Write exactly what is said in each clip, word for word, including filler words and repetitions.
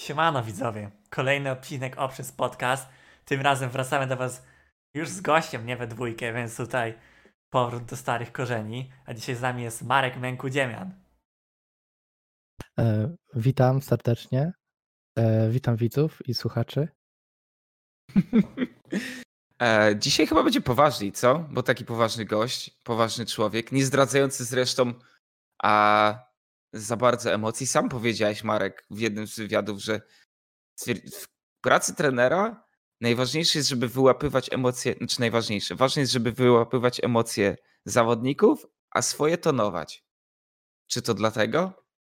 Siemano widzowie, kolejny odcinek Options Podcast. Tym razem wracamy do was już z gościem, nie we dwójkę, więc tutaj powrót do starych korzeni. A dzisiaj z nami jest Marek Męku-Dziemian. E, witam serdecznie. E, witam widzów i słuchaczy. E, dzisiaj chyba będzie poważniej, co? Bo taki poważny gość, poważny człowiek, nie zdradzający zresztą a, za bardzo emocji. Sam powiedziałeś, Marek, w jednym z wywiadów, że w pracy trenera najważniejsze jest, żeby wyłapywać emocje, znaczy najważniejsze, ważne jest, żeby wyłapywać emocje zawodników, a swoje tonować. Czy to dlatego?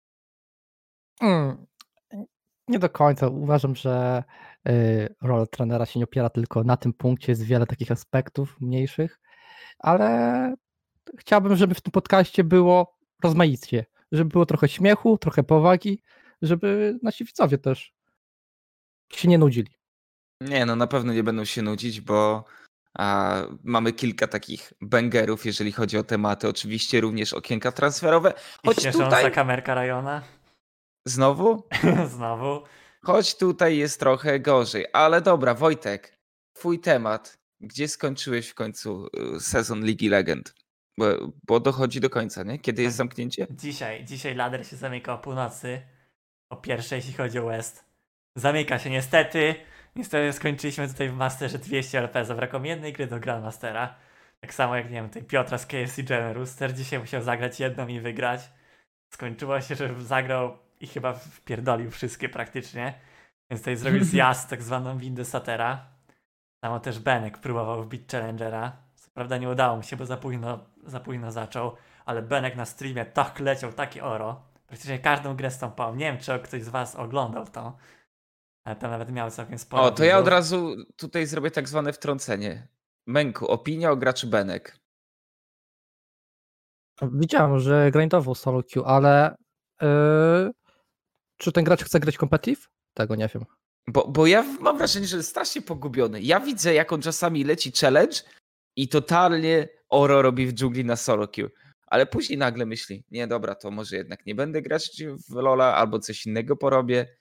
Mm, nie do końca. Uważam, że y, rola trenera się nie opiera tylko na tym punkcie. Jest wiele takich aspektów mniejszych, ale chciałbym, żeby w tym podcaście było rozmaicie, żeby było trochę śmiechu, trochę powagi, żeby nasi widzowie też się nie nudzili. Nie, no na pewno nie będą się nudzić, bo a, mamy kilka takich bangerów, jeżeli chodzi o tematy. Oczywiście również okienka transferowe. Choć I śmiesząca tutaj... kamerka Rajona. Znowu? Znowu. Choć tutaj jest trochę gorzej. Ale dobra, Wojtek, twój temat. Gdzie skończyłeś w końcu sezon Ligi Legend? Bo, bo dochodzi do końca, nie? Kiedy jest zamknięcie? Dzisiaj. Dzisiaj lader się zamyka o północy. O pierwszej, jeśli chodzi o West. Zamyka się niestety. Niestety skończyliśmy tutaj w Masterze dwieście L P. Zabrakło mi jednej gry do Grandmastera. Tak samo jak, nie wiem, tutaj Piotra z K F C Jam Rooster. Dzisiaj musiał zagrać jedną i wygrać. Skończyło się, że zagrał i chyba wpierdolił wszystkie praktycznie. Więc tutaj zrobił zjazd, tak zwaną windę Satera. Samo też Benek próbował wbić Challengera. Co prawda nie udało mu się, bo za późno, za późno zaczął. Ale Benek na streamie tak leciał, taki oro. Praktycznie każdą grę stąpał. Nie wiem, czy ktoś z was oglądał to. Ale tam nawet miał całkiem sporo. O, to ja od razu tutaj zrobię tak zwane wtrącenie. Męku, opinia o graczu Benek. Widziałem, że grindował solo queue, ale yy, czy ten gracz chce grać competitive? Tego nie wiem. Bo, bo ja mam wrażenie, że jest strasznie pogubiony. Ja widzę, jak on czasami leci challenge i totalnie oro robi w dżungli na solo queue. Ale później nagle myśli, nie dobra, to może jednak nie będę grać w Lola albo coś innego porobię.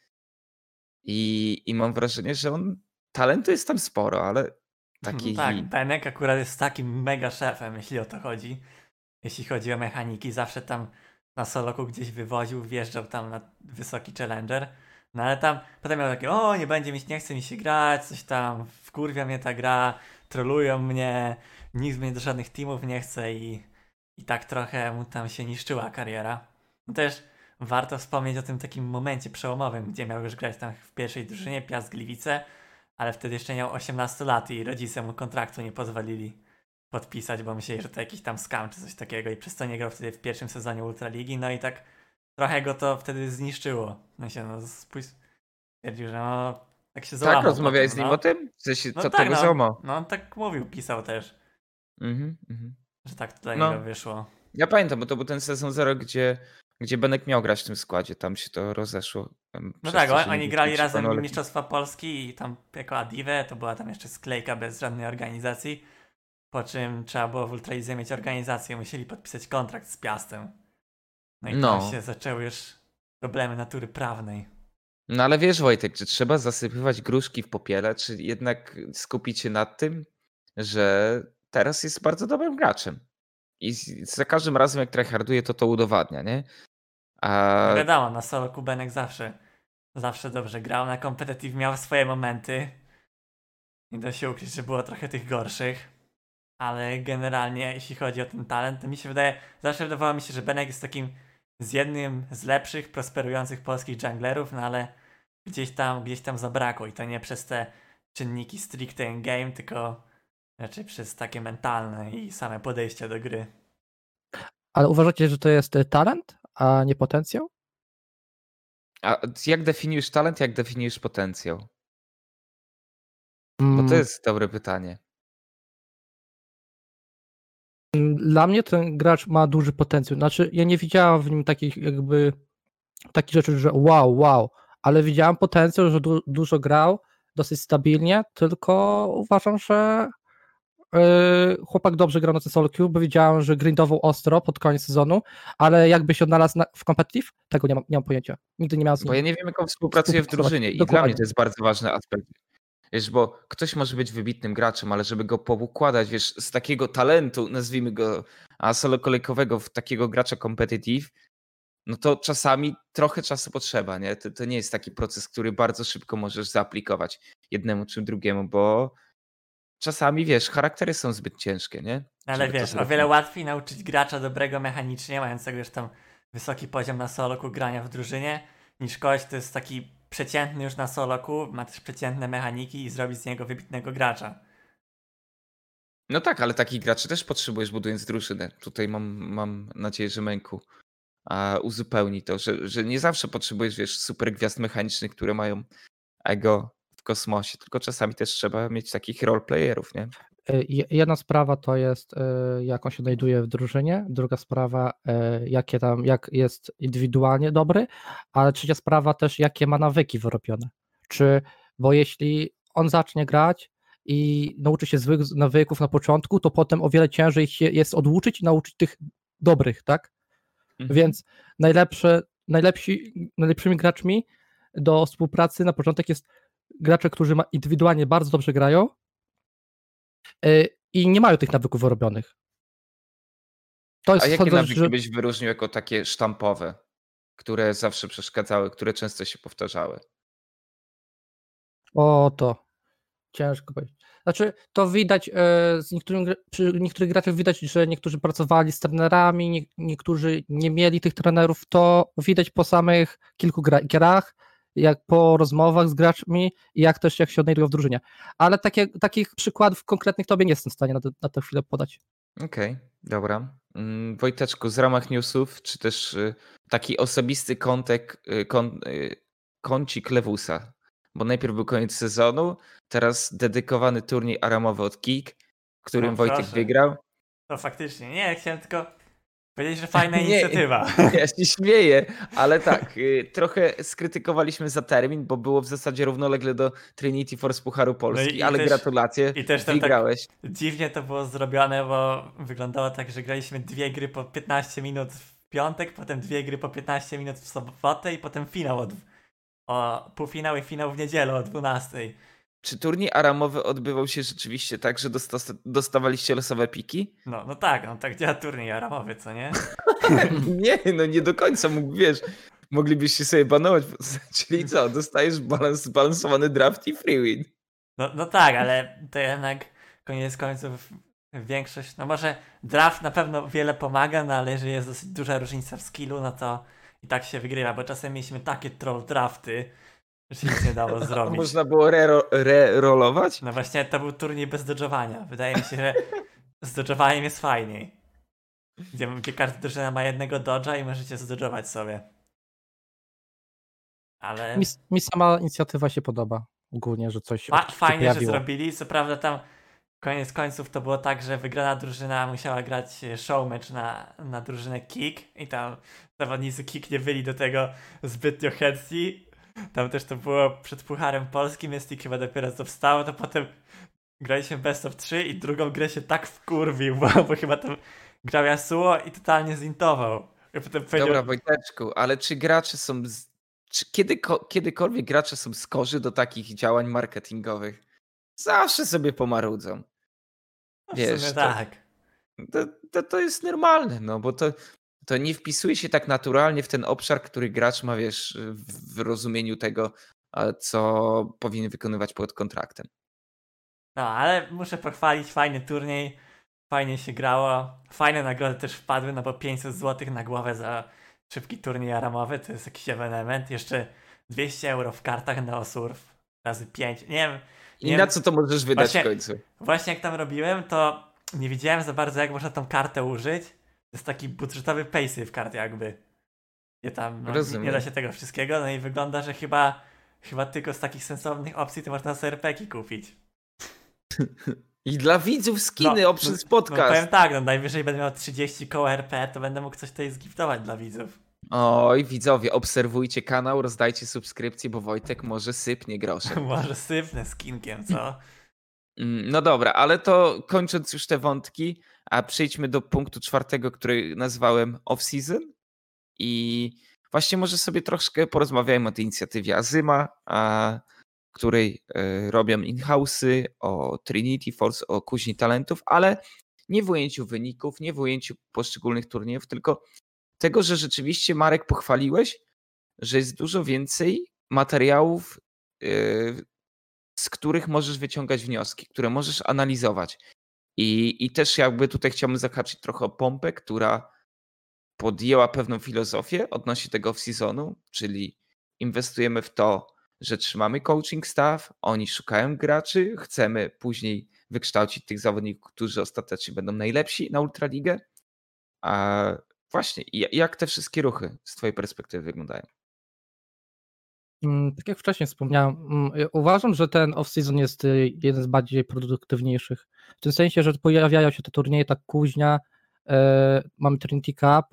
I, i mam wrażenie, że on talentu jest tam sporo, ale taki... Tak, Benek akurat jest takim mega szefem, jeśli o to chodzi. Jeśli chodzi o mechaniki, zawsze tam na soloku gdzieś wywoził, wjeżdżał tam na wysoki challenger. No ale tam potem miał takie, o nie będzie mi, nie chce mi się grać, coś tam, wkurwia mnie ta gra, trolują mnie, nikt mnie do żadnych teamów nie chce i, i tak trochę mu tam się niszczyła kariera. No też warto wspomnieć o tym takim momencie przełomowym, gdzie miał już grać tam w pierwszej drużynie Piast Gliwice, ale wtedy jeszcze miał osiemnaście lat i rodzice mu kontraktu nie pozwolili podpisać, bo myśleli, że to jakiś tam scam czy coś takiego i przez to nie grał wtedy w pierwszym sezonie Ultraligi, no i tak trochę go to wtedy zniszczyło. No się, no spójrz, stwierdził, że no tak się załamał. Tak, rozmawiałeś z nim no. o tym? W sensie, no co tak, tego no, złamał? no on tak mówił, pisał też, Mhm, mhm. że tak to dla No. niego wyszło. Ja pamiętam, bo to był ten sezon zero, gdzie, gdzie Benek miał grać w tym składzie, tam się to rozeszło. No tak, to, on, oni grali razem Panolek. Mistrzostwa Polski i tam jako Adive to była tam jeszcze sklejka bez żadnej organizacji, po czym trzeba było w Ultralidze mieć organizację, musieli podpisać kontrakt z Piastem. No i No. tam się zaczęły już problemy natury prawnej. No ale wiesz, Wojtek, czy trzeba zasypywać gruszki w popiele, czy jednak skupić się nad tym, że teraz jest bardzo dobrym graczem. I z- za każdym razem, jak tryharduje, to to udowadnia, nie? A... No wiadomo, na solo Kubenek zawsze zawsze dobrze grał, na competitive miał swoje momenty. Nie da się ukryć, że było trochę tych gorszych. Ale generalnie, jeśli chodzi o ten talent, to mi się wydaje, zawsze wydawało mi się, że Benek jest takim z jednym z lepszych, prosperujących polskich junglerów, no ale gdzieś tam, gdzieś tam zabrakło i to nie przez te czynniki stricte in-game, tylko raczej przez takie mentalne i same podejście do gry. Ale uważacie, że to jest talent, a nie potencjał? A jak definiujesz talent, jak definiujesz potencjał? Bo to jest dobre pytanie. Dla mnie ten gracz ma duży potencjał. Znaczy, ja nie widziałam w nim takich jakby takich rzeczy, że wow, wow, ale widziałam potencjał, że du- dużo grał, dosyć stabilnie, tylko uważam, że yy, chłopak dobrze grał na C S L Q, bo widziałem, że grindował ostro pod koniec sezonu, ale jakby się odnalazł na, w competitive, tego nie mam, nie mam pojęcia. Nigdy nie miałem z nim. Bo ja nie wiem, jak on współpracuje w drużynie i Dokładnie. dla mnie to jest bardzo ważny aspekt. Wiesz, bo ktoś może być wybitnym graczem, ale żeby go poukładać, wiesz, z takiego talentu, nazwijmy go, a solo kolejkowego w takiego gracza competitive, no to czasami trochę czasu potrzeba, nie? To, to nie jest taki proces, który bardzo szybko możesz zaaplikować jednemu czy drugiemu, bo czasami, wiesz, charaktery są zbyt ciężkie, nie? Ale Żeby to wiesz, o zrobić. wiele łatwiej nauczyć gracza dobrego mechanicznie, mającego już tam wysoki poziom na soloku grania w drużynie, niż kogoś, kto jest taki przeciętny już na soloku, ma też przeciętne mechaniki i zrobić z niego wybitnego gracza. No tak, ale takich graczy też potrzebujesz, budując drużynę. Tutaj mam, mam nadzieję, że Męku a uzupełni to, że, że nie zawsze potrzebujesz, wiesz, super gwiazd mechanicznych, które mają ego w kosmosie, tylko czasami też trzeba mieć takich roleplayerów, nie? Y, Jedna sprawa to jest, y, jak on się znajduje w drużynie, druga sprawa, y, jakie tam, jak jest indywidualnie dobry, ale trzecia sprawa też, jakie ma nawyki wyrobione. Czy, bo jeśli on zacznie grać i nauczy się złych nawyków na początku, to potem o wiele ciężej się jest oduczyć i nauczyć tych dobrych, tak? Mhm. Więc najlepsze, najlepsi, najlepszymi graczmi do współpracy na początek jest gracze, którzy ma, indywidualnie bardzo dobrze grają, y, i nie mają tych nawyków wyrobionych. To jest A jakie sądzę, nawyki że byś wyróżnił jako takie sztampowe, które zawsze przeszkadzały, które często się powtarzały? o to ciężko powiedzieć. Znaczy, to widać e, z niektórym, gra- przy niektórych graczach widać, że niektórzy pracowali z trenerami, nie, niektórzy nie mieli tych trenerów. To widać po samych kilku gra- grach, jak po rozmowach z graczmi i jak też jak się odnajdują w drużynie. Ale takie, takich przykładów konkretnych tobie nie jestem w stanie na, te- na tę chwilę podać. Okej, dobra. Mm, Wojteczku, z ramach newsów, czy też y, taki osobisty kontek, y, kon, y, kącik Lewusa? Bo najpierw był koniec sezonu, teraz dedykowany turniej aramowy od Kik, w którym No, Wojtek proszę. wygrał. To faktycznie, nie, chciałem tylko powiedzieć, że fajna Nie, inicjatywa. Ja się śmieję, ale tak, y, trochę skrytykowaliśmy za termin, bo było w zasadzie równolegle do Trinity Force Pucharu Polski, i ale też- gratulacje, I też tam tak wygrałeś. dziwnie to było zrobione, bo wyglądało tak, że graliśmy dwie gry po piętnaście minut w piątek, potem dwie gry po piętnaście minut w sobotę i potem finał od, o półfinał i finał w niedzielę o dwunastej. Czy turniej aramowy odbywał się rzeczywiście tak, że dosta- dostawaliście losowe piki? No, no tak, no tak działa turniej aramowy, co nie? Nie, no nie do końca mógł, wiesz, moglibyście sobie banować, czyli co, dostajesz balans, zbalansowany draft i free win. No, no tak, ale to jednak koniec końców większość, no może draft na pewno wiele pomaga, no ale jeżeli jest dosyć duża różnica w skillu, no to i tak się wygrywa, bo czasem mieliśmy takie troll drafty, że się nic nie dało A zrobić. można było re- re-rollować? No właśnie to był turniej bez dodżowania. Wydaje mi się, że z dodżowaniem jest fajniej. Gdzie, gdzie każda drużyna ma jednego dodża i możecie zdodżować sobie. Ale Mi, mi sama inicjatywa się podoba ogólnie, że coś fa- się fajnie, że pojawiło. zrobili. Co prawda tam koniec końców to było tak, że wygrana drużyna musiała grać showmatch na, na drużynę Kick i tam zawodnicy Kick nie byli do tego zbytnio chętni. Tam też to było przed Pucharem Polskim, Mystic chyba dopiero co wstało, to potem graliśmy best of trzy i drugą grę się tak wkurwił, bo, bo chyba tam grał Yasuo i totalnie zintował. I potem powiedział, Dobra, Wojteczku, ale czy gracze są, z... czy kiedyko- kiedykolwiek gracze są skorzy do takich działań marketingowych? Zawsze sobie pomarudzą. no w Wiesz, sumie to- tak. To, to, to jest normalne, no bo to, to nie wpisuje się tak naturalnie w ten obszar, który gracz ma, wiesz, w w rozumieniu tego, a co powinien wykonywać pod kontraktem. No, ale muszę pochwalić, fajny turniej, fajnie się grało, fajne nagrody też wpadły, no bo pięćset złotych na głowę za szybki turniej aramowy, to jest jakiś ewenement, jeszcze dwieście euro w kartach Neosurf, razy pięć, nie wiem, I nie na wiem, co to możesz wydać Właśnie- w końcu? właśnie jak tam robiłem, to nie wiedziałem za bardzo, jak można tą kartę użyć, to jest taki budżetowy paysafe kart jakby, gdzie tam no, nie, Rozumiem. nie da się tego wszystkiego, no i wygląda, że chyba, chyba tylko z takich sensownych opcji to można sobie R P Ki kupić. I dla widzów skiny, No, options No podcast. powiem tak, no najwyżej będę miał trzydzieści koła R P, to będę mógł coś tutaj zgiftować dla widzów. Oj, widzowie, obserwujcie kanał, rozdajcie subskrypcję, bo Wojtek może sypnie groszem. Może sypnę skinkiem, co? Mm, No dobra, ale to kończąc już te wątki, a przejdźmy do punktu czwartego, który nazwałem off-season. I właśnie może sobie troszkę porozmawiajmy o tej inicjatywie Azyma, a której e, robią in-house'y, o Trinity Force, o kuźni talentów, ale nie w ujęciu wyników, nie w ujęciu poszczególnych turniejów, tylko tego, że rzeczywiście, Marek, pochwaliłeś, że jest dużo więcej materiałów, e, z których możesz wyciągać wnioski, które możesz analizować. I, I też jakby tutaj chciałbym zahaczyć trochę o Pompę, która podjęła pewną filozofię odnośnie tego off-seasonu, czyli inwestujemy w to, że trzymamy coaching staff, oni szukają graczy, chcemy później wykształcić tych zawodników, którzy ostatecznie będą najlepsi na Ultraligę. A właśnie, i jak te wszystkie ruchy z twojej perspektywy wyglądają? Mm, Tak jak wcześniej wspomniałem, mm, ja uważam, że ten off-season jest y, jeden z bardziej produktywniejszych. W tym sensie, że pojawiają się te turnieje tak kuźnia, e, mamy Trinity Cup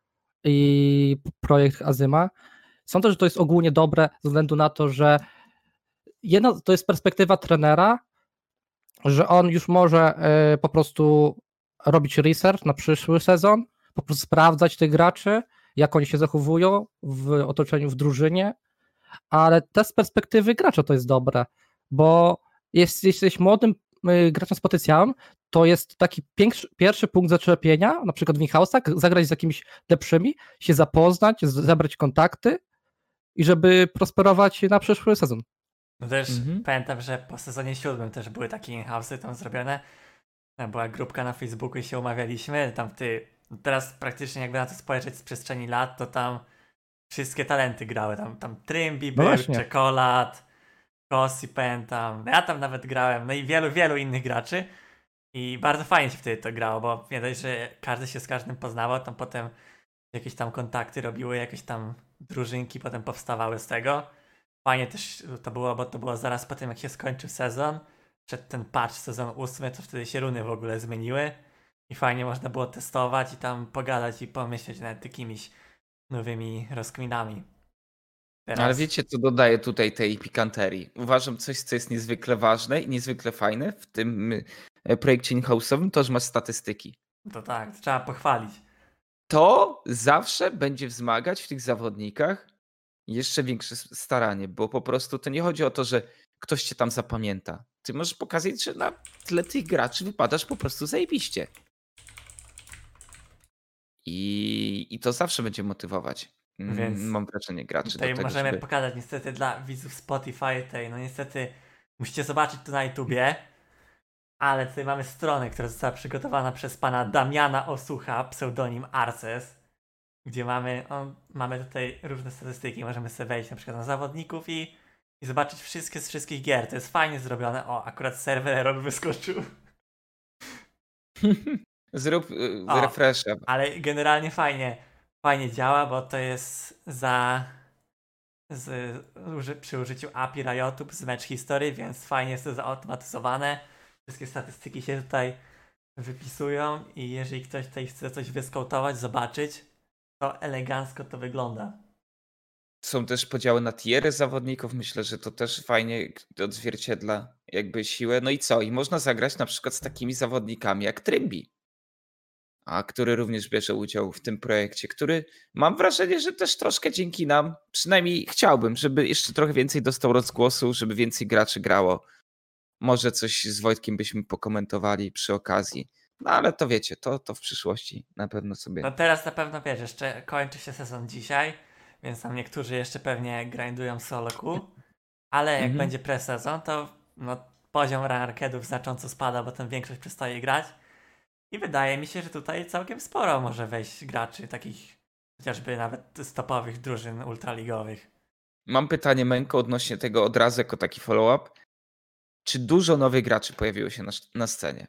i projekt Azyma. Sądzę, że to jest ogólnie dobre ze względu na to, że jedna to jest perspektywa trenera, że on już może e, po prostu robić research na przyszły sezon, po prostu sprawdzać tych graczy, jak oni się zachowują w otoczeniu, w drużynie, ale też z perspektywy gracza to jest dobre, bo jest, jesteś młodym y, graczem z potencjałem, to jest taki piększy, pierwszy punkt zaczepienia, na przykład w in-house'ach, zagrać z jakimiś lepszymi, się zapoznać, z- zebrać kontakty i żeby prosperować na przyszły sezon. No też Mhm. pamiętam, że po sezonie siódmym też były takie in-house'y tam zrobione. Tam była grupka na Facebooku i się umawialiśmy. Tam ty, teraz praktycznie jakby na to spojrzeć z przestrzeni lat, to tam wszystkie talenty grały. Tam, tam Trimby No był, właśnie. Czekolad, Kossi pamiętam. Ja tam nawet grałem, no i wielu, wielu innych graczy. I bardzo fajnie się wtedy to grało, bo nie dość, że każdy się z każdym poznawał, tam potem jakieś tam kontakty robiły, jakieś tam drużynki potem powstawały z tego. Fajnie też to było, bo to było zaraz po tym, jak się skończył sezon. Przed ten patch sezon ósmy, to wtedy się runy w ogóle zmieniły. I fajnie można było testować i tam pogadać i pomyśleć nad jakimiś nowymi rozkminami. Teraz, Ale wiecie, co dodaje tutaj tej pikanterii? Uważam, coś, co jest niezwykle ważne i niezwykle fajne w tym e, projekcie in-house'owym, to, że masz statystyki. to tak, to trzeba pochwalić. To zawsze będzie wzmagać w tych zawodnikach jeszcze większe s- staranie, bo po prostu to nie chodzi o to, że ktoś cię tam zapamięta. Ty możesz pokazać, że na tle tych graczy wypadasz po prostu zajebiście. I, i to zawsze będzie motywować. mm, Więc Mam wrażenie graczy do Tutaj tego, możemy żeby... pokazać niestety dla widzów Spotify tej, no niestety musicie zobaczyć to na YouTubie, ale tutaj mamy stronę, która została przygotowana przez pana Damiana Osucha, pseudonim Arces, gdzie mamy, on, mamy tutaj różne statystyki, możemy sobie wejść na przykład na zawodników i, i zobaczyć wszystkie z wszystkich gier, to jest fajnie zrobione, o, akurat serwer Error wyskoczył, Zrób y, O. refresha. ale generalnie fajnie, fajnie działa, bo to jest za... Z, uży, przy użyciu A P I Riotu z Match History, więc fajnie jest to zautomatyzowane. Wszystkie statystyki się tutaj wypisują i jeżeli ktoś tutaj chce coś wyskautować, zobaczyć, to elegancko to wygląda. Są też podziały na tiery zawodników. Myślę, że to też fajnie odzwierciedla jakby siłę. No i co? I można zagrać na przykład z takimi zawodnikami jak Trimby, a który również bierze udział w tym projekcie, który mam wrażenie, że też troszkę dzięki nam, przynajmniej chciałbym, żeby jeszcze trochę więcej dostał rozgłosu, żeby więcej graczy grało. Może coś z Wojtkiem byśmy pokomentowali przy okazji. No ale to wiecie, to, to w przyszłości na pewno sobie... No teraz na pewno wiesz, jeszcze kończy się sezon dzisiaj, więc tam niektórzy jeszcze pewnie grindują solo queue, ale jak Mhm. będzie pre-sezon, to no, poziom rankedów znacząco spada, bo tam większość przestaje grać. I wydaje mi się, że tutaj całkiem sporo może wejść graczy, takich chociażby nawet z topowych drużyn ultraligowych. Mam pytanie, Menko, odnośnie tego od razu jako taki follow-up. Czy dużo nowych graczy pojawiło się na, na scenie?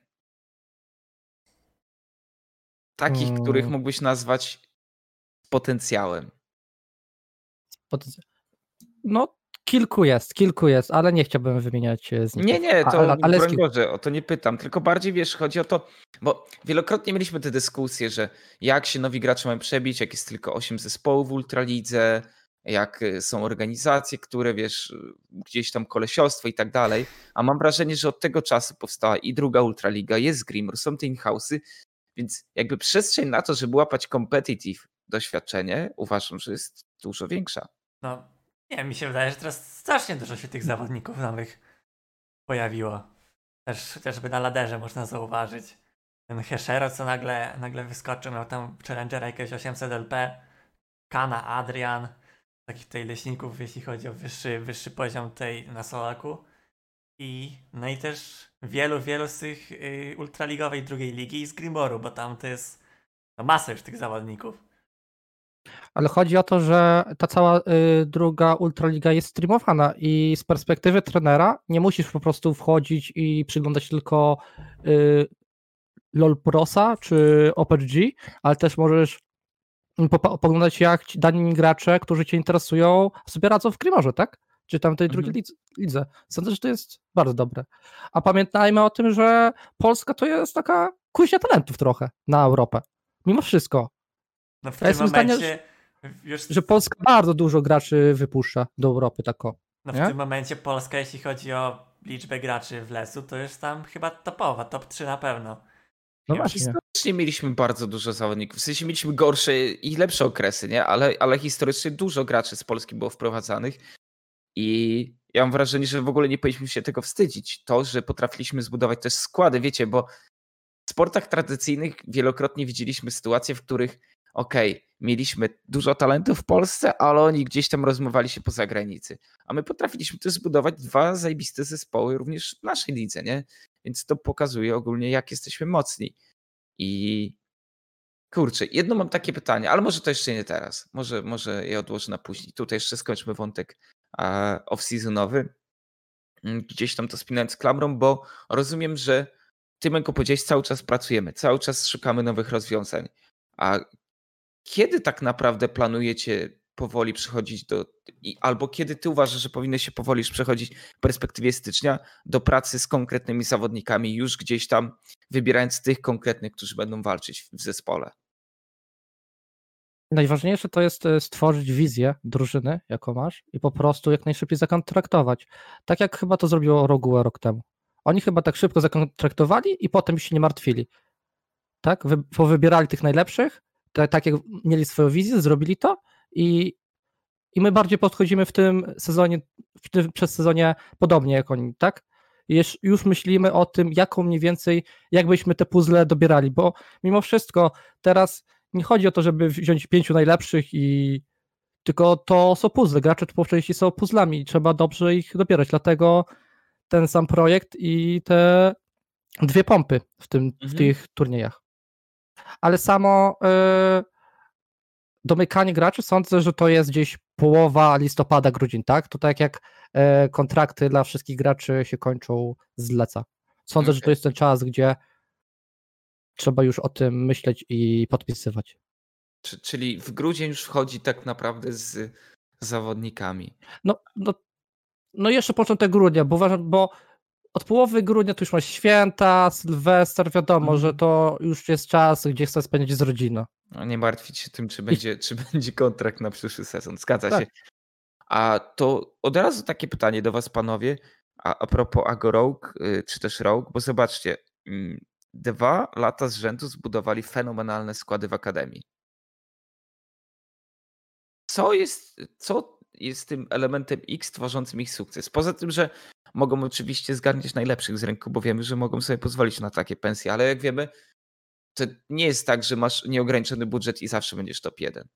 Takich, Mm. których mógłbyś nazwać potencjałem. Potenc- No, kilku jest, kilku jest, ale nie chciałbym wymieniać e, z nich. Nie, nie, A- to ale, ale broń jest Boże, o to nie pytam, tylko bardziej wiesz, chodzi o to, bo wielokrotnie mieliśmy te dyskusje, że jak się nowi gracze mają przebić, jak jest tylko osiem zespołów w Ultralidze, jak y, są organizacje, które wiesz, y, gdzieś tam kolesiostwo i tak dalej, a mam wrażenie, że od tego czasu powstała i druga Ultraliga, jest Grimur, są te in-house'y, więc jakby przestrzeń na to, żeby łapać competitive doświadczenie, uważam, że jest dużo większa. No, nie wiem, mi się wydaje, że teraz strasznie dużo się tych zawodników nowych pojawiło. Też chociażby na laderze można zauważyć. Ten Heshero, co nagle, nagle wyskoczył, miał tam Challengera jakiegoś osiemset L P, Kana, Adrian, takich tutaj leśników, jeśli chodzi o wyższy, wyższy poziom tej na Solaku. I no i też wielu, wielu z tych y, ultraligowej drugiej ligi i z Grimoru, bo tam to jest no, masa już tych zawodników. Ale chodzi o to, że ta cała y, druga Ultraliga jest streamowana i z perspektywy trenera nie musisz po prostu wchodzić i przyglądać tylko y, LoL Prosa czy O P G, ale też możesz popa- poglądać jak ci dani gracze, którzy cię interesują, sobie radzą w Grimorze, tak? Czy tam tej drugiej Mhm. lidze- lidze. Sądzę, że to jest bardzo dobre. A pamiętajmy o tym, że Polska to jest taka kuźnia talentów trochę na Europę. Mimo wszystko. No w Ja tym jestem zdania, momencie już że Polska bardzo dużo graczy wypuszcza do Europy, tako. no w nie? tym momencie Polska, jeśli chodzi o liczbę graczy w Lesu, to już tam chyba topowa, top trzy na pewno. No Nie, właśnie. Historycznie mieliśmy bardzo dużo zawodników. W sensie mieliśmy gorsze i lepsze okresy, nie? Ale, ale historycznie dużo graczy z Polski było wprowadzanych. I ja mam wrażenie, że w ogóle nie powinniśmy się tego wstydzić. To, że potrafiliśmy zbudować też składy, wiecie, bo w sportach tradycyjnych wielokrotnie widzieliśmy sytuacje, w których okej, mieliśmy dużo talentów w Polsce, ale oni gdzieś tam rozmywali się po zagranicy. A my potrafiliśmy też zbudować dwa zajebiste zespoły również w naszej lidze, nie? Więc to pokazuje ogólnie, jak jesteśmy mocni. I kurczę, jedno mam takie pytanie, ale może to jeszcze nie teraz. Może, może je odłożę na później. Tutaj jeszcze skończmy wątek e, off-seasonowy. Mm, Gdzieś tam to spinając z klamrą, bo rozumiem, że ty, Menko, powiedziałeś, cały czas pracujemy, cały czas szukamy nowych rozwiązań. A kiedy tak naprawdę planujecie powoli przechodzić do, i, albo kiedy ty uważasz, że powinno się powoli już przechodzić w perspektywie stycznia do pracy z konkretnymi zawodnikami, już gdzieś tam wybierając tych konkretnych, którzy będą walczyć w zespole? Najważniejsze to jest e, stworzyć wizję drużyny, jaką masz i po prostu jak najszybciej zakontraktować. Tak jak chyba to zrobiło Rogue rok temu. Oni chyba tak szybko zakontraktowali i potem się nie martwili. Tak? Wy, powybierali tych najlepszych, tak, tak jak mieli swoją wizję, zrobili to i, i my bardziej podchodzimy w tym sezonie, w tym przedsezonie podobnie jak oni, tak? Już, już myślimy o tym, jaką mniej więcej, jak byśmy te puzzle dobierali, bo mimo wszystko teraz nie chodzi o to, żeby wziąć pięciu najlepszych i tylko to są puzzle, gracze po części są puzzlami i trzeba dobrze ich dobierać, dlatego ten sam projekt i te dwie pompy w, tym, w Mhm. tych turniejach. Ale samo y, domykanie graczy sądzę, że to jest gdzieś połowa listopada, grudzień, tak? To tak jak y, kontrakty dla wszystkich graczy się kończą z leca. Sądzę, że to Okej. jest ten czas, gdzie trzeba już o tym myśleć i podpisywać. Czy- Czyli w grudzień już wchodzi tak naprawdę z zawodnikami. No, no, no jeszcze początek grudnia, bo uważam, bo od połowy grudnia to już masz święta, Sylwester, wiadomo, Mhm. że to już jest czas, gdzie chcę spędzić z rodziną. No nie martwić się tym, czy będzie, czy będzie kontrakt na przyszły sezon. Zgadza Tak. się. A to od razu takie pytanie do was, panowie, a, a propos Ago Rogue, y, czy też Rogue, bo zobaczcie, mm, dwa lata z rzędu zbudowali fenomenalne składy w Akademii. Co jest, co jest tym elementem X tworzącym ich sukces? Poza tym, że mogą oczywiście zgarniać najlepszych z rynku, bo wiemy, że mogą sobie pozwolić na takie pensje, ale jak wiemy, to nie jest tak, że masz nieograniczony budżet i zawsze będziesz top jeden.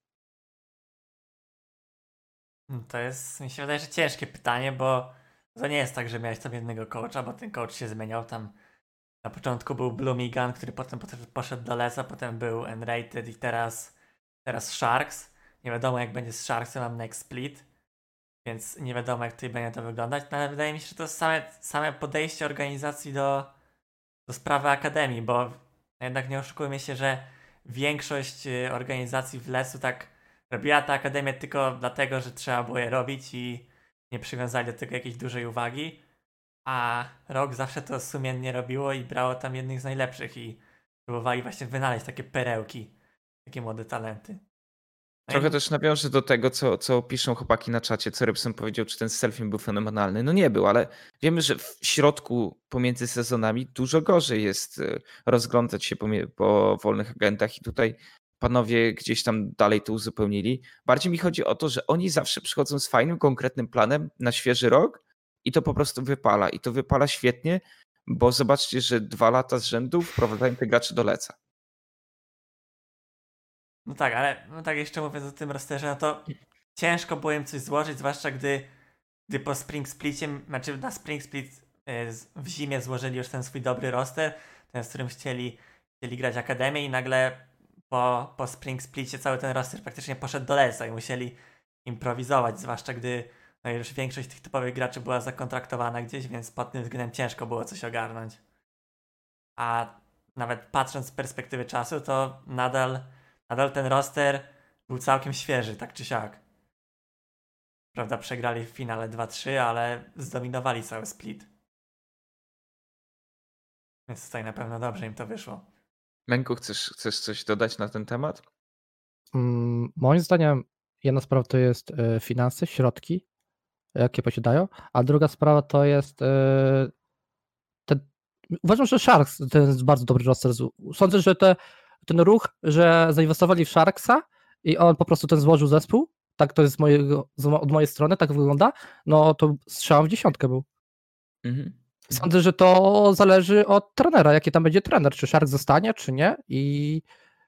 No to jest, mi się wydaje, że ciężkie pytanie, bo to nie jest tak, że miałeś tam jednego coacha, bo ten coach się zmieniał tam. Na początku był Blumigan, który potem potem poszedł do Lesa, potem był Enrated i teraz, teraz Sharks. Nie wiadomo jak będzie z Sharksem, mam next split, więc nie wiadomo jak tutaj będzie to wyglądać, no ale wydaje mi się, że to jest same, same podejście organizacji do, do sprawy Akademii, bo jednak nie oszukujmy się, że większość y, organizacji w Lesu tak robiła tę Akademię tylko dlatego, że trzeba było je robić i nie przywiązali do tego jakiejś dużej uwagi. A Rogue zawsze to sumiennie robiło i brało tam jednych z najlepszych i próbowali właśnie wynaleźć takie perełki, takie młode talenty. No Trochę i też nawiążę do tego, co, co piszą chłopaki na czacie, co Rybson powiedział, czy ten selfie był fenomenalny. No nie był, ale wiemy, że w środku pomiędzy sezonami dużo gorzej jest y, rozglądać się po, mie- po wolnych agentach i tutaj panowie gdzieś tam dalej to uzupełnili. Bardziej mi chodzi o to, że oni zawsze przychodzą z fajnym, konkretnym planem na świeży rok i to po prostu wypala. I to wypala świetnie, bo zobaczcie, że dwa lata z rzędu wprowadzają te gracze do leca. no tak, ale no tak jeszcze mówiąc o tym rosterze, no to ciężko było im coś złożyć, zwłaszcza gdy, gdy po Spring Splicie, znaczy na Spring Split e, z- w zimie złożyli już ten swój dobry roster, ten z którym chcieli, chcieli grać Akademię i nagle po, po Spring Splicie cały ten roster praktycznie poszedł do lesa i musieli improwizować, zwłaszcza gdy no już większość tych typowych graczy była zakontraktowana gdzieś, więc pod tym względem ciężko było coś ogarnąć. A nawet patrząc z perspektywy czasu, to nadal, nadal ten roster był całkiem świeży, tak czy siak. Prawda, przegrali w finale dwa trzy, ale zdominowali cały split. Więc tutaj na pewno dobrze im to wyszło. Męku, chcesz, chcesz coś dodać na ten temat? Mm, Moim zdaniem jedna sprawa to jest e, finanse, środki, jakie posiadają, a druga sprawa to jest e, ten, uważam, że Sharks to jest bardzo dobry roster. Sądzę, że te, ten ruch, że zainwestowali w Sharksa i on po prostu ten złożył zespół, tak to jest z mojego, z, mo- od mojej strony, tak wygląda, no to strzał w dziesiątkę był. Mhm. Sądzę, że to zależy od trenera, jaki tam będzie trener, czy Shark zostanie, czy nie i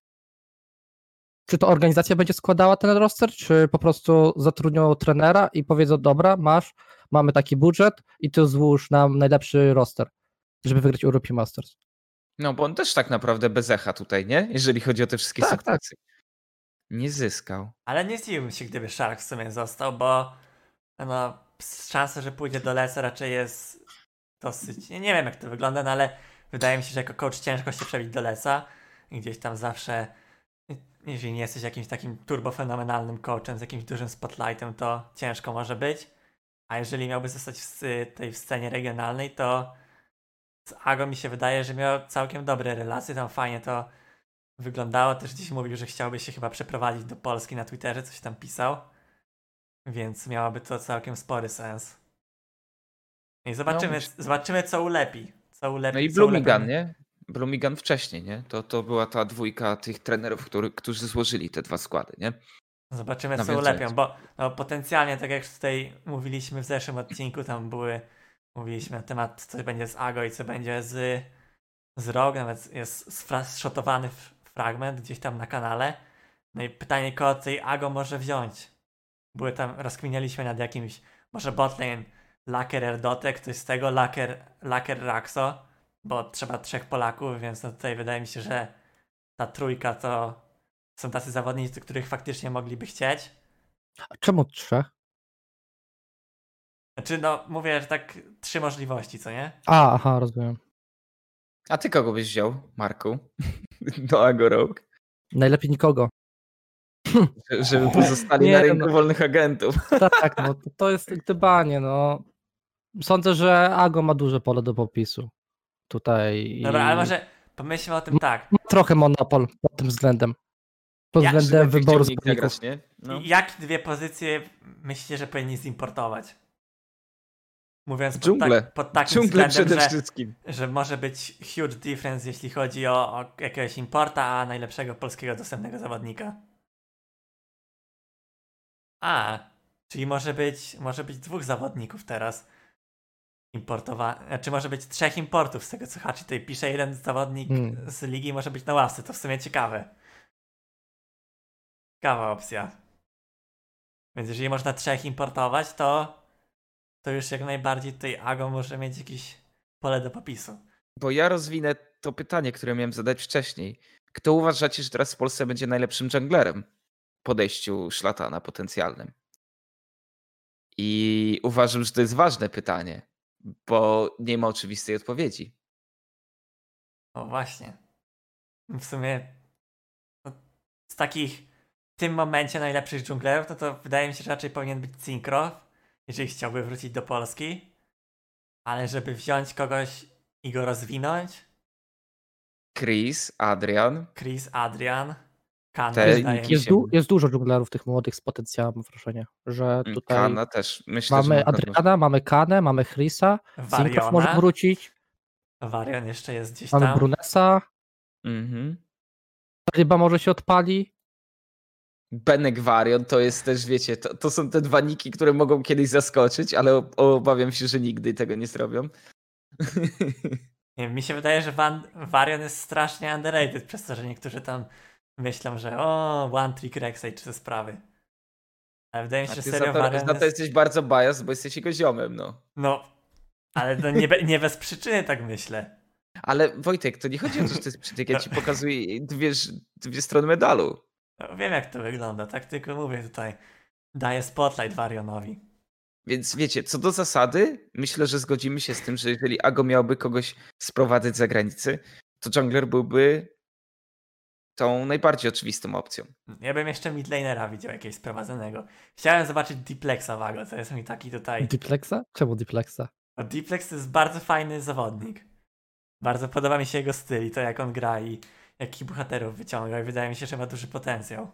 czy to organizacja będzie składała ten roster, czy po prostu zatrudnią trenera i powiedzą, dobra, masz, mamy taki budżet i ty złóż nam najlepszy roster, żeby wygrać European Masters. No, bo on też tak naprawdę bez echa tutaj, nie? Jeżeli chodzi o te wszystkie Tak, sukcesy. Nie zyskał. Ale nie zdziwiłbym się, gdyby Shark w sumie został, bo no, szansa, że pójdzie do lesa raczej jest dosyć... Nie, nie wiem jak to wygląda, no ale wydaje mi się, że jako coach ciężko się przebić do lesa. I gdzieś tam zawsze, jeżeli nie jesteś jakimś takim turbofenomenalnym coachem z jakimś dużym spotlightem, to ciężko może być. A jeżeli miałby zostać w s- tej w scenie regionalnej, to z Ago mi się wydaje, że miał całkiem dobre relacje, tam fajnie to wyglądało. Też gdzieś mówił, że chciałby się chyba przeprowadzić do Polski na Twitterze, coś tam pisał. Więc miałoby to całkiem spory sens. I zobaczymy, myślę- zobaczymy co ulepi. Co ulepi No i co ulepi- Blumigan, nie? Blumigan wcześniej, nie? To, to była ta dwójka tych trenerów, który, którzy złożyli te dwa składy, nie? Zobaczymy co Nawiązując. ulepią, bo no, potencjalnie, tak jak tutaj mówiliśmy w zeszłym odcinku, tam były, mówiliśmy na temat co będzie z Ago i co będzie z, z Rogue, nawet jest sfra- zszotowany f- fragment gdzieś tam na kanale. No i pytanie, kogo tej Ago może wziąć? Były tam, rozkminialiśmy nad jakimś, może botlane Laker Erdote, ktoś z tego, Laker, Laker Raxo, bo trzeba trzech Polaków, więc no tutaj wydaje mi się, że ta trójka to są tacy zawodnicy, których faktycznie mogliby chcieć. A czemu trzech? Znaczy, no, mówię, że tak trzy możliwości, co nie? A, aha, rozumiem. A ty kogo byś wziął, Marku? Do Ago Rogue? Najlepiej nikogo. Że- Żeby pozostali Nie, na rynku no. wolnych agentów. Tak, no to, to jest gdybanie, no. Sądzę, że Ago ma duże pole do popisu tutaj. Dobra, i ale może pomyślmy o tym tak. ma trochę monopol pod tym względem. Pod Ja- względem Żeby wyboru chciał nikt zawodników. zagrać, nie? No. Jakie dwie pozycje myślicie, że powinni zimportować? Mówiąc pod, Dżunglę. tak, pod takim Dżunglę względem, przede że, wszystkim. że może być huge difference, jeśli chodzi o, o jakiegoś importa, a najlepszego polskiego dostępnego zawodnika. A, czyli może być, może być dwóch zawodników teraz importowanych. Znaczy może być trzech importów z tego co Hachi tutaj pisze. Jeden zawodnik Hmm. z ligi może być na ławce. To w sumie ciekawe. Ciekawa opcja. Więc jeżeli można trzech importować, to to już jak najbardziej tutaj Ago może mieć jakieś pole do popisu. Bo ja rozwinę to pytanie, które miałem zadać wcześniej. Kto uważacie, że teraz w Polsce będzie najlepszym junglerem w podejściu Szlatana potencjalnym? I uważam, że to jest ważne pytanie, bo nie ma oczywistej odpowiedzi. O właśnie. W sumie no, z takich w tym momencie najlepszych dżunglerów, no to wydaje mi się, że raczej powinien być Cinkrow, jeżeli chciałby wrócić do Polski. Ale żeby wziąć kogoś i go rozwinąć, Chris, Adrian. Chris, Adrian, Kana, Te wydaje niki mi Jest, się. du- jest dużo dżunglerów tych młodych z potencjałem, mam wrażenie, że tutaj Kana też. Myślę, że mamy można dużo. Adriana, mamy Kanę, mamy Chrisa, Syncroft może Variona. wrócić, Varion jeszcze jest gdzieś mamy tam. Brunesa, Mhm. ryba może się odpali. Benek Varion to jest też, wiecie, to, to są te dwa niki, które mogą kiedyś zaskoczyć, ale ob- obawiam się, że nigdy tego nie zrobią. Nie wiem, mi się wydaje, że Van, Varion jest strasznie underrated, przez to, że niektórzy tam myślą, że o, One Trick Rek'Sai czy te sprawy. Ale wydaje mi się, A że ty serio za to, Varion za to jest... jesteś bardzo biased, bo jesteś jego ziomem, no. No, ale to nie, be, nie bez przyczyny tak myślę. Ale Wojtek, to nie chodzi o to, że to jest przytyk, ja ci pokazuję dwie, dwie strony medalu. No, wiem jak to wygląda, tak tylko mówię tutaj. Daję spotlight Varionowi. Więc wiecie, co do zasady, myślę, że zgodzimy się z tym, że jeżeli Ago miałby kogoś sprowadzać za granicę, to jungler byłby tą najbardziej oczywistą opcją. Ja bym jeszcze midlanera widział jakiegoś sprowadzonego. Chciałem zobaczyć Deeplexa Wago, to jest mi taki tutaj... Diplexa? Czemu Diplexa? Bo Deeplex to jest bardzo fajny zawodnik. Bardzo podoba mi się jego styl i to jak on gra i jakich bohaterów wyciąga i wydaje mi się, że ma duży potencjał.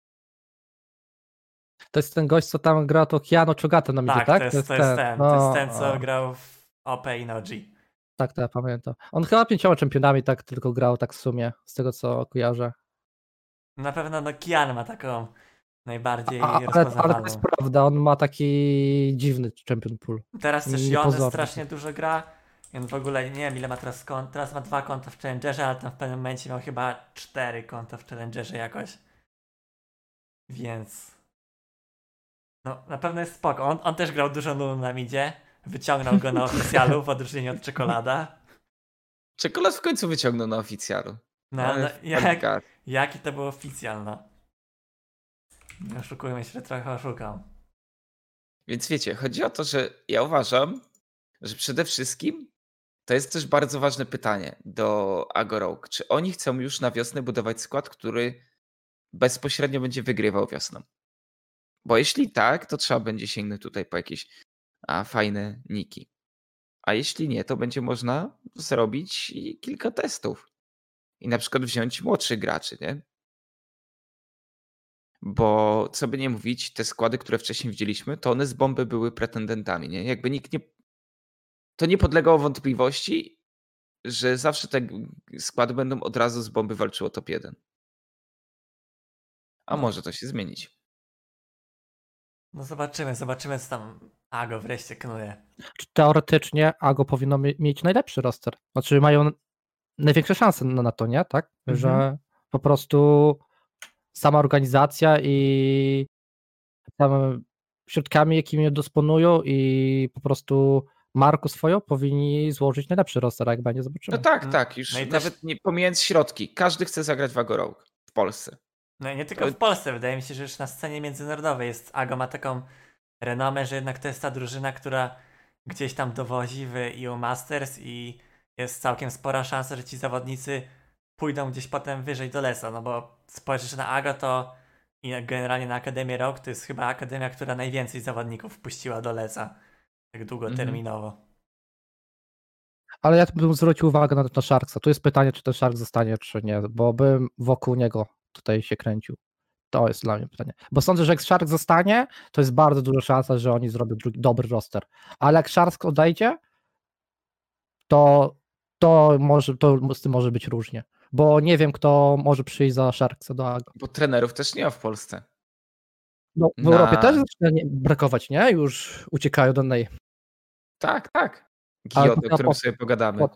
To jest ten gość, co tam gra to Keanu Chogata na midzie, Tak, tak? to jest, to jest ten, to No, jest ten, co no. grał w O P i Nogi. Tak, tak, pamiętam. On chyba pięcioma czempionami tak tylko grał, tak w sumie, z tego co kojarzę. Na pewno no Kian ma taką najbardziej A, ale, ale to rozpoznawalną. jest prawda, on ma taki dziwny champion pool. Teraz też Jon niepozorny. strasznie dużo gra. I on w ogóle, nie wiem ile ma teraz kont. Teraz ma dwa konta w Challengerze, ale tam w pewnym momencie miał chyba cztery konta w Challengerze jakoś. Więc... No, na pewno jest spoko. On, on też grał dużo Nunu na midzie. Wyciągnął go na oficjalu w odróżnieniu od Czekolada. Czekolad w końcu wyciągnął na oficjalu. No, Ale no w jak, qualifikacje. jaki to był oficjal, no. Nie oszukujmy się, że trochę oszukał. Więc wiecie, chodzi o to, że ja uważam, że przede wszystkim to jest też bardzo ważne pytanie do Ago Rogue. Czy oni chcą już na wiosnę budować skład, który bezpośrednio będzie wygrywał wiosną? Bo jeśli tak, to trzeba będzie sięgnąć tutaj po jakieś a, fajne niki. A jeśli nie, to będzie można zrobić i kilka testów. I na przykład wziąć młodszych graczy, nie? Bo co by nie mówić, te składy, które wcześniej widzieliśmy, to one z bomby były pretendentami, nie? Jakby nikt nie... To nie podlegało wątpliwości, że zawsze te składy będą od razu z bomby walczyło top jeden. A No. może to się zmienić. No zobaczymy, zobaczymy co tam Ago wreszcie knuje. Teoretycznie Ago powinno mie- mieć najlepszy roster. Znaczy mają największe szanse na, na to, nie? Tak? Mhm. Że po prostu sama organizacja i tam środkami, jakimi dysponują i po prostu marką swoją powinni złożyć najlepszy roster, a jak będzie, zobaczymy. No tak, Mm. tak. Już No i też- nawet nie, pomijając środki. Każdy chce zagrać w Ago Rogue w Polsce. No i nie tylko To- w Polsce, wydaje mi się, że już na scenie międzynarodowej jest Ago ma taką renomę, że jednak to jest ta drużyna, która gdzieś tam dowozi w E U Masters i jest całkiem spora szansa, że ci zawodnicy pójdą gdzieś potem wyżej do lesa, no bo spojrzysz na Ago to i generalnie na Akademię Rogue to jest chyba akademia, która najwięcej zawodników wpuściła do lesa tak długoterminowo. Ale ja bym zwrócił uwagę na, na Sharksa. Tu jest pytanie, czy ten Shark zostanie, czy nie, bo bym wokół niego tutaj się kręcił. To jest dla mnie pytanie. Bo sądzę, że jak Shark zostanie, to jest bardzo duża szansa, że oni zrobią drugi, dobry roster. Ale jak Shark odejdzie, to, to, może, to z tym może być różnie. Bo nie wiem, kto może przyjść za Sharksa do Ago. Bo trenerów też nie ma w Polsce. No, w Na- Europie też zaczyna nie- brakować, nie? Już uciekają do innej. Tak, tak. Ale Giot, to o którym potem- sobie pogadamy. Potem.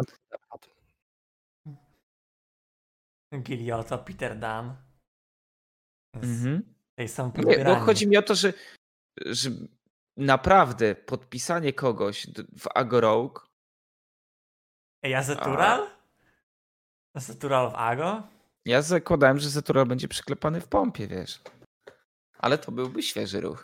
Gilioto, Peter Dunn. Więc Mhm. tutaj są Nie, bo podbierani. chodzi mi o to, że, że naprawdę podpisanie kogoś d- w Ago Rogue, Ej, a Zetural? Zetural w Ago? ja zakładałem, że Zetural będzie przyklepany w pompie, wiesz. Ale to byłby świeży ruch.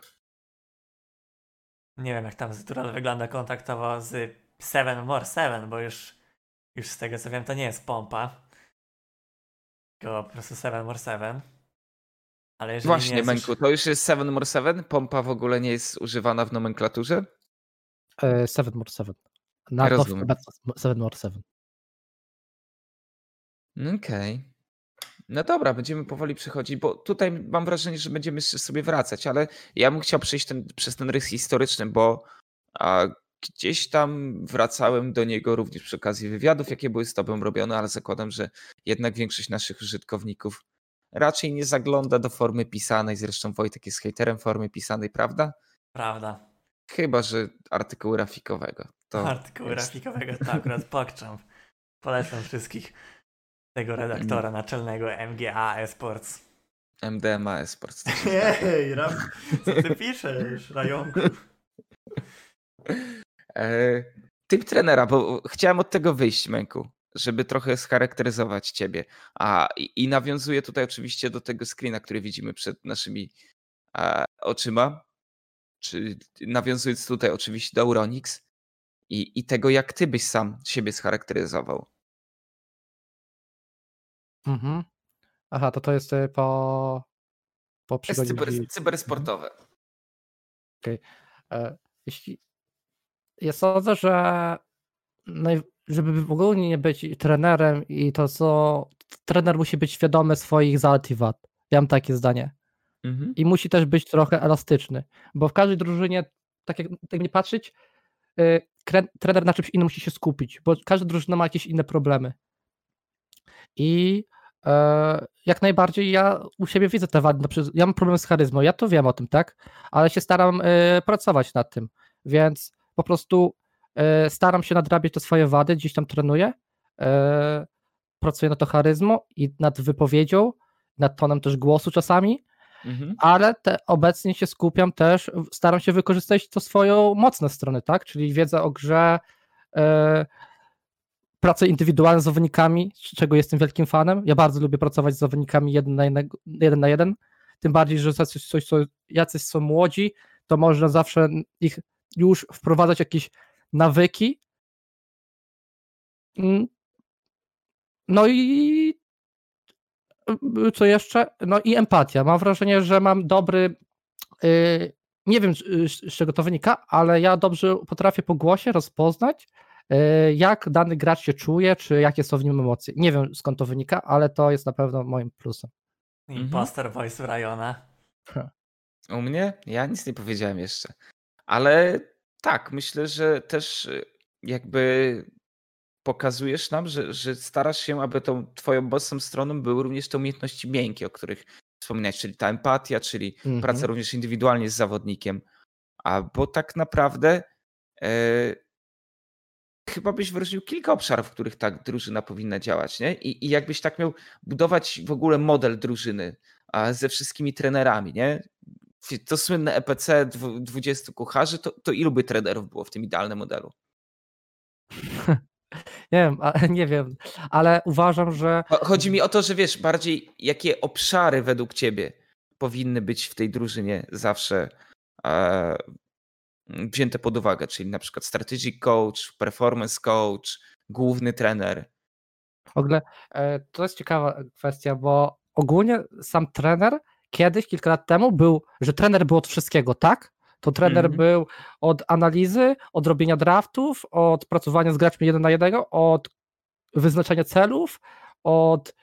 Nie wiem jak tam Zetural wygląda kontaktowo z Seven More Seven, bo już, już z tego co wiem to nie jest pompa. Tylko po prostu Seven More Seven. Ale jeżeli nie Właśnie, jest Menku, już... to już jest Seven More Seven? Pompa w ogóle nie jest używana w nomenklaturze? E, Seven more seven. Na Ja to rozumiem. Seven more seven. Okej. No dobra, będziemy powoli przechodzić, bo tutaj mam wrażenie, że będziemy jeszcze sobie wracać, ale ja bym chciał przejść ten, przez ten rys historyczny, bo a, gdzieś tam wracałem do niego również przy okazji wywiadów, jakie były z tobą robione, ale zakładam, że jednak większość naszych użytkowników raczej nie zagląda do formy pisanej, zresztą Wojtek jest hejterem formy pisanej, prawda? Prawda. Chyba że artykułu rafikowego. To Artykułu jest- rafikowego to akurat pokczam. Polecam wszystkich tego redaktora naczelnego M G A Esports. M D M A Esports. Hej, Ram, co ty piszesz, Rajonku? E, Typ trenera, bo chciałem od tego wyjść, Męku, żeby trochę scharakteryzować ciebie. A i, i nawiązuję tutaj oczywiście do tego screena, który widzimy przed naszymi e, oczyma. Czy nawiązując tutaj oczywiście do Euronix i, i tego, jak ty byś sam siebie scharakteryzował. Mhm. Aha, to to jest y, po, po To jest przygodzie. cyber, z- cybersportowe. e, Jeśli ja sądzę, że naj, żeby w ogóle nie być trenerem i to co trener musi być świadomy swoich zalet i wad. Ja mam takie zdanie. Mhm. I musi też być trochę elastyczny, bo w każdej drużynie, tak jak tak nie patrzeć, y, kre- trener na czymś innym musi się skupić, bo każda drużyna ma jakieś inne problemy. I e, jak najbardziej ja u siebie widzę te wady. Na przykład ja mam problem z charyzmą, ja to wiem o tym, tak? Ale się staram e, pracować nad tym, więc po prostu e, staram się nadrabiać te swoje wady, gdzieś tam trenuję, e, pracuję nad to charyzmą i nad wypowiedzią, nad tonem też głosu czasami, Mhm. ale te, obecnie się skupiam też, staram się wykorzystać to swoją mocne strony, tak? Czyli wiedzę o grze, e, pracę indywidualną z zawodnikami, z czego jestem wielkim fanem. Ja bardzo lubię pracować z zawodnikami jeden na, jednego, jeden na jeden, tym bardziej, że jacyś, coś, coś, jacyś są młodzi, to można zawsze ich już wprowadzać jakieś nawyki. Mm, No i y, co jeszcze? No i empatia. Mam wrażenie, że mam dobry, y, nie wiem z z czego to wynika, ale ja dobrze potrafię po głosie rozpoznać, y, jak dany gracz się czuje, czy jakie są w nim emocje. Nie wiem skąd to wynika, ale to jest na pewno moim plusem. Imposter voice Rajona. U mnie? Ja nic nie powiedziałem jeszcze. Ale tak, myślę, że też y, jakby pokazujesz nam, że, że starasz się, aby tą twoją mocną stroną były również te umiejętności miękkie, o których wspominałeś, czyli ta empatia, czyli Mhm. praca również indywidualnie z zawodnikiem. A bo tak naprawdę e, chyba byś wyróżnił kilka obszarów, w których tak drużyna powinna działać, nie? I, I jakbyś tak miał budować w ogóle model drużyny a ze wszystkimi trenerami, nie? To słynne E P C dwu- dwudziestu kucharzy, to, to ilu by trenerów było w tym idealnym modelu? Nie wiem, a, nie wiem, ale uważam, że Cho- Chodzi mi o to, że wiesz, bardziej jakie obszary według ciebie powinny być w tej drużynie zawsze e, wzięte pod uwagę, czyli na przykład strategic coach, performance coach, główny trener. w ogóle e, to jest ciekawa kwestia, bo ogólnie sam trener kiedyś, kilka lat temu był, że trener był od wszystkiego, tak? To trener Mhm. był od analizy, od robienia draftów, od pracowania z graczmi jeden na jednego, od wyznaczania celów, od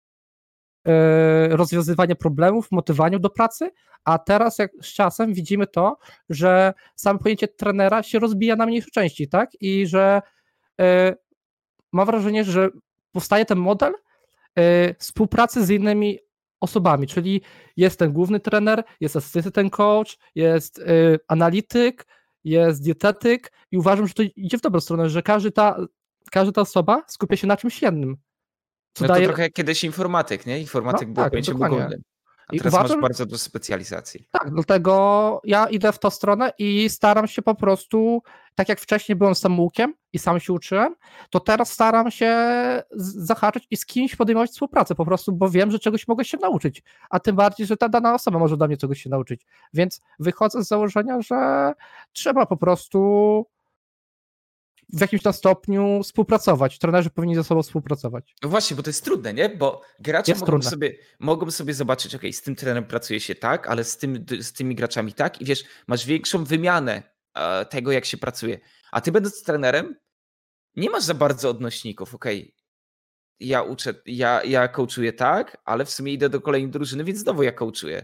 e, rozwiązywania problemów, motywowaniu do pracy, a teraz jak z czasem widzimy to, że samo pojęcie trenera się rozbija na mniejsze części, tak? I że e, mam wrażenie, że powstaje ten model e, współpracy z innymi osobami, czyli jest ten główny trener, jest asystent coach, jest e, analityk, jest dietetyk i uważam, że to idzie w dobrą stronę, że każdy ta, każda ta osoba skupia się na czymś jednym. Co No to daje... trochę jak kiedyś informatyk, nie? Informatyk No, był tak, pojęciem dokładnie. ogólnym. A I teraz uważam- masz bardzo dużo specjalizacji. Tak, dlatego ja idę w tą stronę i staram się po prostu, tak jak wcześniej byłem samoukiem i sam się uczyłem, to teraz staram się z- zahaczyć i z kimś podejmować współpracę po prostu, bo wiem, że czegoś mogę się nauczyć, a tym bardziej, że ta dana osoba może do mnie czegoś się nauczyć. Więc wychodzę z założenia, że trzeba po prostu w jakimś tam stopniu współpracować. Trenerzy powinni ze sobą współpracować. No właśnie, bo to jest trudne, nie? Bo gracze Jest mogą trudne. sobie, mogą sobie zobaczyć, ok, z tym trenerem pracuje się tak, ale z, tym, z tymi graczami tak i wiesz, masz większą wymianę e, tego, jak się pracuje. A ty będąc trenerem, nie masz za bardzo odnośników, ok, ja uczę, ja, ja coachuję tak, ale w sumie idę do kolejnej drużyny, więc znowu ja coachuję.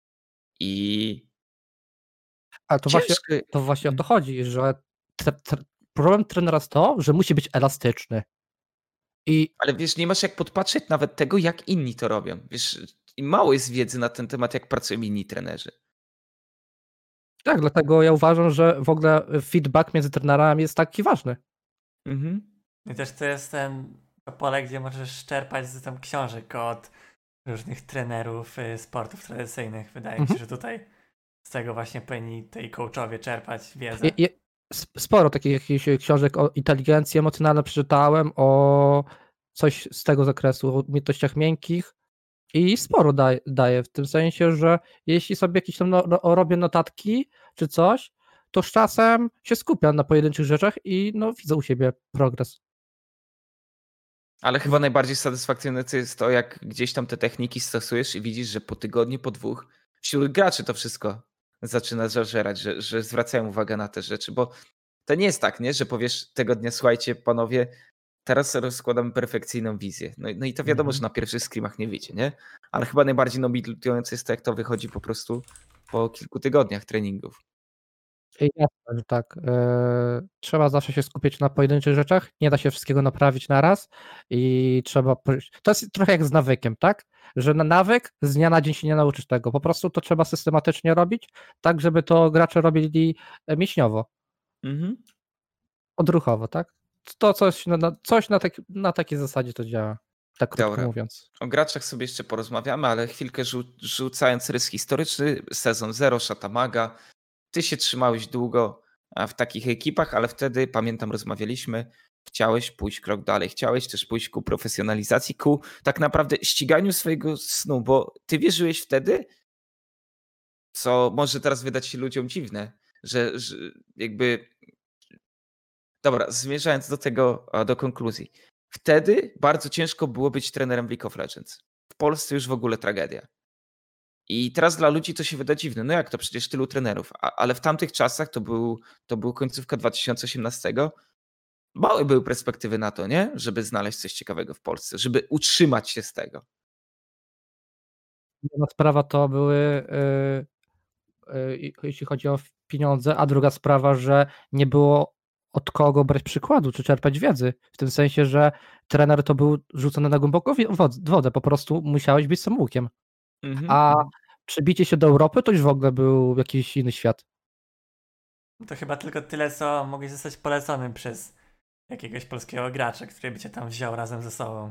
I Ale to właśnie, ciężko... to właśnie o to chodzi, że tre, tre, problem trenera jest to, że musi być elastyczny. I Ale wiesz, nie masz jak podpatrzeć nawet tego, jak inni to robią. Wiesz, i mało jest wiedzy na ten temat, jak pracują inni trenerzy. tak, dlatego ja uważam, że w ogóle feedback między trenerami jest taki ważny. Mhm. I też to jest ten to pole, gdzie możesz czerpać z tam książek od różnych trenerów y, sportów tradycyjnych. Wydaje mi się, Mhm. że tutaj z tego właśnie powinni tej coachowie czerpać wiedzę. I, i, sp- sporo takich jakichś książek o inteligencji emocjonalnej przeczytałem, o coś z tego zakresu, o umiejętnościach miękkich i sporo daje, daje w tym sensie, że jeśli sobie jakieś tam no, no, robię notatki czy coś, to z czasem się skupiam na pojedynczych rzeczach i no widzę u siebie progres. Ale chyba najbardziej satysfakcjonujące to jest to, jak gdzieś tam te techniki stosujesz i widzisz, że po tygodniu, po dwóch wśród graczy to wszystko zaczyna zażerać, że, że zwracają uwagę na te rzeczy, bo to nie jest tak, nie, że powiesz tego dnia, słuchajcie panowie, teraz rozkładamy perfekcyjną wizję. No, no i to wiadomo, Mhm. że na pierwszych screamach nie wiecie, nie? Ale chyba najbardziej nobilitujące jest to, jak to wychodzi po prostu po kilku tygodniach treningów. I jasne, że tak. Yy, trzeba zawsze się skupić na pojedynczych rzeczach. Nie da się wszystkiego naprawić naraz i trzeba. To jest trochę jak z nawykiem, tak? Że na nawyk z dnia na dzień się nie nauczysz tego. Po prostu to trzeba systematycznie robić, tak żeby to gracze robili mięśniowo, Mhm. odruchowo, tak? To coś na, na, coś na, tak, na takiej zasadzie to działa. Tak krótko Dobra. mówiąc. O graczach sobie jeszcze porozmawiamy, ale chwilkę rzu- rzucając rys historyczny, sezon zero, Szatamaga. Ty się trzymałeś długo w takich ekipach, ale wtedy, pamiętam, rozmawialiśmy, chciałeś pójść krok dalej, chciałeś też pójść ku profesjonalizacji, ku tak naprawdę ściganiu swojego snu, bo ty wierzyłeś wtedy, co może teraz wydać się ludziom dziwne, że, że jakby... Dobra, zmierzając do tego, do konkluzji. Wtedy bardzo ciężko było być trenerem w League of Legends. W Polsce już w ogóle tragedia. I teraz dla ludzi to się wyda dziwne. No jak to, przecież tylu trenerów. A, ale w tamtych czasach, to był, to był końcówka dwa tysiące osiemnastego, małe były perspektywy na to, nie? Żeby znaleźć coś ciekawego w Polsce, żeby utrzymać się z tego. Jedna sprawa to były, yy, yy, jeśli chodzi o pieniądze, a druga sprawa, że nie było od kogo brać przykładu, czy czerpać wiedzy. W tym sensie, że trener to był rzucony na głęboką wodę, po prostu musiałeś być samoukiem. Mhm. A przebicie się do Europy to już w ogóle był jakiś inny świat. To chyba tylko tyle, co mogłeś zostać polecony przez jakiegoś polskiego gracza, który by cię tam wziął razem ze sobą.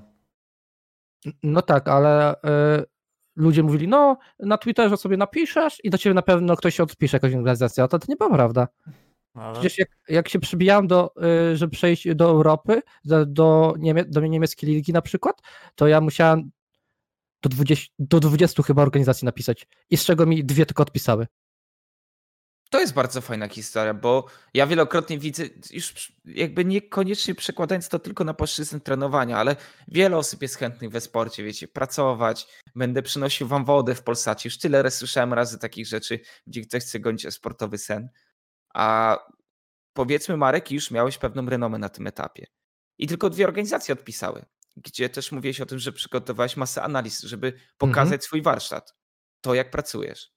No tak, ale y, ludzie mówili, no na Twitterze sobie napiszesz i do ciebie na pewno ktoś się odpisze, jakaś organizacja, a to, to nie była prawda. No, Przecież jak, jak się przybijałem, do, y, żeby przejść do Europy, do, do, Niemie, do niemieckiej ligi na przykład, to ja musiałem do dwudziestu, do dwudziestu chyba organizacji napisać i z czego mi dwie tylko odpisały. To jest bardzo fajna historia, bo ja wielokrotnie widzę, już jakby niekoniecznie przekładając to tylko na płaszczyznę trenowania, ale wiele osób jest chętnych we sporcie, wiecie, pracować, będę przynosił wam wodę w Polsacie, już tyle słyszałem razy takich rzeczy, gdzie ktoś chce gonić o sportowy sen, a powiedzmy Marek, już miałeś pewną renomę na tym etapie i tylko dwie organizacje odpisały, gdzie też mówiłeś o tym, że przygotowałeś masę analiz, żeby pokazać mhm. swój warsztat, to jak pracujesz.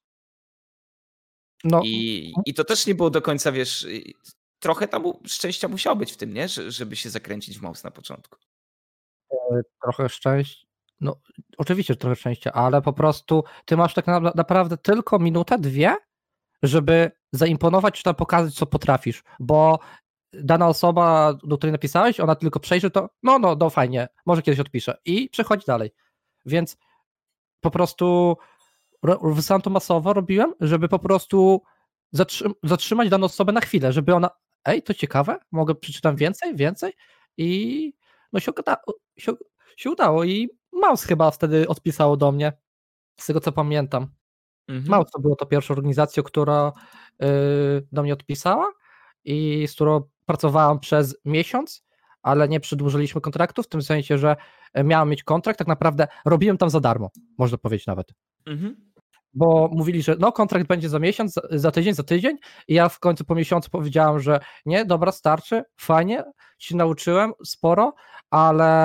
No. I, I to też nie było do końca, wiesz, trochę tam szczęścia musiało być w tym, nie? Żeby się zakręcić w most na początku. Trochę szczęścia, no oczywiście trochę szczęścia, ale po prostu ty masz tak na, naprawdę tylko minutę, dwie, żeby zaimponować czy tam pokazać, co potrafisz, bo dana osoba, do której napisałeś, ona tylko przejrzy to, no, no, no fajnie, może kiedyś odpiszę i przechodzi dalej. Więc po prostu wysłałem to masowo, robiłem, żeby po prostu zatrzym- zatrzymać daną osobę na chwilę, żeby ona, ej, to ciekawe, mogę przeczytam więcej, więcej i no się, uda- się, się udało i Maus chyba wtedy odpisało do mnie, z tego co pamiętam. Mhm. Maus to była to pierwsza organizacja, która yy, do mnie odpisała i z którą pracowałam przez miesiąc, ale nie przedłużyliśmy kontraktu, w tym sensie, że miałem mieć kontrakt, tak naprawdę robiłem tam za darmo, można powiedzieć nawet. Mhm. Bo mówili, że no kontrakt będzie za miesiąc, za, za tydzień, za tydzień i ja w końcu po miesiącu powiedziałem, że nie, dobra, starczy, fajnie, się nauczyłem sporo, ale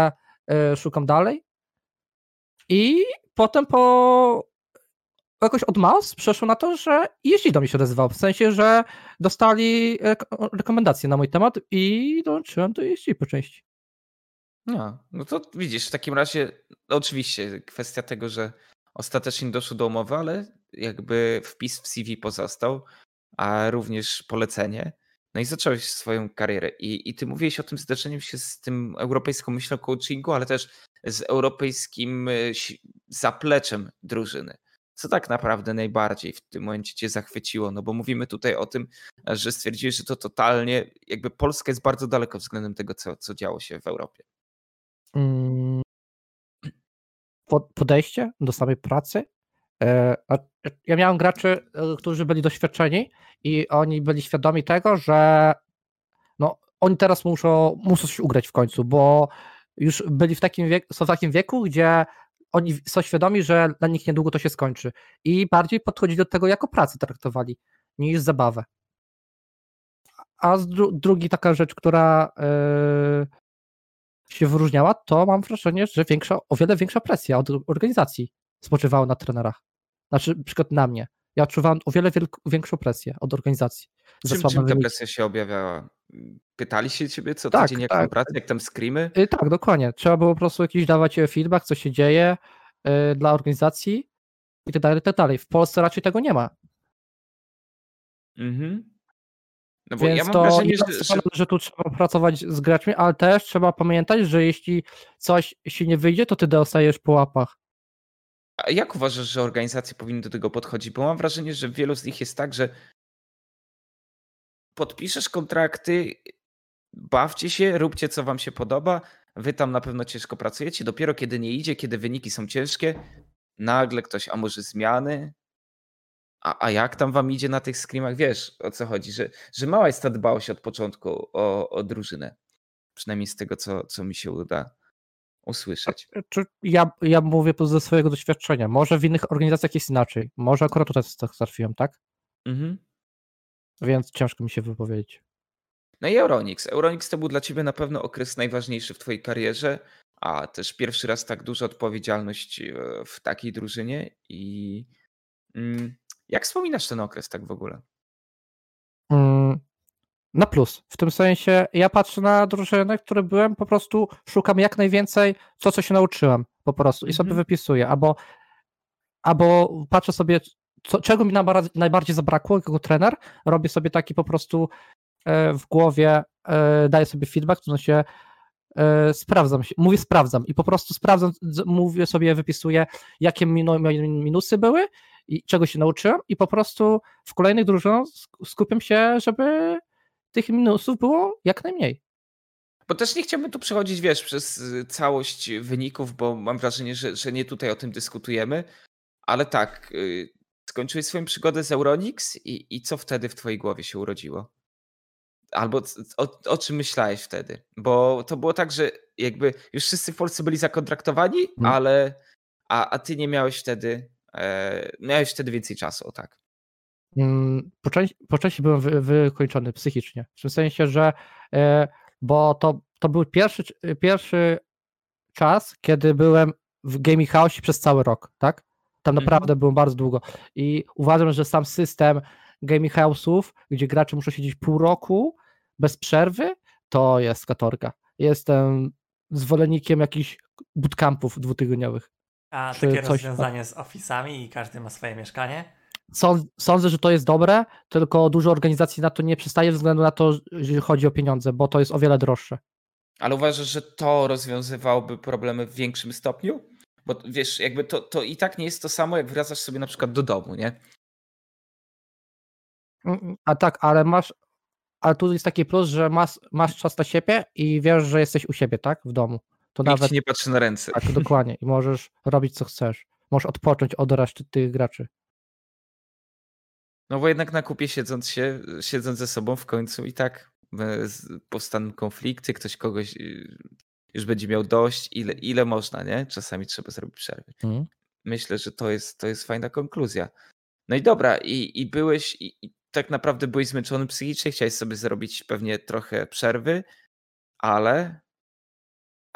y, szukam dalej i potem po jakoś od mas przeszło na to, że E S G do mnie się odezwał, w sensie, że dostali rek- rekomendacje na mój temat i dołączyłem do E S G po części. No, no to widzisz, w takim razie no oczywiście kwestia tego, że ostatecznie nie doszło do umowy, ale jakby wpis w C V pozostał, a również polecenie. No i zacząłeś swoją karierę. I, i ty mówiłeś o tym zderzeniem się z tym europejską myślą coachingu, ale też z europejskim y, si- zapleczem drużyny. Co tak naprawdę najbardziej w tym momencie cię zachwyciło? No bo mówimy tutaj o tym, że stwierdziłeś, że to totalnie, jakby Polska jest bardzo daleko względem tego, co, co działo się w Europie. Mm, po- Podejście do samej pracy. E, a- Ja miałem graczy, e, którzy byli doświadczeni i oni byli świadomi tego, że no, oni teraz muszą, muszą się ugrać w końcu, bo już byli w takim wieku, są w takim wieku, gdzie oni są świadomi, że dla nich niedługo to się skończy i bardziej podchodzili do tego jako pracę traktowali niż zabawę. A z dru- drugi taka rzecz, która e, się wyróżniała, to mam wrażenie, że większa, o wiele większa presja od organizacji spoczywała na trenerach. Znaczy, na przykład na mnie. Ja odczuwałem o wiele wielk- większą presję od organizacji. Za Czym, słabe czym ta wyniki. presja się objawiała? Pytali się ciebie co Tak, tydzień, jak tak. tam praca, jak tam screamy? Y, Tak, dokładnie. Trzeba było po prostu jakiś dawać e, feedback, co się dzieje y, dla organizacji i tak dalej, i tak dalej. W Polsce raczej tego nie ma. Mhm. No bo ja Więc mam to wrażenie, ja że, że przekonam, że tu trzeba pracować z graczmi, ale też trzeba pamiętać, że jeśli coś się nie wyjdzie, to ty dostajesz po łapach. a jak uważasz, że organizacje powinny do tego podchodzić? Bo mam wrażenie, że wielu z nich jest tak, że podpiszesz kontrakty, bawcie się, róbcie co wam się podoba, wy tam na pewno ciężko pracujecie, dopiero kiedy nie idzie, kiedy wyniki są ciężkie, nagle ktoś, a może zmiany, a, a jak tam wam idzie na tych screamach, wiesz o co chodzi, że, że mała jest ta dbałość od początku o, o drużynę, przynajmniej z tego, co, co mi się uda usłyszeć. Czy ja, ja mówię to ze swojego doświadczenia. Może w innych organizacjach jest inaczej. Może akurat tutaj tak trafiłem, tak? Mhm. Więc ciężko mi się wypowiedzieć. No i Euronix. Euronix to był dla ciebie na pewno okres najważniejszy w twojej karierze, a też pierwszy raz tak duża odpowiedzialność e, w takiej drużynie. I mm, jak wspominasz ten okres tak w ogóle? Mm, Na plus. W tym sensie ja patrzę na drużyny, które byłem, po prostu szukam jak najwięcej to, co się nauczyłem po prostu i sobie Mhm. wypisuję. Albo, albo patrzę sobie, co, czego mi najbar- najbardziej zabrakło jako trener, robię sobie taki po prostu e, w głowie, e, daję sobie feedback, to znaczy e, sprawdzam się, mówię sprawdzam i po prostu sprawdzam, z- mówię sobie, wypisuję, jakie minu- moje minusy były i czego się nauczyłem i po prostu w kolejnych drużynach sk- skupiam się, żeby tych minusów było jak najmniej. Bo też nie chciałbym tu przechodzić, wiesz, przez y, całość wyników, bo mam wrażenie, że, że nie tutaj o tym dyskutujemy, ale tak, y, skończyłeś swoją przygodę z Euronix i, i co wtedy w twojej głowie się urodziło? Albo c- o, o czym myślałeś wtedy? Bo to było tak, że jakby już wszyscy w Polsce byli zakontraktowani, Mm. ale a, a ty nie miałeś wtedy, e, miałeś wtedy więcej czasu, o tak. Mm, Po części, po części byłem wy, wykończony psychicznie, w tym sensie, że e, bo to, to był pierwszy, pierwszy czas, kiedy byłem w Gaming House przez cały rok, tak? Tam Mhm. naprawdę byłem bardzo długo i uważam, że sam system Gaming House'ów, gdzie gracze muszą siedzieć pół roku bez przerwy, to jest katorga. Jestem zwolennikiem jakichś bootcampów dwutygodniowych. A Czy takie coś- rozwiązanie z ofisami i każdy ma swoje mieszkanie? Sąd- Sądzę, że to jest dobre, tylko dużo organizacji na to nie przystaje ze względu na to, że chodzi o pieniądze, bo to jest o wiele droższe. Ale uważasz, że to rozwiązywałoby problemy w większym stopniu? Bo wiesz, jakby to, to i tak nie jest to samo, jak wracasz sobie na przykład do domu, nie? Mm, A tak, ale masz, ale tu jest taki plus, że masz, masz czas na siebie i wiesz, że jesteś u siebie, tak? W domu. To Nikt nawet ci nie patrzy na ręce. tak, dokładnie. I możesz robić co chcesz. Możesz odpocząć od reszty tych graczy. No bo jednak na kupie siedząc się, siedząc ze sobą w końcu i tak e, z- powstaną konflikty, ktoś kogoś y, już będzie miał dość, ile, ile można, nie? Czasami trzeba zrobić przerwy. Mhm. Myślę, że to jest, to jest fajna konkluzja. No i dobra, i, i byłeś, i, i tak naprawdę byłeś zmęczony psychicznie, chciałeś sobie zrobić pewnie trochę przerwy, ale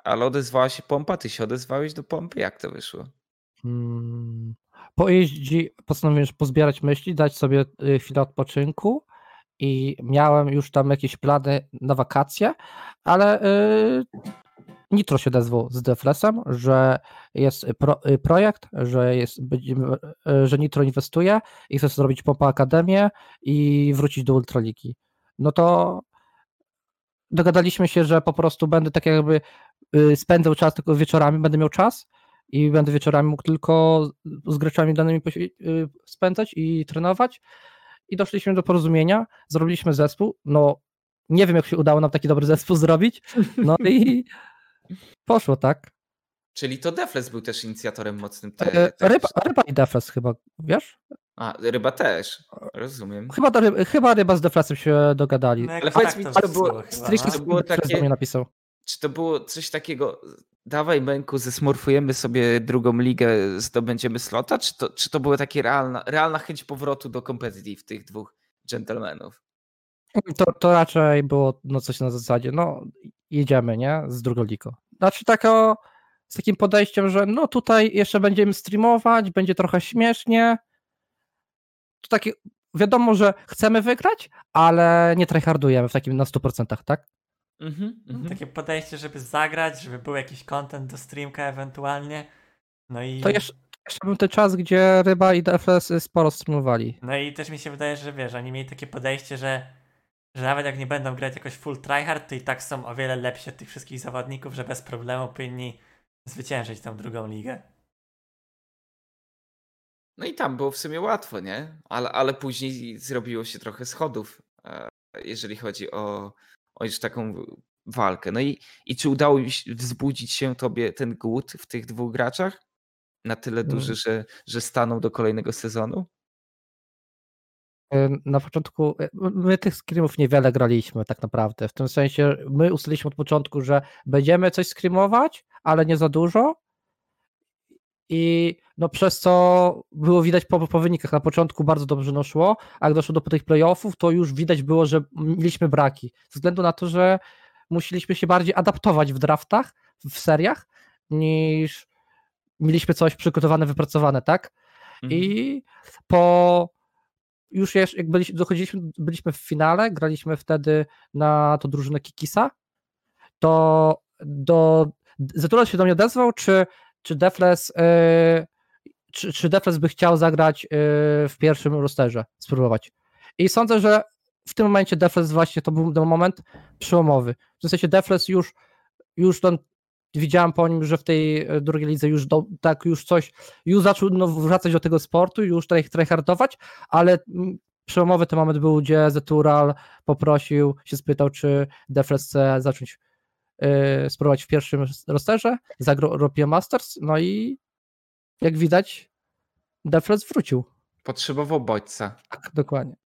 ale odezwała się pompa, ty się odezwałeś do pompy, jak to wyszło? Hmm. Po jeździ postanowiłem pozbierać myśli, dać sobie y, chwilę odpoczynku i miałem już tam jakieś plany na wakacje, ale y, Nitro się odezwał z Deflesem, że jest pro, y, projekt, że, jest, będziemy, y, że Nitro inwestuje i chce zrobić Pompa Akademię i wrócić do Ultraligi. No to dogadaliśmy się, że po prostu będę tak jakby y, spędzał czas tylko wieczorami, będę miał czas i będę wieczorami mógł tylko z graczami danymi poświe- y, spędzać i trenować i doszliśmy do porozumienia, zrobiliśmy zespół, no nie wiem jak się udało nam taki dobry zespół zrobić, no i poszło, tak? Czyli to Defles był też inicjatorem mocnym E, te, te... Ryba, ryba i Defles chyba, wiesz? A, ryba też, rozumiem. Chyba, to ryba, chyba ryba z Deflesem się dogadali. No Ale jakoś powiedz tak mi, to co to wyszło było- chyba, Stricte no. to było Defles takie- do mnie napisał. Czy to było coś takiego, dawaj Męku, zesmorfujemy sobie drugą ligę, zdobędziemy slota, czy to, czy to była taka realna, realna chęć powrotu do competitive tych dwóch dżentelmenów? To, to raczej było no coś na zasadzie, no jedziemy, nie? Z drugą ligą. Znaczy tako, z takim podejściem, że no tutaj jeszcze będziemy streamować, będzie trochę śmiesznie. To takie, wiadomo, że chcemy wygrać, ale nie tryhardujemy w takim na sto procent, tak? Mhm, mhm. Takie podejście, żeby zagrać, żeby był jakiś content do streamka ewentualnie. No i, To jeszcze, jeszcze był ten czas, gdzie Ryba i D F S sporo streamowali. no i też mi się wydaje, że wiesz, oni mieli takie podejście, że, że nawet jak nie będą grać jakoś full tryhard, to i tak są o wiele lepsi od tych wszystkich zawodników, że bez problemu powinni zwyciężyć tą drugą ligę. No i tam było w sumie łatwo, nie? Ale, ale później zrobiło się trochę schodów, e, jeżeli chodzi o, o już taką walkę. No i, i czy udało mi się wzbudzić się tobie ten głód w tych dwóch graczach? Na tyle duży, Mm. że, że staną do kolejnego sezonu? Na początku, my tych screamów niewiele graliśmy tak naprawdę, w tym sensie my ustaliliśmy od początku, że będziemy coś screamować, ale nie za dużo i no przez co było widać po, po wynikach, na początku bardzo dobrze no szło, a jak doszło do tych playoffów, to już widać było, że mieliśmy braki, ze względu na to, że musieliśmy się bardziej adaptować w draftach, w seriach, niż mieliśmy coś przygotowane, wypracowane, tak? Mhm. I po już jak byliśmy, dochodziliśmy, byliśmy w finale, graliśmy wtedy na to drużynę Kikisa, to do Zeturas się do mnie odezwał, czy, czy Defles yy, czy, czy Defles by chciał zagrać yy, w pierwszym rosterze, spróbować. I sądzę, że w tym momencie Defles właśnie to był ten moment przełomowy. W sensie Defles już już tam widziałem po nim, że w tej drugiej lidze już do, tak już coś, już zaczął no, wracać do tego sportu, już tryhardować, ale przełomowy ten moment był, gdzie Zetural poprosił, się spytał, czy Defles chce zacząć yy, spróbować w pierwszym rosterze, zagrał European Masters, no i jak widać Defles wrócił. Potrzebował bodźca. Tak, dokładnie.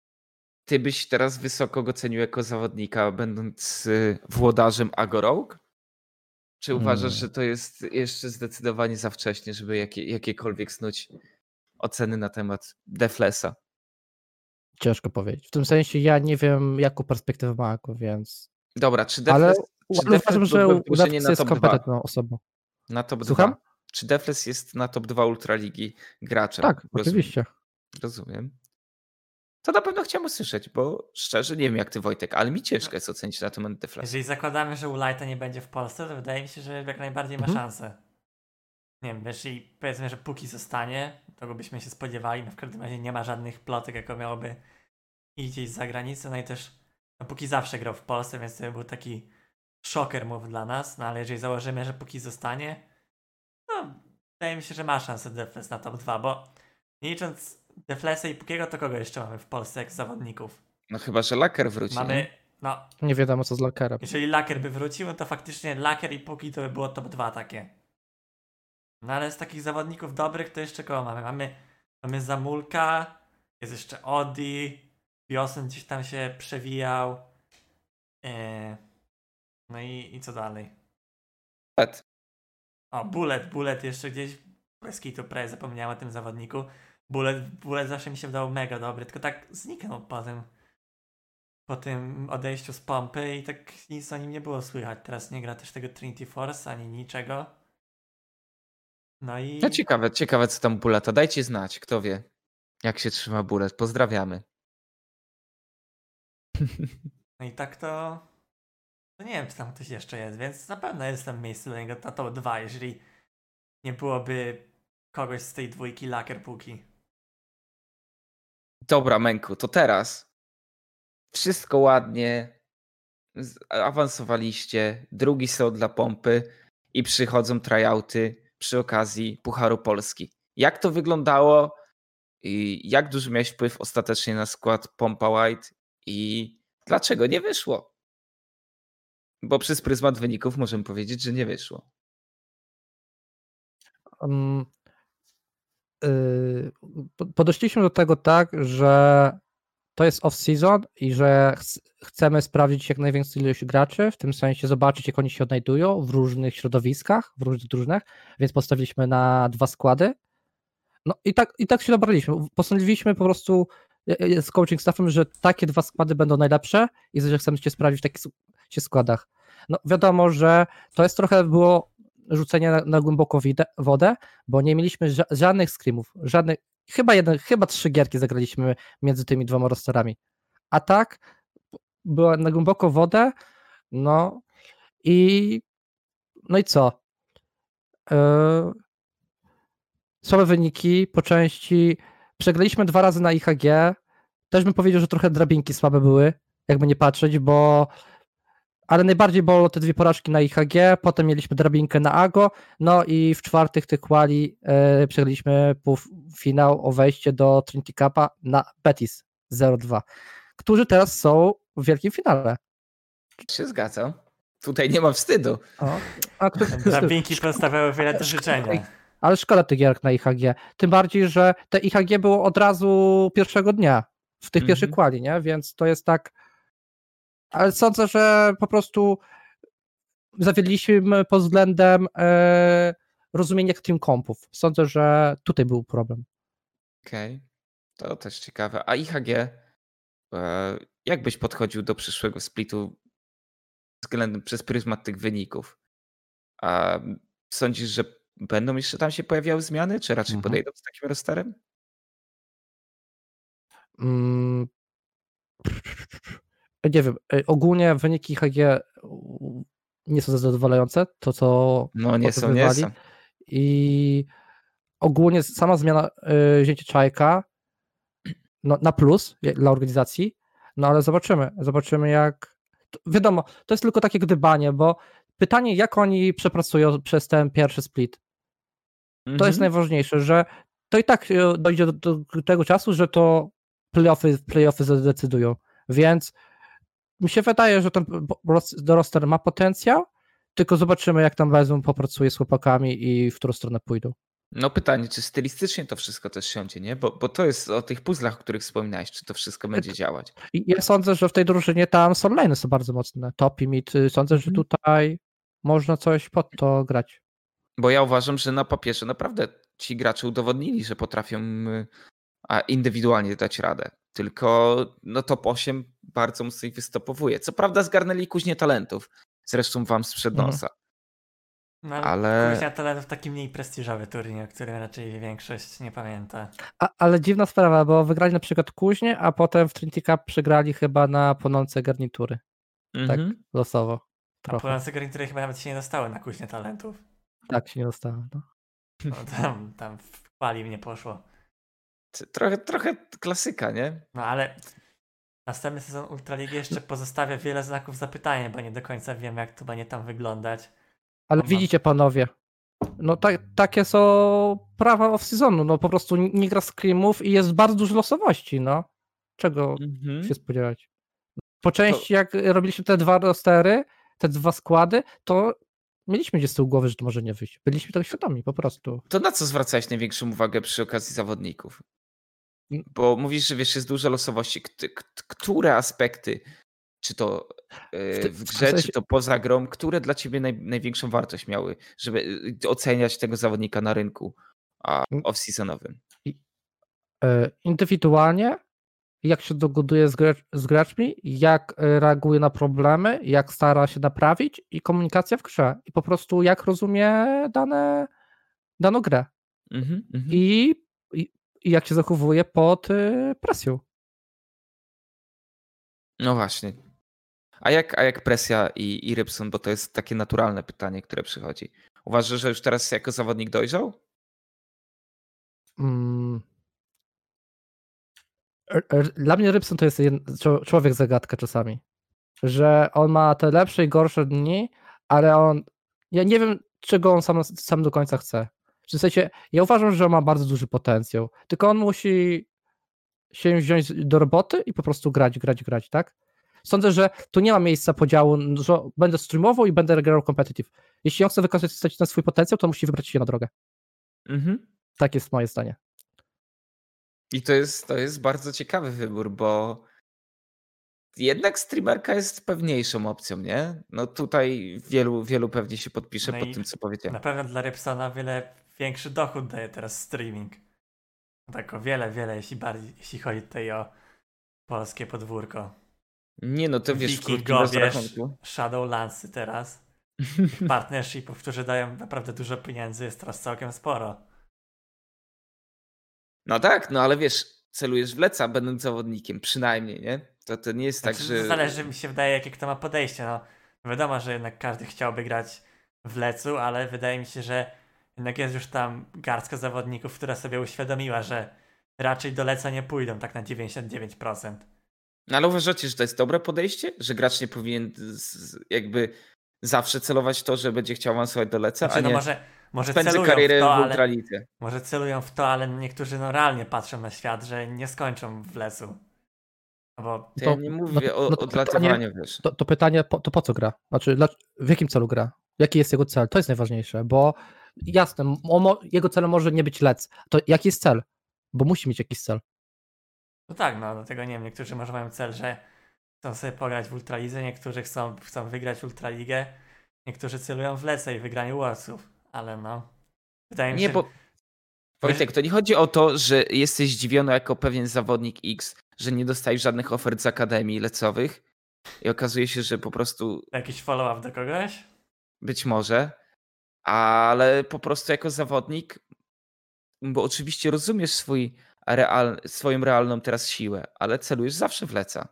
Ty byś teraz wysoko go cenił jako zawodnika, będąc y, włodarzem Agorok? Czy uważasz, Hmm. że to jest jeszcze zdecydowanie za wcześnie, żeby jakie, jakiekolwiek snuć oceny na temat Deflesa? Ciężko powiedzieć. W tym sensie ja nie wiem, jaką perspektywę ma Agro, więc... Dobra, czy Ale, Defles, czy ale Defles uważam, że byłby w drużynie Defles na jest top dwa? kompetentną osobą. Na top Słucham? dwa. Czy Defles jest na top dwa Ultraligi graczem? Tak, Rozumiem. oczywiście. Rozumiem. To na pewno chciałem usłyszeć, bo szczerze nie wiem jak ty, Wojtek, ale mi ciężko jest ocenić na temat Deflesa. Jeżeli zakładamy, że Ulajta nie będzie w Polsce, to wydaje mi się, że jak najbardziej ma Mhm. szansę. Nie wiem, jeśli powiedzmy, że póki zostanie, to byśmy się spodziewali, no w każdym razie nie ma żadnych plotek, jako miałoby iść gdzieś za granicę, no i też no póki zawsze grał w Polsce, więc to był taki szoker move dla nas, no ale jeżeli założymy, że póki zostanie, no wydaje mi się, że ma szansę Defles na top dwa, bo nie licząc Deflesa i Pukiego, to kogo jeszcze mamy w Polsce jak zawodników? No chyba, że Laker wróci. Mamy, Nie? no Nie wiadomo co z Lakerem. jeżeli Laker by wrócił, no to faktycznie Laker i Puki to by było top dwa takie. No ale z takich zawodników dobrych to jeszcze kogo mamy? Mamy, mamy Zamulka, jest jeszcze Odi, Biosen gdzieś tam się przewijał. Eee, no i, i co dalej? Bullet. O, Bullet, Bullet jeszcze gdzieś. Bez kitu, prawie zapomniałem o tym zawodniku. Bullet, Bullet zawsze mi się wydawał mega dobry, tylko tak zniknął potem. po tym odejściu z pompy i tak nic o nim nie było słychać. Teraz nie gra też tego Trinity Force ani niczego. No i... No ciekawe, ciekawe co tam Buleta. Dajcie znać, kto wie, jak się trzyma Bullet. Pozdrawiamy. No i tak to... To nie wiem, czy tam ktoś jeszcze jest, więc na pewno jestem w miejscu do niego na top dwa, jeżeli nie byłoby kogoś z tej dwójki lakier póki. Dobra, Menku, to teraz wszystko ładnie, z- awansowaliście, drugi slot dla pompy i przychodzą tryouty przy okazji Pucharu Polski. Jak to wyglądało i jak duży miałeś wpływ ostatecznie na skład Pompa White i dlaczego nie wyszło? Bo przez pryzmat wyników możemy powiedzieć, że nie wyszło. Um, yy, po- podeszliśmy do tego tak, że to jest off-season i że ch- chcemy sprawdzić jak największą ilość graczy, w tym sensie zobaczyć jak oni się odnajdują w różnych środowiskach, w różnych drużynach, więc postawiliśmy na dwa składy. No i tak, i tak się dobraliśmy. Postanowiliśmy po prostu e, e, z coaching staffem, że takie dwa składy będą najlepsze i że chcemy się sprawdzić w takich s- się składach. No wiadomo, że to jest trochę było rzucenie na, na głęboką widę, wodę, bo nie mieliśmy ża- żadnych scrimów, żadnych, chyba jeden, chyba trzy gierki zagraliśmy między tymi dwoma rosterami. A tak była na głęboką wodę, no i no i co? Yy, słabe wyniki, po części przegraliśmy dwa razy na I H G, też bym powiedział, że trochę drabinki słabe były, jakby nie patrzeć, bo ale najbardziej bolą te dwie porażki na I H G, potem mieliśmy drabinkę na Ago, no i w czwartych tych quali yy, przegraliśmy półfinał o wejście do Trinity Cupa na Betis zero dwa, którzy teraz są w wielkim finale. Się zgadzam. Tutaj nie ma wstydu. O, a kto, Drabinki pozostawiały wiele do życzenia. ale szkoda tych gierek na I H G. Tym bardziej, że te I H G było od razu pierwszego dnia w tych Mhm. pierwszych quali, nie? Więc to jest tak. Ale sądzę, że po prostu zawiedliśmy pod względem e, rozumienia team kompów. Sądzę, że tutaj był problem. Okej, to też ciekawe. A I H G, e, jak byś podchodził do przyszłego splitu względem przez pryzmat tych wyników? A sądzisz, że będą jeszcze tam się pojawiały zmiany, czy raczej Mhm. podejdą z takim rosterem? Mm, nie wiem. e, Ogólnie wyniki I H G u, nie są zadowalające. To, co No nie są, nie pokazywali. są. I ogólnie sama zmiana y, wzięcie Czajka no, na plus je- dla organizacji, no ale zobaczymy, zobaczymy jak, to, wiadomo, to jest tylko takie gdybanie, bo pytanie jak oni przepracują przez ten pierwszy split, to jest Mhm. najważniejsze, że to i tak y, dojdzie do, do tego czasu, że to playoffy, playoffy zadecydują, więc mi się wydaje, że ten po- ros- roster ma potencjał, tylko zobaczymy jak tam Bezum popracuje z chłopakami i w którą stronę pójdą. No pytanie, czy stylistycznie to wszystko też siądzie, nie? Bo, bo to jest o tych puzzlach, o których wspominałeś, czy to wszystko będzie działać. I ja sądzę, że w tej drużynie tam są lane'y są bardzo mocne, top i mid. y, Sądzę, że Mhm. tutaj można coś pod to grać. Bo ja uważam, że na papierze naprawdę ci gracze udowodnili, że potrafią y, a indywidualnie dać radę. Tylko no top osiem bardzo mocno ich wystopowuje. Co prawda zgarnęli kuźnię talentów, zresztą wam sprzed Mhm. nosa. No ale, Ale- Kuźnia Talentów taki mniej prestiżowy turniej, o którym raczej większość nie pamięta. A, ale dziwna sprawa, bo wygrali na przykład Kuźnię, a potem w Trinity Cup przegrali chyba na płonące garnitury. Mhm. Losowo. A Trochę. płonące garnitury chyba nawet się nie dostały na Kuźnię Talentów. Tak się nie dostało. No. No, tam, tam w pali mnie poszło. Trochę, trochę klasyka, nie? No ale następny sezon Ultraligi jeszcze pozostawia wiele znaków zapytania, bo nie do końca wiem jak to będzie tam wyglądać. Ale No. widzicie panowie, no ta, takie są prawa off-seasonu, no po prostu nie gra screamów i jest bardzo dużo losowości, no. Czego Mhm. się spodziewać? Po części jak robiliśmy te dwa rostery, te dwa składy, to mieliśmy gdzieś z tyłu głowy, że to może nie wyjść. Byliśmy tego świadomi po prostu. To na co zwracałeś największą uwagę przy okazji zawodników? Mm. Bo mówisz, że wiesz, jest dużo losowości. Kt- kt- które aspekty, czy to yy, ty- w w grze, sensie- czy to poza grą, które dla ciebie naj, największą wartość miały, żeby yy, oceniać tego zawodnika na rynku a, Mm. off-seasonowym? E, Indywidualnie jak się dogoduje z, gracz, z graczmi, jak reaguje na problemy, jak stara się naprawić i komunikacja w grze. I po prostu jak rozumie dane, daną grę. Mhm, mhm. I, i, I jak się zachowuje pod y, presją. No właśnie. A jak, a jak presja i, i Rybson, bo to jest takie naturalne pytanie, które przychodzi. Uważasz, że już teraz jako zawodnik dojrzał? Mm. Dla mnie Rybson to jest jeden, człowiek zagadka czasami. Że on ma te lepsze i gorsze dni, ale on. Ja nie wiem, czego on sam, sam do końca chce. W sensie, ja uważam, że on ma bardzo duży potencjał. Tylko on musi się wziąć do roboty i po prostu grać, grać, grać, tak? Sądzę, że tu nie ma miejsca podziału, że będę streamował i będę grał competitive. Jeśli on chce wykorzystać ten swój potencjał, to musi wybrać się na drogę. Mhm. Tak jest moje zdanie. I to jest, to jest bardzo ciekawy wybór, bo jednak streamerka jest pewniejszą opcją, nie? No tutaj wielu, wielu pewnie się podpisze No pod i tym, co powiedziałem. Na pewno dla Rybsona wiele większy dochód daje teraz streaming. Tak o wiele, wiele, jeśli bardziej, jeśli chodzi tutaj o polskie podwórko. Nie no, to wiesz, w krótkim Wikingo, wiesz, rozrachunku. Shadowlandsy teraz. Partnershipów, którzy dają naprawdę dużo pieniędzy, jest teraz całkiem sporo. No tak, no ale wiesz, celujesz w Leca, będąc zawodnikiem, przynajmniej, nie? To, to nie jest Znaczy, tak, że... Zależy, mi się wydaje, jakie kto ma podejście. No, wiadomo, że jednak każdy chciałby grać w Lecu, ale wydaje mi się, że jednak jest już tam garstka zawodników, która sobie uświadomiła, że raczej do Leca nie pójdą tak na dziewięćdziesiąt dziewięć procent. No ale uważacie, że to jest dobre podejście? Że gracz nie powinien z, jakby zawsze celować w to, że będzie chciał awansować do Leca, Znaczy, a no nie może, może spędzi celują karierę w to, w ale, Ultralidze. może celują w to, ale niektórzy no realnie patrzą na świat, że nie skończą w Lecu. No bo To To- ja nie mówię no- o no to odlatywaniu, wiesz. To, to pytanie, po, to po co gra? Znaczy, dla, w jakim celu gra? Jaki jest jego cel? To jest najważniejsze, bo jasne, on mo, jego celem może nie być lec. To jaki jest cel? Bo musi mieć jakiś cel. no tak, no dlatego nie wiem, niektórzy może mają cel, że chcą sobie pograć w Ultralidze, niektórzy chcą, chcą wygrać Ultraligę, niektórzy celują w Lece i wygraniu Worldsów, ale no wydaje mi Nie, się, bo Wojtek, to nie chodzi o to, że jesteś zdziwiony jako pewien zawodnik X, że nie dostajesz żadnych ofert z akademii lecowych i okazuje się, że po prostu jakiś follow-up do kogoś? być może, ale po prostu jako zawodnik, bo oczywiście rozumiesz swój real, swoją realną teraz siłę, ale celujesz zawsze w Leca.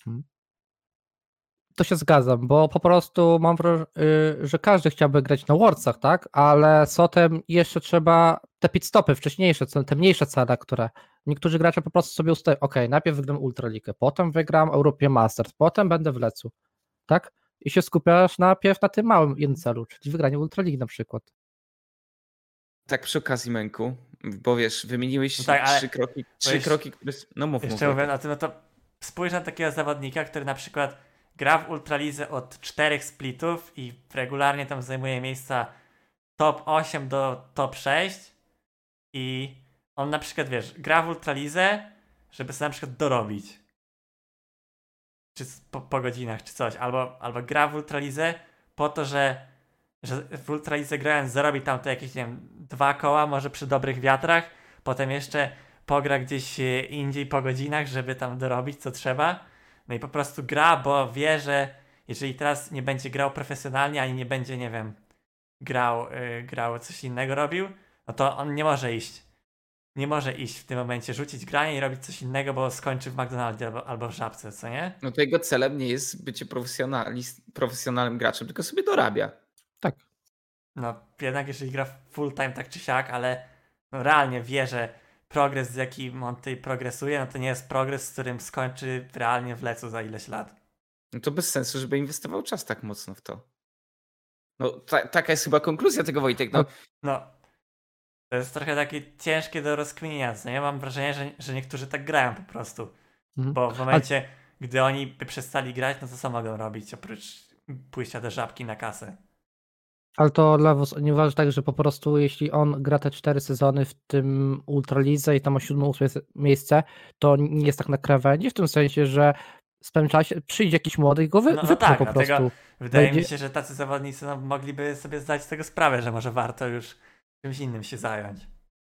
To się zgadzam, bo po prostu mam wrażenie, że każdy chciałby grać na Worldsach, tak? Ale Sotem jeszcze trzeba te pit stopy wcześniejsze, te mniejsze cele, które niektórzy gracze po prostu sobie ustawią, ok, najpierw wygram Ultraligę, potem wygram European Masters, potem będę w Lecu, tak? I się skupiasz najpierw na tym małym jednym celu, czyli wygraniu Ultraligi na przykład. Tak przy okazji, Męku, bo wiesz, wymieniłeś No tak, ale- trzy kroki, trzy jeszcze- kroki, które... No mów, mów. Jeszcze Wojtek. mówiąc o tym, no to spójrz na takiego zawodnika, który na przykład gra w Ultralidze od czterech splitów i regularnie tam zajmuje miejsca top osiem do top sześć i on na przykład, wiesz, gra w Ultralidze, żeby sobie na przykład dorobić. Czy po, po godzinach, czy coś. Albo, albo gra w Ultralidze po to, że, że w Ultralidze grając zarobi tam to jakieś, nie wiem, dwa koła, może przy dobrych wiatrach, potem jeszcze pogra gdzieś e, indziej po godzinach, żeby tam dorobić co trzeba. No i po prostu gra, bo wie, że jeżeli teraz nie będzie grał profesjonalnie, ani nie będzie, nie wiem, grał, yy, grał coś innego robił, no to on nie może iść. Nie może iść w tym momencie, rzucić granie i robić coś innego, bo skończy w McDonaldzie albo, albo w Żabce, co nie? No to jego celem nie jest bycie profesjonalist, profesjonalnym graczem, tylko sobie dorabia. Tak. No jednak jeżeli gra full time tak czy siak, ale no, realnie wie, że progres z jakim on tutaj progresuje, no to nie jest progres, z którym skończy realnie w Lecu za ileś lat. No to bez sensu, żeby inwestował czas tak mocno w to. No ta, taka jest chyba konkluzja tego, Wojtek. No, No, to jest trochę takie ciężkie do rozkminienia, co nie? Mam wrażenie, że, że niektórzy tak grają po prostu. Mhm. Bo w momencie, gdy oni by przestali grać, no to co mogą robić, oprócz pójścia do Żabki na kasę? Ale to Lewus nie uważa tak, że po prostu jeśli on gra te cztery sezony w tym Ultralidze i tam o siódme, ósme miejsce, to nie jest tak na krawędzi, w tym sensie, że w pewnym czasie przyjdzie jakiś młody i go wy, No, no wypchnie tak, po dlatego prostu. wydaje Będzie- mi się, że tacy zawodnicy no, mogliby sobie zdać z tego sprawę, że może warto już czymś innym się zająć.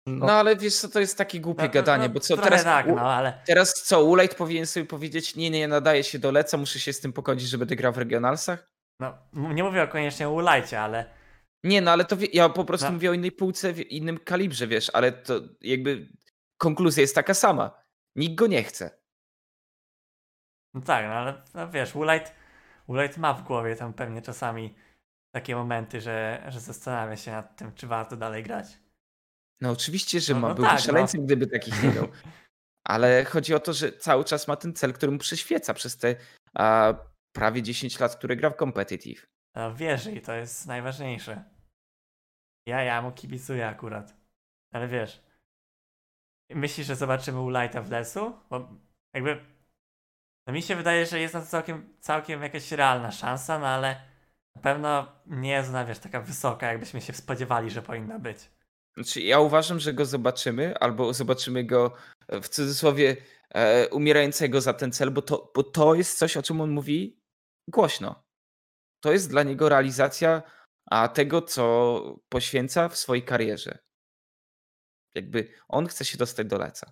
No ale wiesz co, to jest takie głupie No, gadanie, no, bo co trochę teraz, tak, u- no ale teraz co, Ulajt powinien sobie powiedzieć, nie, nie nadaje się do Leca, muszę się z tym pogodzić, że będę grał w regionalsach? no, m- nie mówię o koniecznie o Ulajcie, ale Nie, no ale to wie, ja po prostu No. mówię o innej półce, w innym kalibrze, wiesz, ale to jakby konkluzja jest taka sama. Nikt go nie chce. no tak, no ale no wiesz, Ulajt, Ulajt ma w głowie tam pewnie czasami takie momenty, że, że zastanawia się nad tym, czy warto dalej grać. No oczywiście, że No- ma. no Byłby tak, szaleńcem, no. gdyby takich nie miał. Ale chodzi o to, że cały czas ma ten cel, który mu przyświeca przez te a, prawie dziesięć lat, które gra w competitive. No, wierzy i to jest najważniejsze. Ja, ja mu kibicuję akurat. Ale wiesz, myślisz, że zobaczymy Ulajta w Lesu? Bo jakby, no mi się wydaje, że jest na to całkiem, całkiem jakaś realna szansa, no ale na pewno nie jest ona, wiesz, taka wysoka, jakbyśmy się spodziewali, że powinna być. Znaczy, ja uważam, że go zobaczymy, albo zobaczymy go e, w cudzysłowie e, umierającego za ten cel, bo to, bo to jest coś, o czym on mówi głośno. To jest dla niego realizacja a, tego, co poświęca w swojej karierze. Jakby on chce się dostać do Leca.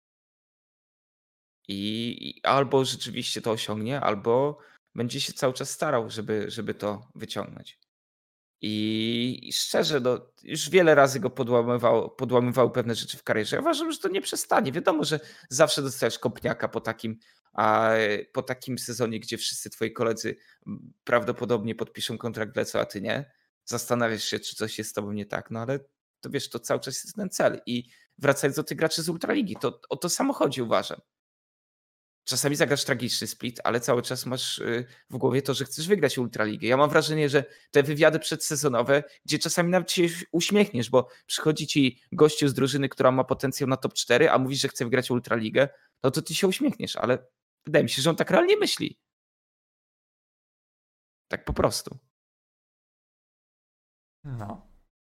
I, i albo rzeczywiście to osiągnie, albo będzie się cały czas starał, żeby, żeby to wyciągnąć. I, i szczerze, no, już wiele razy go podłamywało, podłamywały pewne rzeczy w karierze. Ja uważam, że to nie przestanie. Wiadomo, że zawsze dostajesz kopniaka po takim, a, po takim sezonie, gdzie wszyscy twoi koledzy m, prawdopodobnie podpiszą kontrakt Leco, a ty nie. Zastanawiasz się, czy coś jest z tobą nie tak, no ale to wiesz, to cały czas jest ten cel. I wracając do tych graczy z Ultraligi, to o to samo chodzi, uważam. Czasami zagrasz tragiczny split, ale cały czas masz y, w głowie to, że chcesz wygrać Ultraligę. Ja mam wrażenie, że te wywiady przedsezonowe, gdzie czasami nawet się uśmiechniesz, bo przychodzi ci gościu z drużyny, która ma potencjał na top cztery, a mówisz, że chce wygrać Ultraligę, no to ty się uśmiechniesz, ale wydaje mi się, że on tak realnie myśli. Tak po prostu. No.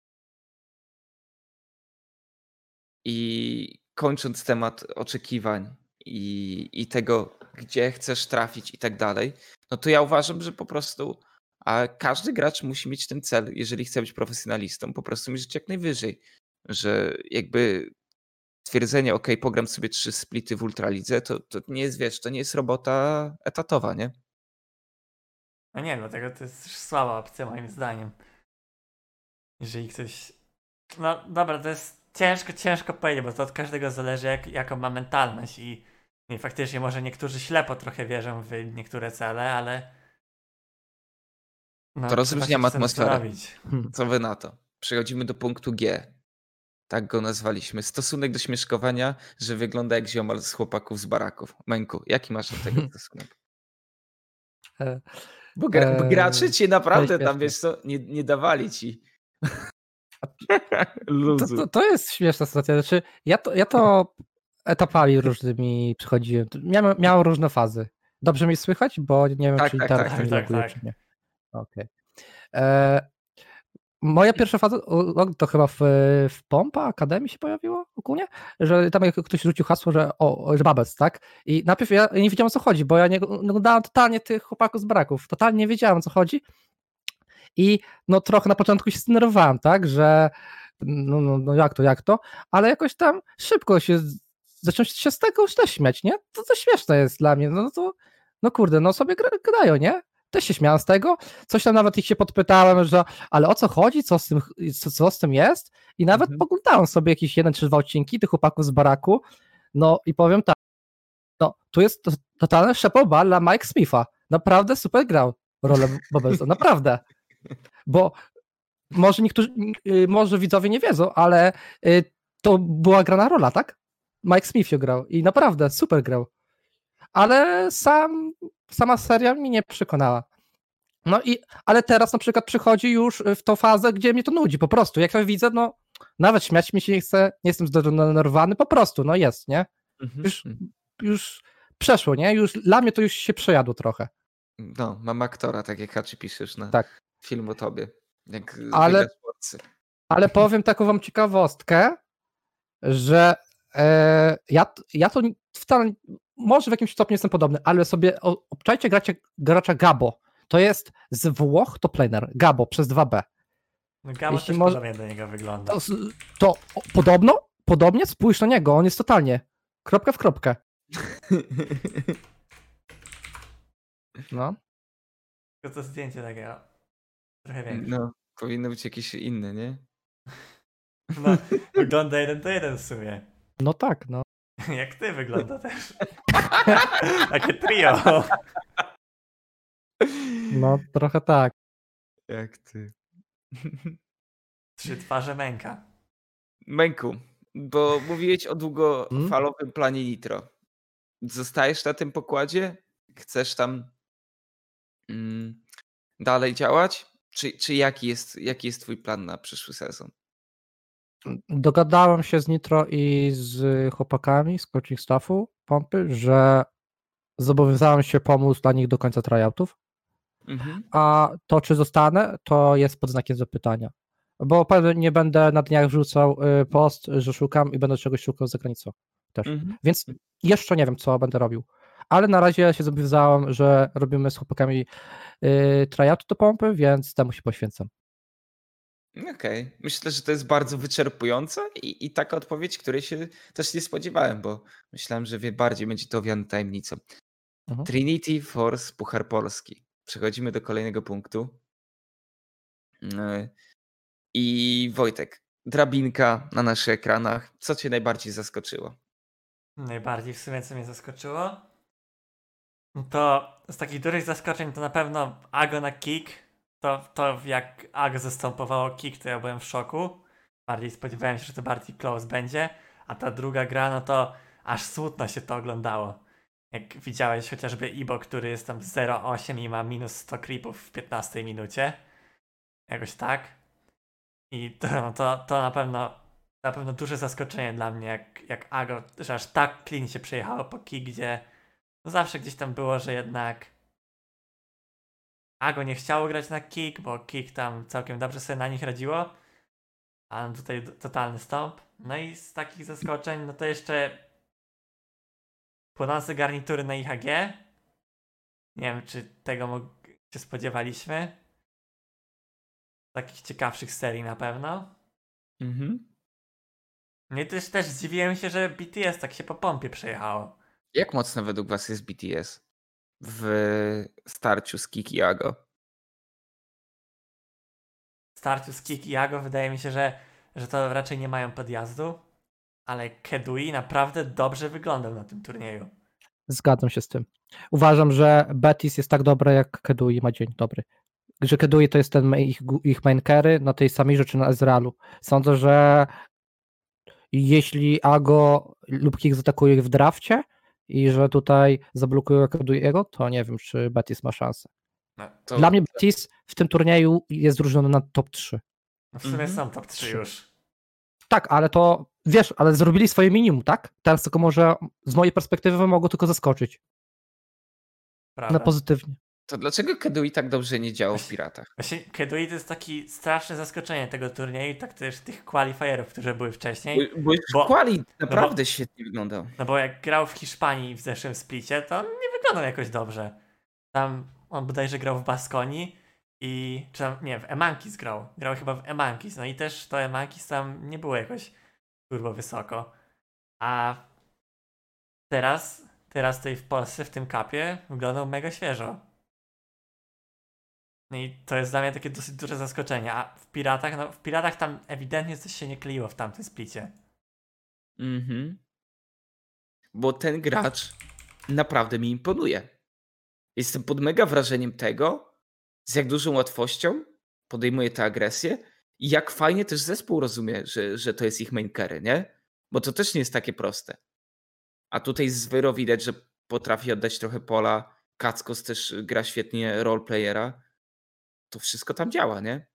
I kończąc temat oczekiwań i, i tego, gdzie chcesz trafić i tak dalej, no to ja uważam, że po prostu a każdy gracz musi mieć ten cel, jeżeli chce być profesjonalistą, po prostu mierzyć jak najwyżej. Że jakby twierdzenie, ok, pogram sobie trzy splity w Ultralidze, to, to nie jest, wiesz, to nie jest robota etatowa, nie? No nie, dlatego to jest słaba opcja moim zdaniem. Jeżeli ktoś... No dobra, to jest ciężko, ciężko powiedzieć, bo to od każdego zależy, jak, jaką ma mentalność i, i faktycznie może niektórzy ślepo trochę wierzą w niektóre cele, ale... No, To trzeba rozróżniam się czasem atmosferę. zastanowić. Hmm. Co wy na to? Przechodzimy do punktu G. Tak go nazwaliśmy. Stosunek do śmieszkowania, że wygląda jak ziomal z chłopaków z baraków. Męku, jaki masz do tego stosunek? E, Bo, gra, bo Eee, gracze ci naprawdę tam, śmieszne. wiesz co, nie, nie dawali ci To, luzu. to, to jest śmieszna sytuacja. Znaczy, ja to, ja to etapami różnymi przechodziłem. To Miałem, miałem różne fazy. Dobrze mnie słychać? Bo nie wiem, Tak, czy tak, internet tak, mi tak, loguje, tak. czy nie. Okej. E, Moja pierwsza faza o, to chyba w, w Pompa Akademii się pojawiło ogólnie, że tam jak ktoś rzucił hasło, że o, że Babec, tak? I najpierw ja nie wiedziałem, o co chodzi, bo ja nie oglądałem totalnie tych chłopaków z baraków, totalnie nie wiedziałem, o co chodzi i no trochę na początku się zdenerwowałem, tak, że no, no, no jak to, jak to, ale jakoś tam szybko się z- zacząłem się z tego już też śmiać, nie? To to śmieszne jest dla mnie, no to no kurde, no sobie gra- gadają, nie? Też się śmiałem z tego, coś tam nawet ich się podpytałem, że ale o co chodzi, co z tym, co, co z tym jest i nawet Mhm. poglądałem sobie jakieś jeden czy dwa odcinki tych chłopaków z baraku, no i powiem tak, no tu jest to, totalny szepoba dla Mike Smitha, naprawdę super grał rolę Bobelsa, naprawdę, bo może niektórzy, y, może widzowie nie wiedzą, ale y, to była grana rola, tak? Mike Smith ją grał i naprawdę super grał, ale sam, sama seria mnie nie przekonała. No i, ale teraz na przykład przychodzi już w tą fazę, gdzie mnie to nudzi, po prostu, jak to widzę, no nawet śmiać mi się nie chce, nie jestem zdenerwowany, po prostu, no jest, nie? Mhm. Już, już przeszło, nie? Już dla mnie to już się przejadło trochę. No, mam aktora, tak jak Haczy piszesz na Tak. film o tobie. Jak Ale- wygrać Worcy. Ale powiem taką wam ciekawostkę, że e, ja, ja to wcale, może w jakimś stopniu jestem podobny, ale sobie o- obczajcie gracie, gracza Gabo. To jest z Włoch top laner. Gabo przez dwa B. No Gabo Jeśli też może- podobnie do niego wygląda. To, to o, podobno, podobnie? Spójrz na niego, on jest totalnie kropka w kropkę. No. Tylko to zdjęcie takie o, trochę większe. No, powinno być jakieś inne, nie? No, wygląda jeden do jeden w sumie. No tak, no. Jak ty wygląda też. Takie trio. No trochę tak. Jak ty. Trzy twarze męka. Męku, bo mówiłeś o długofalowym planie Nitro. Zostajesz na tym pokładzie? Chcesz tam mm, dalej działać? Czy, czy jaki, jest, jaki jest twój plan na przyszły sezon? Dogadałem się z Nitro i z chłopakami z coaching staffu Pompy, że zobowiązałem się pomóc dla nich do końca tryoutów, Mhm. a to czy zostanę, to jest pod znakiem zapytania. Bo pewnie nie będę na dniach wrzucał y, post, że szukam i będę czegoś szukał za granicą też. Mhm. Więc jeszcze nie wiem, co będę robił. Ale na razie się zobowiązałem, że robimy z chłopakami y, tryouty do Pompy, więc temu się poświęcam. Okej. Okay. Myślę, że to jest bardzo wyczerpująca i, i taka odpowiedź, której się też nie spodziewałem, bo myślałem, że wie bardziej będzie to owiane tajemnicą. Mhm. Trinity Force Puchar Polski. Przechodzimy do kolejnego punktu. I Wojtek, drabinka na naszych ekranach. Co cię najbardziej zaskoczyło? Najbardziej w sumie, co mnie zaskoczyło, to z takich dużych zaskoczeń to na pewno Ago na kick. To, to jak Ago zastępowało kick, to ja byłem w szoku. Bardziej spodziewałem się, że to bardziej close będzie. A ta druga gra, no to aż smutno się to oglądało. Jak widziałeś chociażby Ibo, który jest tam zero osiem i ma minus sto creepów w piętnastej minucie. Jakoś tak. I to, no to, to na pewno na pewno duże zaskoczenie dla mnie, jak, jak Ago, że aż tak clean się przejechało po kick, gdzie no zawsze gdzieś tam było, że jednak Ago nie chciało grać na kick, bo kick tam całkiem dobrze sobie na nich radziło. A tutaj totalny stąp. No i z takich zaskoczeń, no to jeszcze płonące garnitury na I H G. Nie wiem, czy tego się spodziewaliśmy. Takich ciekawszych serii na pewno. Mhm. No i też, też zdziwiłem się, że B T S tak się po pompie przejechało. Jak mocno według was jest B T S w starciu z Kik i Ago? W starciu z Kik i Ago wydaje mi się, że, że to raczej nie mają podjazdu, ale Kedui naprawdę dobrze wyglądał na tym turnieju. Zgadzam się z tym. Uważam, że Betis jest tak dobre, jak Kedui ma dzień dobry. Że Kedui to jest ten ich, ich main carry na tej samej rzeczy na Ezrealu. Sądzę, że jeśli Ago lub Kik zaatakuje ich w drafcie i że tutaj zablokują Keduiego, to nie wiem, czy Betis ma szansę. No, to... Dla mnie Betis w tym turnieju jest drużyną na top trzy. No w sumie mhm. są top trzy już. Tak, ale to, wiesz, ale zrobili swoje minimum, tak? Teraz tylko może z mojej perspektywy mogło tylko zaskoczyć. Prawda. Na pozytywnie. To dlaczego Kedui tak dobrze nie działał w Piratach? Właśnie Kedui to jest takie straszne zaskoczenie tego turnieju, tak też tych qualifierów, które były wcześniej. Bo, bo quali naprawdę no bo, świetnie wyglądał. No bo jak grał w Hiszpanii w zeszłym splicie, to on nie wyglądał jakoś dobrze. Tam on bodajże grał w Baskonii i, czy tam, nie, w Emankis grał. Grał chyba w Emankis, no i też to Emankis tam nie było jakoś turbo wysoko. A teraz, teraz tutaj w Polsce, w tym kapie, wyglądał mega świeżo. No i to jest dla mnie takie dosyć duże zaskoczenie. A w Piratach, no w Piratach tam ewidentnie coś się nie kleiło w tamtym splicie. Mhm. Bo ten gracz naprawdę mi imponuje. Jestem pod mega wrażeniem tego, z jak dużą łatwością podejmuje tę agresję i jak fajnie też zespół rozumie, że, że to jest ich main carry, nie? Bo to też nie jest takie proste. A tutaj z Wyro widać, że potrafi oddać trochę pola. Kackos też gra świetnie roleplayera. To wszystko tam działa, nie?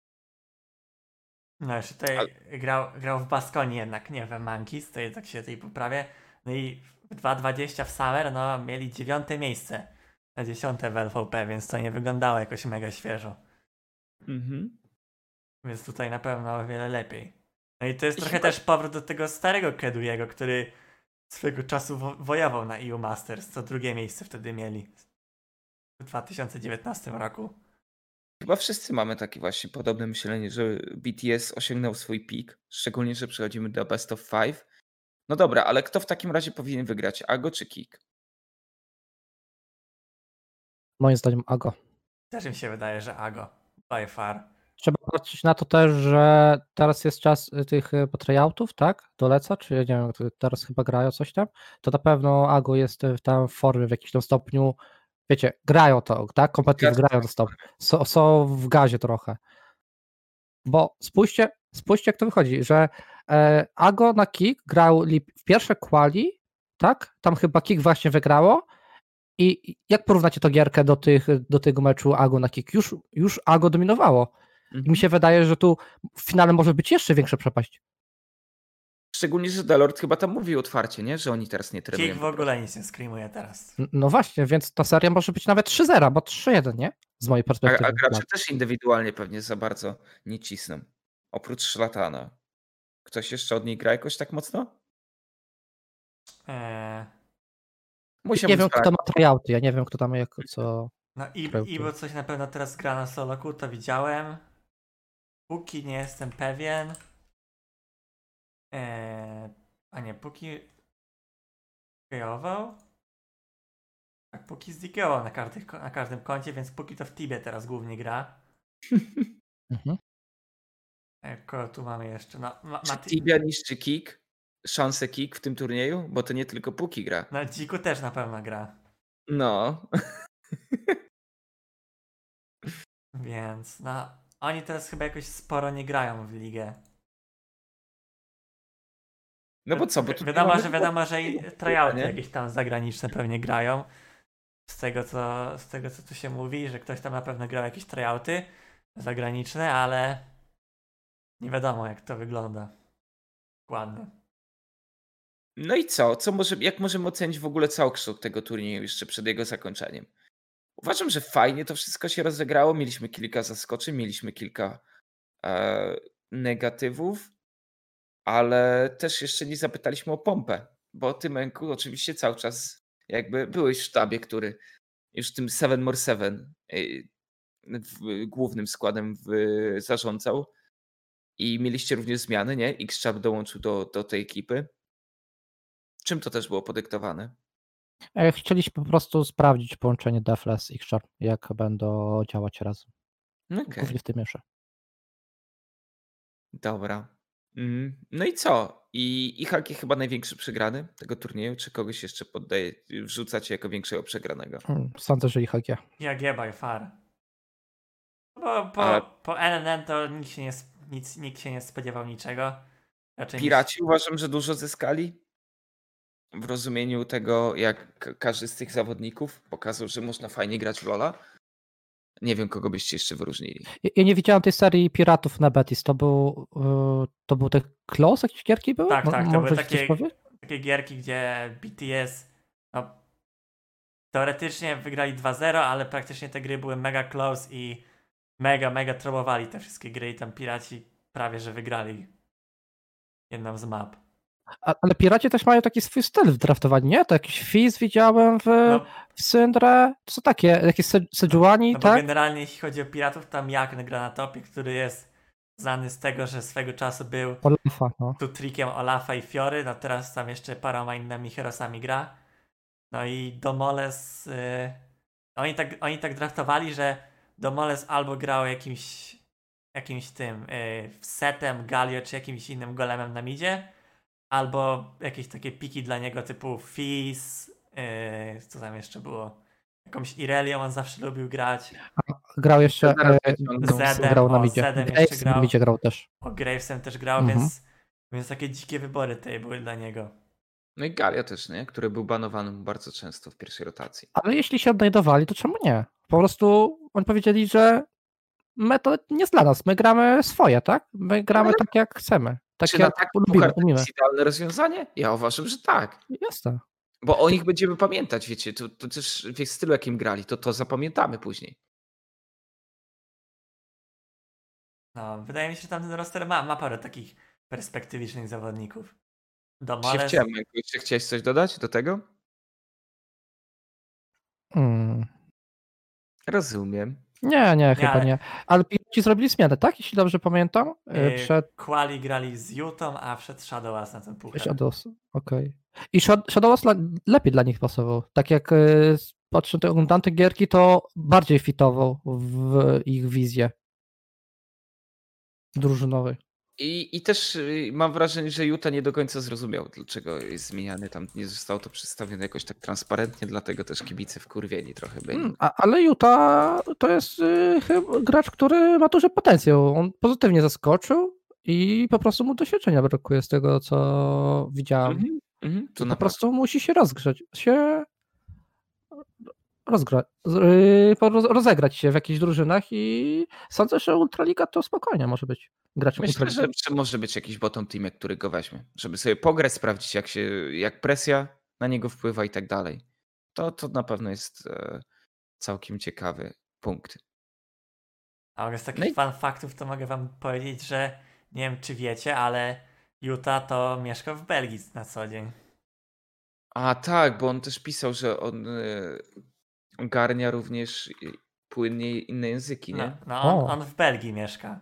No jeszcze tutaj Ale... grał, grał w Baskonii jednak, nie w Emankis, to tak się tutaj poprawię. No i w dwa dwadzieścia w Summer, no mieli dziewiąte miejsce na dziesiąte w L V P, więc to nie wyglądało jakoś mega świeżo. Mhm. Więc tutaj na pewno o wiele lepiej. No i to jest trochę też powrót do tego starego Keduiego, który swego czasu wo- wojował na E U Masters, co drugie miejsce wtedy mieli w dwa tysiące dziewiętnastym roku. Chyba wszyscy mamy takie właśnie podobne myślenie, że B T S osiągnął swój peak, szczególnie, że przechodzimy do Best of Five. No dobra, ale kto w takim razie powinien wygrać? Ago czy Kik? Moim zdaniem Ago. Też mi się wydaje, że Ago. By far. Trzeba patrzeć na to też, że teraz jest czas y, tych y, tryoutów, tak? Doleca, czy ja nie wiem, to teraz chyba grają coś tam. To na pewno Ago jest y, tam w formie w jakimś tam stopniu. Wiecie, grają to, tak? Competitive Zgadza grają to stop. Są, są w gazie trochę. Bo spójrzcie, spójrzcie jak to wychodzi, że e, Ago na Kick grał li- w pierwsze quali, tak? Tam chyba Kick właśnie wygrało. I jak porównacie to gierkę do, tych, do tego meczu Ago na Kick? Już, już Ago dominowało. I Mhm. mi się wydaje, że tu w finale może być jeszcze większa przepaść. Szczególnie, że Delord chyba tam mówił otwarcie, nie? Że oni teraz nie trenują. Kick w po prostu. ogóle nic nie screamuje teraz. N- No właśnie, więc ta seria może być nawet trzy zero, bo trzy jeden, nie? Z mojej A, perspektywy. a gracze Tak. też indywidualnie pewnie za bardzo nie cisną. Oprócz Szlatana. Ktoś jeszcze od niej gra jakoś tak mocno? Eee, Musiałbym Nie wiem, kto sprawdzić. ma tryouty, ja nie wiem, kto tam jako co. no i, Tryouty. i bo coś na pewno teraz gra na soloku, to widziałem. Póki nie jestem pewien. Eee, a nie, póki zdykeował? Tak, póki zdykeował na, każdych, na każdym koncie, więc póki to w Tibie teraz głównie gra. Mhm. Eee, kogo tu mamy jeszcze? No, ma, Czy Mati- Tibia niszczy Kik? Szansę Kik w tym turnieju? Bo to nie tylko Puki gra. no Dziku też na pewno gra. No. Więc no, oni teraz chyba jakoś sporo nie grają w ligę. No bo co? Bo Wi- tutaj wiadomo, mamy że dwóch- wiadomo, że i nie? tryouty jakieś tam zagraniczne pewnie grają. Z tego, co, z tego co tu się mówi, że ktoś tam na pewno grał jakieś tryouty zagraniczne, ale nie wiadomo jak to wygląda. Dokładnie. No i co? co może, jak możemy ocenić w ogóle całokształt tego turnieju jeszcze przed jego zakończeniem? Uważam, że fajnie to wszystko się rozegrało. Mieliśmy kilka zaskoczeń, mieliśmy kilka e, negatywów, ale też jeszcze nie zapytaliśmy o pompę, bo ty, Męku, oczywiście cały czas jakby byłeś w sztabie, który już tym seven more seven y, w, głównym składem w, zarządzał i mieliście również zmiany, nie? X-Chap dołączył do, do tej ekipy. Czym to też było podyktowane? E, Chcieliśmy po prostu sprawdzić połączenie Defless i Xshar, jak będą działać razem. Okej, Głównie w tym jeszcze. dobra. Mm, No i co? I Ihak chyba największy przegrany tego turnieju, czy kogoś jeszcze poddaje, wrzucacie jako większego przegranego? Hmm, Sądzę, że I H G. Ja G by far. Bo po, A- po N N N to nikt się, nie, sp- nic, nikt się nie spodziewał niczego. Raczej Piraci uważam, że dużo zyskali w rozumieniu tego, jak ka- każdy z tych zawodników pokazał, że można fajnie grać w Lola. Nie wiem, kogo byście jeszcze wyróżnili. Ja ja nie widziałem tej serii Piratów na Betis. To był, y, to był te close jakieś gierki były? Tak, Mo- tak, to były możecie coś takie, powiedzieć? takie gierki, gdzie B T S no, teoretycznie wygrali dwa zero, ale praktycznie te gry były mega close i mega, mega trolowali te wszystkie gry i tam piraci prawie, że wygrali jedną z map. A, ale Piraci też mają taki swój styl w draftowaniu, nie? To jakiś Fizz widziałem w, No, w Syndrze. To są takie, jakieś Se- Sejuani, no bo tak? generalnie jeśli chodzi o piratów, tam Jakn gra na topie, który jest znany z tego, że swego czasu był Olafa, no. tu trikiem Olafa i Fiory, no teraz tam jeszcze paroma innymi herosami gra. No i Domoles, yy, oni, tak, oni tak draftowali, że Domoles albo grał jakimś jakimś tym yy, setem, Galio czy jakimś innym golemem na midzie, albo jakieś takie piki dla niego typu Fizz, yy, co tam jeszcze było? Jakąś Irelią on zawsze lubił grać. Grał jeszcze, Zaraz e, wyciągnął. Zedem, grał na o, midzie. Zedem jeszcze Graves na grał. midzie grał też. O, Gravesem też grał, Mhm. więc, więc takie dzikie wybory tutaj były dla niego. No i Galia też, nie? Który był banowany bardzo często w pierwszej rotacji. Ale jeśli się odnajdowali, to czemu nie? Po prostu oni powiedzieli, że metoda nie jest dla nas, my gramy swoje, tak? My gramy tak jak chcemy. Tak Czy na jak taki lubimy, puchar to umimy. jest idealne rozwiązanie? Ja uważam, że tak. Jasne. Bo o nich będziemy pamiętać, wiecie, to, to też w stylu jakim grali, to to zapamiętamy później. No, wydaje mi się, że tamten roster ma, ma parę takich perspektywicznych zawodników. Się Domoles, wciąłem. Jeszcze chciałeś coś dodać do tego? Hmm. Rozumiem. Nie, nie, chyba ale- nie. Ale ci zrobili zmianę, tak? Jeśli dobrze pamiętam. Y, Yy, Przed Quali grali z Utah, a przed Shadowas na ten puchar. Shadows. Okej. I Shad- Shadows la- lepiej dla nich pasował. Tak jak y, patrzę, te oglądam te gierki, to bardziej fitował w ich wizję drużynowej. I, I też y, mam wrażenie, że Utah nie do końca zrozumiał, dlaczego jest zmieniany. Tam nie zostało to przedstawione jakoś tak transparentnie, dlatego też kibice wkurwieni trochę byli. Mm, a, ale Utah to jest y, chyba gracz, który ma duży potencjał. On pozytywnie zaskoczył i po prostu mu doświadczenia brakuje z tego, co widziałem. Mhm, mhm, to I na po prostu musi się rozgrzać, się rozgra, z- y, po- roz- rozegrać się w jakichś drużynach i sądzę, że Ultraliga to spokojnie może być graczem Myślę, Ultraligi. że, że może być jakiś bottom team, który go weźmie, żeby sobie pograć, sprawdzić jak się, jak presja na niego wpływa i tak dalej. To, to na pewno jest e, całkiem ciekawy punkt. A z takich No i- fun faktów to mogę wam powiedzieć, że nie wiem czy wiecie, ale Utah to mieszka w Belgii na co dzień. A tak, bo on też pisał, że on e, ogarnia również e, płynnie inne języki, No, nie? no on, O. on w Belgii mieszka.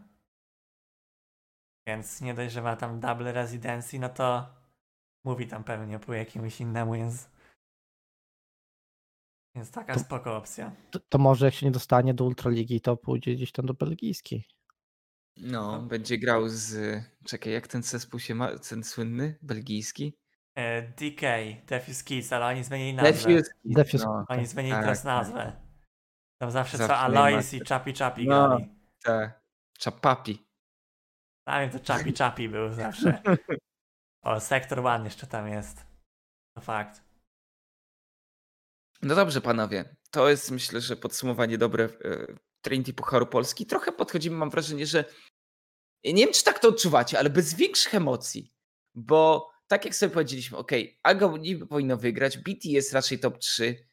Więc nie dość, że ma tam double residency, no to mówi tam pewnie po jakimś innemu języku. Więc taka To- spoko opcja. To, to może jak się nie dostanie do Ultraligi, to pójdzie gdzieś tam do belgijskiej. No, będzie grał z. Czekaj, jak ten zespół się ma? Ten słynny, belgijski? E, D K, Defuse Kids, ale oni zmienili nazwę. Defuse. Defuse. No, Oni zmienili tak, teraz tak. nazwę. Tam zawsze, Zawsze co mieli Alois nazwę. i Chapi Chapi No. grali. tak. Czapapi. A wiem, to Chapi Chapi był zawsze. O, Sector One jeszcze tam jest. To fakt. No dobrze, panowie. To jest myślę, że podsumowanie dobre e, Trinity Pucharu Polski. Trochę podchodzimy, mam wrażenie, że. Nie wiem, czy tak to odczuwacie, ale bez większych emocji. Bo tak jak sobie powiedzieliśmy, ok, Ago niby powinno wygrać, B T jest raczej top trzy.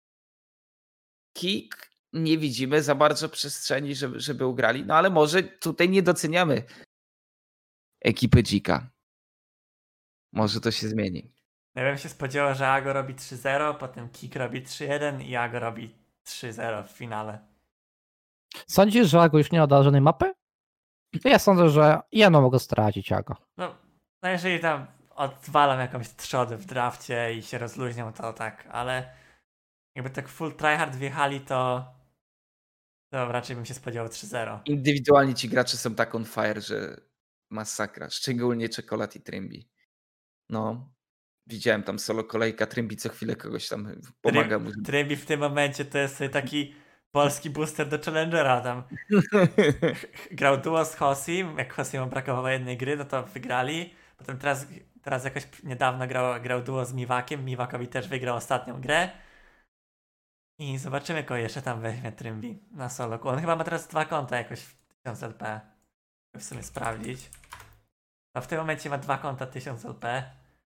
Kik nie widzimy za bardzo przestrzeni, żeby, żeby ugrali, no ale może tutaj nie doceniamy ekipy Dzika. Może to się zmieni. Ja bym się spodziewał, że Ago robi trzy zero, potem Kik robi trzy jeden i Ago robi trzy zero w finale. Sądzisz, że Ago już nie odda żadnej mapy? Ja sądzę, że jedno mogę stracić Ago. No, no jeżeli tam odwalam jakąś trzodę w drafcie i się rozluźnią, to tak, ale jakby tak full tryhard wjechali, to, to raczej bym się spodziewał trzy zero. Indywidualnie ci gracze są tak on fire, że masakra. Szczególnie Czekolad i Trymbi. No, widziałem tam solo kolejka, Trymbi co chwilę kogoś tam pomaga mu. Trymbi w tym momencie to jest taki polski booster do Challengera tam. Grał duo z Hosim, jak Hosiemu brakowało jednej gry, no to wygrali. Potem teraz, teraz jakoś niedawno grał, grał duo z Miwakiem, Miwakowi też wygrał ostatnią grę. I zobaczymy, kogo jeszcze tam weźmie Trymbi na solo. On chyba ma teraz dwa konta jakoś w tysiąc L P. Chcę w sumie sprawdzić. No w tym momencie ma dwa konta tysiąc L P.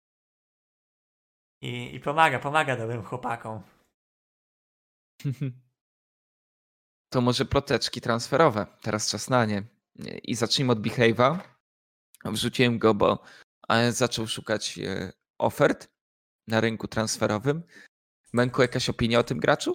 I, I pomaga, pomaga dobrym chłopakom. To może ploteczki transferowe. Teraz czas na nie. I zacznijmy od Behave'a. Wrzuciłem go, bo e, zaczął szukać e, ofert na rynku transferowym. Menku, jakaś opinia o tym graczu?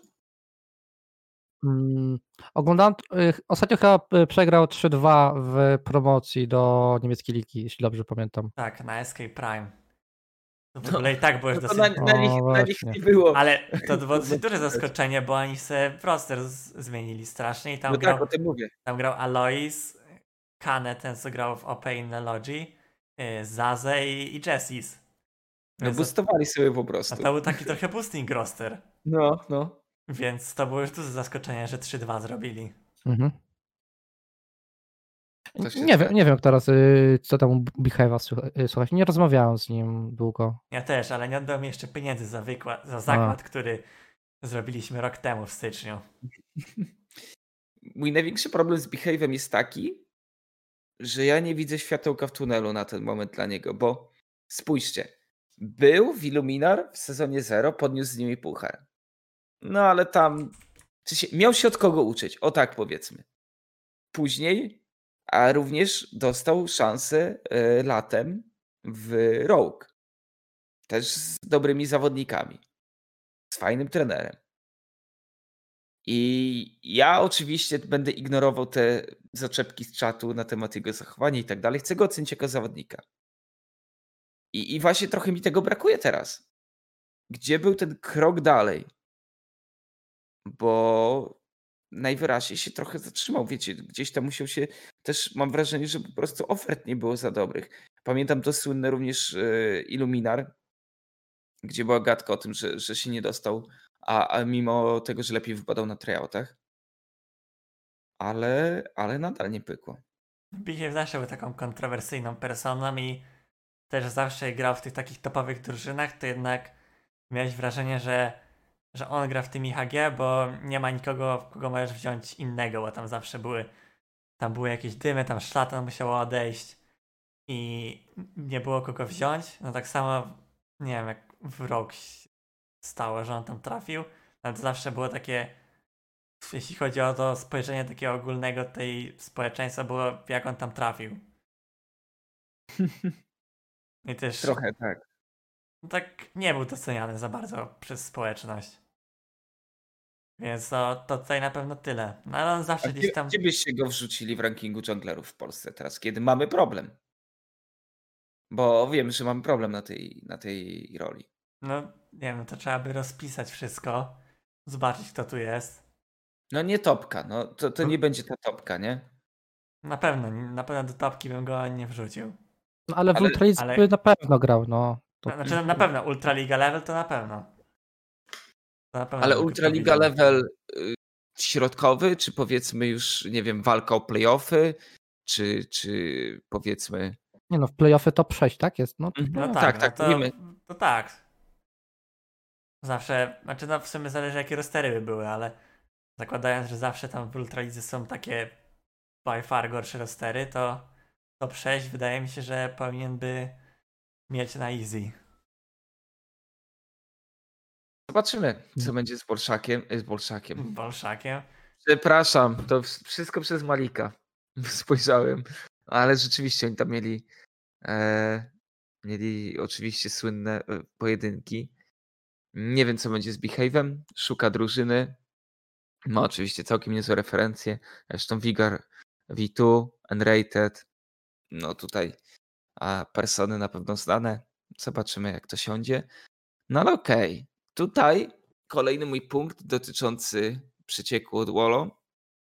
Mm, oglądałem, y, ostatnio chyba y, przegrał trzy dwa w promocji do niemieckiej ligi, jeśli dobrze pamiętam. Tak, na S K Prime. To w No, ogóle i tak było już No to dosyć... na, na, nich, O, na nich właśnie. nie było. Ale to było dosyć duże zaskoczenie, bo oni sobie roster z- zmienili strasznie i tam, No grał, tak, o tym mówię. tam grał Alois, Kane, ten co grał w Open Logi, yy, Zaze i, i Jessis. No Więc to, boostowali sobie po no prostu. to był taki trochę boosting roster. No, no. Więc to było już duże zaskoczenie, że trzy dwa zrobili. Mhm. To się Nie zgadza. wiem, nie wiem teraz, y, co tam u Behave'a słycha- y, słuchać. Nie rozmawiałem z nim długo. Ja też, ale nie oddał mi jeszcze pieniędzy za, wykład, za zakład, który zrobiliśmy rok temu w styczniu. Mój największy problem z Behave'em jest taki, że ja nie widzę światełka w tunelu na ten moment dla niego, bo spójrzcie, był w Illuminar w sezonie zero, podniósł z nimi puchar. No ale tam w sensie, miał się od kogo uczyć, o tak powiedzmy. Później, a również dostał szansę y, latem w Rogue. Też z dobrymi zawodnikami. Z fajnym trenerem. I ja oczywiście będę ignorował te zaczepki z czatu na temat jego zachowania i tak dalej. Chcę go ocenić jako zawodnika. I, I właśnie trochę mi tego brakuje teraz. Gdzie był ten krok dalej? Bo najwyraźniej się trochę zatrzymał. Wiecie, gdzieś tam musiał się też, mam wrażenie, że po prostu ofert nie było za dobrych. Pamiętam to słynne również e, Illuminar, gdzie była gadka o tym, że, że się nie dostał, a, a mimo tego, że lepiej wypadał na tryoutach. Ale, ale nadal nie pykło. Bichew zawsze był taką kontrowersyjną personą i też zawsze grał w tych takich topowych drużynach, to jednak miałeś wrażenie, że, że on gra w tym I H G, bo nie ma nikogo, kogo możesz wziąć innego, bo tam zawsze były tam były jakieś dymy, tam szlatan musiało odejść i nie było kogo wziąć. No tak samo, nie wiem, jak w rok stało, że on tam trafił, ale to zawsze było takie, jeśli chodzi o to spojrzenie takiego ogólnego tej społeczeństwa, było jak on tam trafił. I też Trochę tak. tak nie był doceniany za bardzo przez społeczność. Więc to, to tutaj na pewno tyle. No ale on zawsze A gdzieś gdzie, tam... gdzie byście go wrzucili w rankingu junglerów w Polsce teraz, kiedy mamy problem? Bo wiem, że mamy problem na tej, na tej roli. No nie wiem, to trzeba by rozpisać wszystko, zobaczyć kto tu jest. No nie topka, no to, to nie będzie ta topka, nie? Na pewno, na pewno do topki bym go nie wrzucił. No, ale w Ale- Ultra League ale- by na pewno grał, no. To, Znaczy na pewno Ultraliga Level to na pewno. To na pewno Ale bym go Ultraliga powiedział. level y, środkowy, czy powiedzmy już, nie wiem, walka o playoffy, czy, czy powiedzmy... Nie no, w playoffy top sześć, tak jest? No, to Mhm. No playoffy. tak, tak, no tak, to, mówimy. to tak. Zawsze, znaczy no w sumie zależy jakie rostery by były, ale zakładając, że zawsze tam w Ultralidze są takie by far gorsze rostery, to top sześć wydaje mi się, że powinien by mieć na easy. Zobaczymy, co będzie z Bolszakiem. y, Z Bolszakiem. Bolszakiem. Przepraszam, to wс- wszystko przez Malika. Spojrzałem. Ale rzeczywiście oni tam mieli e, mieli oczywiście słynne e, pojedynki. Nie wiem, co będzie z Behave'em. Szuka drużyny. Ma oczywiście całkiem niezłe referencje. Zresztą Vigar V dwa, Unrated. No tutaj a persony na pewno znane. Zobaczymy, jak to siądzie. No ale okej. Tutaj kolejny mój punkt dotyczący przecieku od Wolo.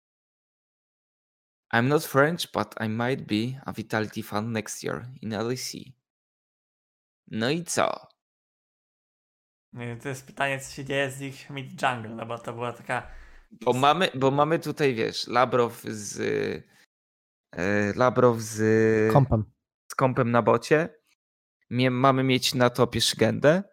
I'm not French, but I might be a Vitality fan next year in L E C. No i co? No i to jest pytanie, co się dzieje z ich mid jungle, no bo to była taka... Bo mamy, bo mamy tutaj, wiesz, Labrow z e, Labrow z Kompem. z kompem na bocie. Mie, mamy mieć na topie Szygendę.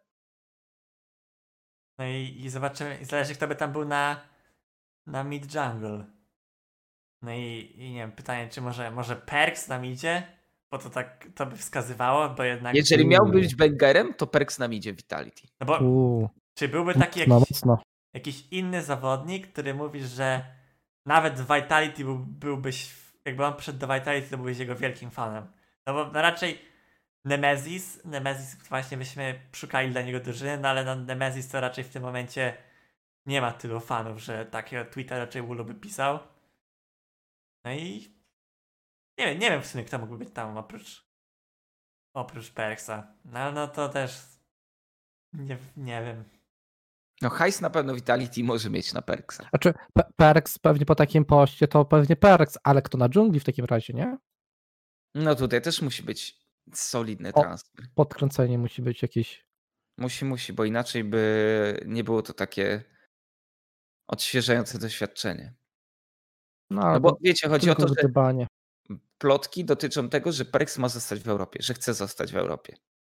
No i, i zobaczymy, i zależy kto by tam był na, na mid jungle. No i, i nie wiem, pytanie, czy może, może Perks nam idzie? Bo to tak, to by wskazywało, bo jednak... Jeżeli miał Uuu. być Bengerem, to Perks nam idzie Vitality. No bo Uuu, czy byłby taki mocno, jakiś, mocno. jakiś inny zawodnik, który mówisz, że nawet w Vitality był, byłbyś, jakby on przyszedł do Vitality, to byłbyś jego wielkim fanem. No bo no raczej Nemesis, Nemesis właśnie byśmy szukali dla niego drużyny, no ale no Nemesis to raczej w tym momencie nie ma tylu fanów, że takiego tweeta raczej Wulu by pisał. No i nie wiem, nie wiem w sumie kto mógłby być tam oprócz oprócz Perksa. No ale no to też nie, nie wiem. No hajs na pewno Vitality może mieć na Perksa. Znaczy, Pe- Perks pewnie po takim poście to pewnie Perks, ale kto na dżungli w takim razie, nie? No tutaj też musi być solidny O. transfer. Podkręcenie musi być jakieś. Musi, musi, bo inaczej by nie było to takie odświeżające doświadczenie. No, No ale bo to wiecie, chodzi o tylko to, że gdybanie. plotki dotyczą tego, że Perks ma zostać w Europie, że chce zostać w Europie.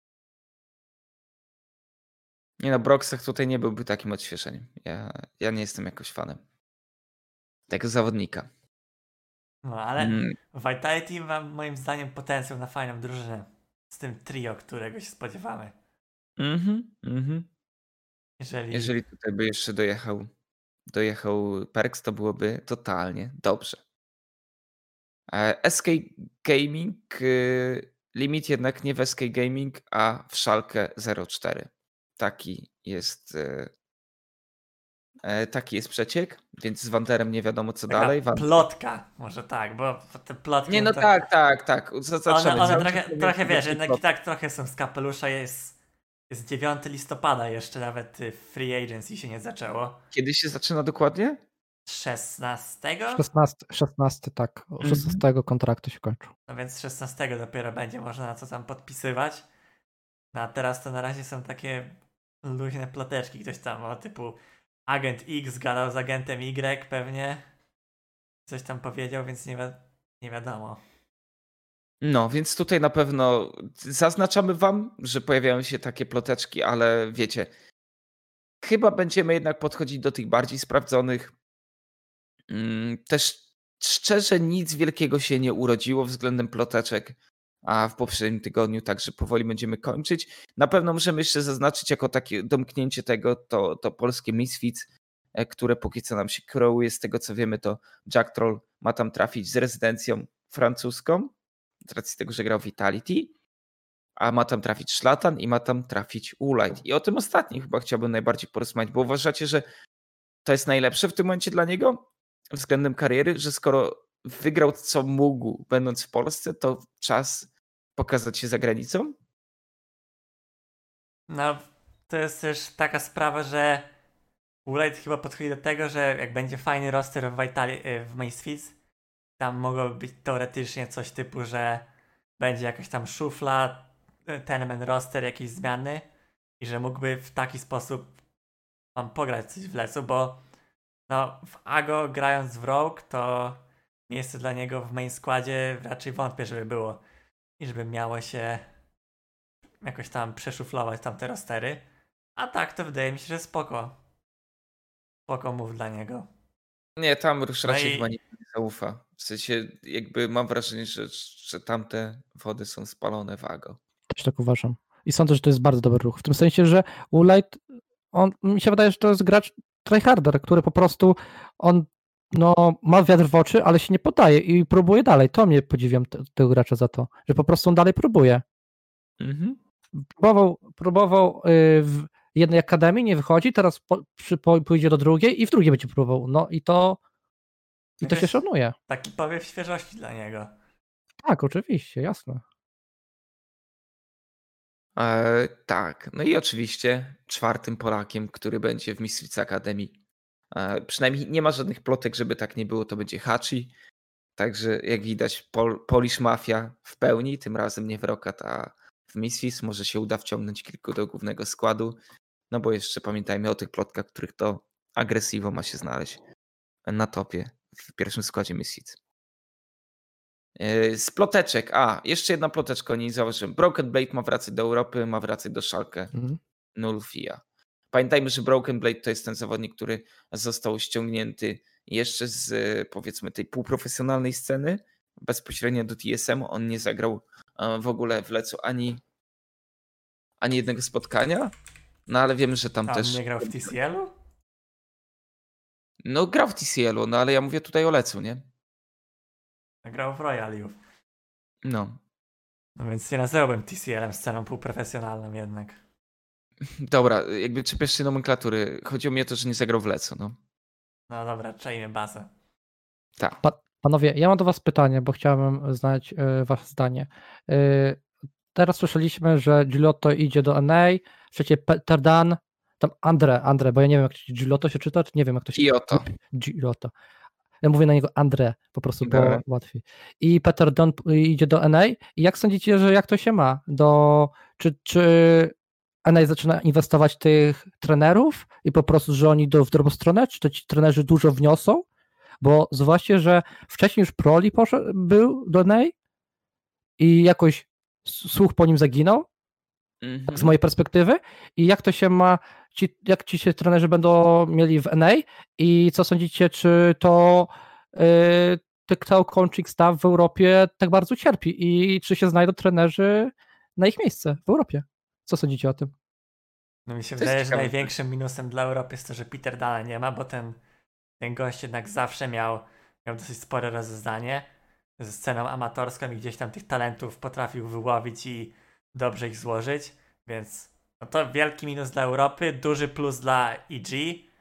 Nie no, Broxach tutaj nie byłby takim odświeżeniem. Ja, ja nie jestem jakoś fanem tego zawodnika. No ale Mm, Vitality ma moim zdaniem potencjał na fajną drużynę. Z tym trio, którego się spodziewamy. mhm, mhm. Jeżeli, Jeżeli tutaj by jeszcze dojechał, dojechał Perks, to byłoby totalnie dobrze. E, S K Gaming, y, limit jednak nie w S K Gaming, a w Schalke zero cztery. Taki jest y, E, taki jest przeciek, więc z Wanderem nie wiadomo co Taka dalej. Wander... plotka, może tak, bo te plotki... Nie, no to... tak, tak, tak. Zaznaczamy. One, one Cały trochę, czas trochę wiesz, więcej jednak i plotki. tak trochę są z kapelusza, jest, jest dziewiątego listopada, jeszcze nawet y, free agency się nie zaczęło. Kiedy się zaczyna dokładnie? szesnastego? szesnasty, szesnasty tak. Mhm. szesnastego kontraktu się kończył. No więc szesnastego dopiero będzie można na co tam podpisywać. No a teraz to na razie są takie luźne ploteczki, ktoś tam o typu agent X gadał z agentem Y pewnie. Coś tam powiedział, więc nie, wi- nie wiadomo. No, więc tutaj na pewno zaznaczamy wam, że pojawiają się takie ploteczki, ale wiecie, chyba będziemy jednak podchodzić do tych bardziej sprawdzonych. Mm, Też szczerze nic wielkiego się nie urodziło względem ploteczek, a w poprzednim tygodniu, także powoli będziemy kończyć. Na pewno możemy jeszcze zaznaczyć jako takie domknięcie tego to, to polskie Misfits, e, które póki co nam się kreuje. Z tego co wiemy, to Jack Troll ma tam trafić z rezydencją francuską, z racji tego, że grał w Vitality, a ma tam trafić Szlatan i ma tam trafić Ulight. I o tym ostatnim chyba chciałbym najbardziej porozmawiać, bo uważacie, że to jest najlepsze w tym momencie dla niego względem kariery, że skoro wygrał co mógł będąc w Polsce, to czas pokazać się za granicą? No, to jest też taka sprawa, że Ulight chyba podchodzi do tego, że jak będzie fajny roster w, Vitali- y, w Misfits, tam mogłoby być teoretycznie coś typu, że będzie jakaś tam szufla, y, ten man roster, jakieś zmiany i że mógłby w taki sposób tam pograć coś w lecu, bo no w Ago grając w Rogue to miejsce dla niego w main składzie raczej wątpię, żeby było i żeby miało się jakoś tam przeszuflować tamte rostery. A tak to wydaje mi się, że spoko. Spoko move dla niego. Nie, tam już No raczej i- chyba nikt nie zaufa. W sensie jakby mam wrażenie, że, że tamte wody są spalone w Ago. Też tak uważam. I sądzę, że to jest bardzo dobry ruch. W tym sensie, że Ulight, on mi się wydaje, że to jest gracz tryharder, który po prostu on no, ma wiatr w oczy, ale się nie podaje i próbuje dalej. To mnie podziwiam te, tego gracza za to, że po prostu on dalej próbuje. Mhm. Próbował, próbował y, w jednej akademii, nie wychodzi, teraz po, przy, po, pójdzie do drugiej i w drugiej będzie próbował. No i to i to się Jakoś szanuje. Taki powiew świeżości dla niego. Tak, oczywiście, jasne. E, tak, no i oczywiście czwartym Polakiem, który będzie w Misfits Academy. E, przynajmniej nie ma żadnych plotek, żeby tak nie było, to będzie Hachi. Także jak widać, Pol, Polish Mafia w pełni, tym razem nie w Rocket, a w Misfits. Może się uda wciągnąć kilku do głównego składu. No bo jeszcze pamiętajmy o tych plotkach, których to Aggressivo ma się znaleźć na topie w pierwszym składzie Misfits. Yy, Z ploteczek, a jeszcze jedna ploteczka, nie zauważyłem. Broken Blade ma wracać do Europy, ma wracać do Schalke Mhm. Nulfia. Pamiętajmy, że Broken Blade to jest ten zawodnik, który został ściągnięty jeszcze z powiedzmy tej półprofesjonalnej sceny, bezpośrednio do T S M. On nie zagrał e, w ogóle w Lecu ani, ani jednego spotkania, no ale wiemy, że tam A on też... nie grał w T C L-u? No grał w T C L-u, no ale ja mówię tutaj o Lecu, nie? Grał w Royal Youth. No. No więc nie nazywałbym T C L-em sceną półprofesjonalną jednak. Dobra, jakby czepiasz się nomenklatury. Chodziło mi o to, że nie zagrał w Lecu, no. No dobra, czajmy bazę. Tak. Pa, panowie, ja mam do was pytanie, bo chciałbym znać y, wasze zdanie. Y, teraz słyszeliśmy, że Giulotto idzie do N A, trzecie Peter Dan, tam Andre, Andre, bo ja nie wiem, jak Giulotto się czyta, czy nie wiem, jak to się... I oto. Giulotto. Ja mówię na niego Andre, po prostu, bo Dobra. łatwiej. I Peter Don idzie do N A. I jak sądzicie, że jak to się ma? Do, czy, czy N A zaczyna inwestować w tych trenerów i po prostu, że oni idą w drugą stronę? Czy to ci trenerzy dużo wniosą? Bo zwłaszcza, że wcześniej już Proli poszedł, był do N A i jakoś słuch po nim zaginął, Mhm. tak z mojej perspektywy. I jak to się ma, ci, jak ci się trenerzy będą mieli w N A i co sądzicie, czy to yy, tak cały coaching staff w Europie tak bardzo cierpi i czy się znajdą trenerzy na ich miejsce w Europie? Co sądzicie o tym? No mi się To jest wydaje, że ciekawe. największym minusem dla Europy jest to, że Peter Dana nie ma, bo ten, ten gość jednak zawsze miał, miał dosyć spore rozeznanie ze sceną amatorską i gdzieś tam tych talentów potrafił wyłowić i dobrze ich złożyć, więc no to wielki minus dla Europy, duży plus dla E G,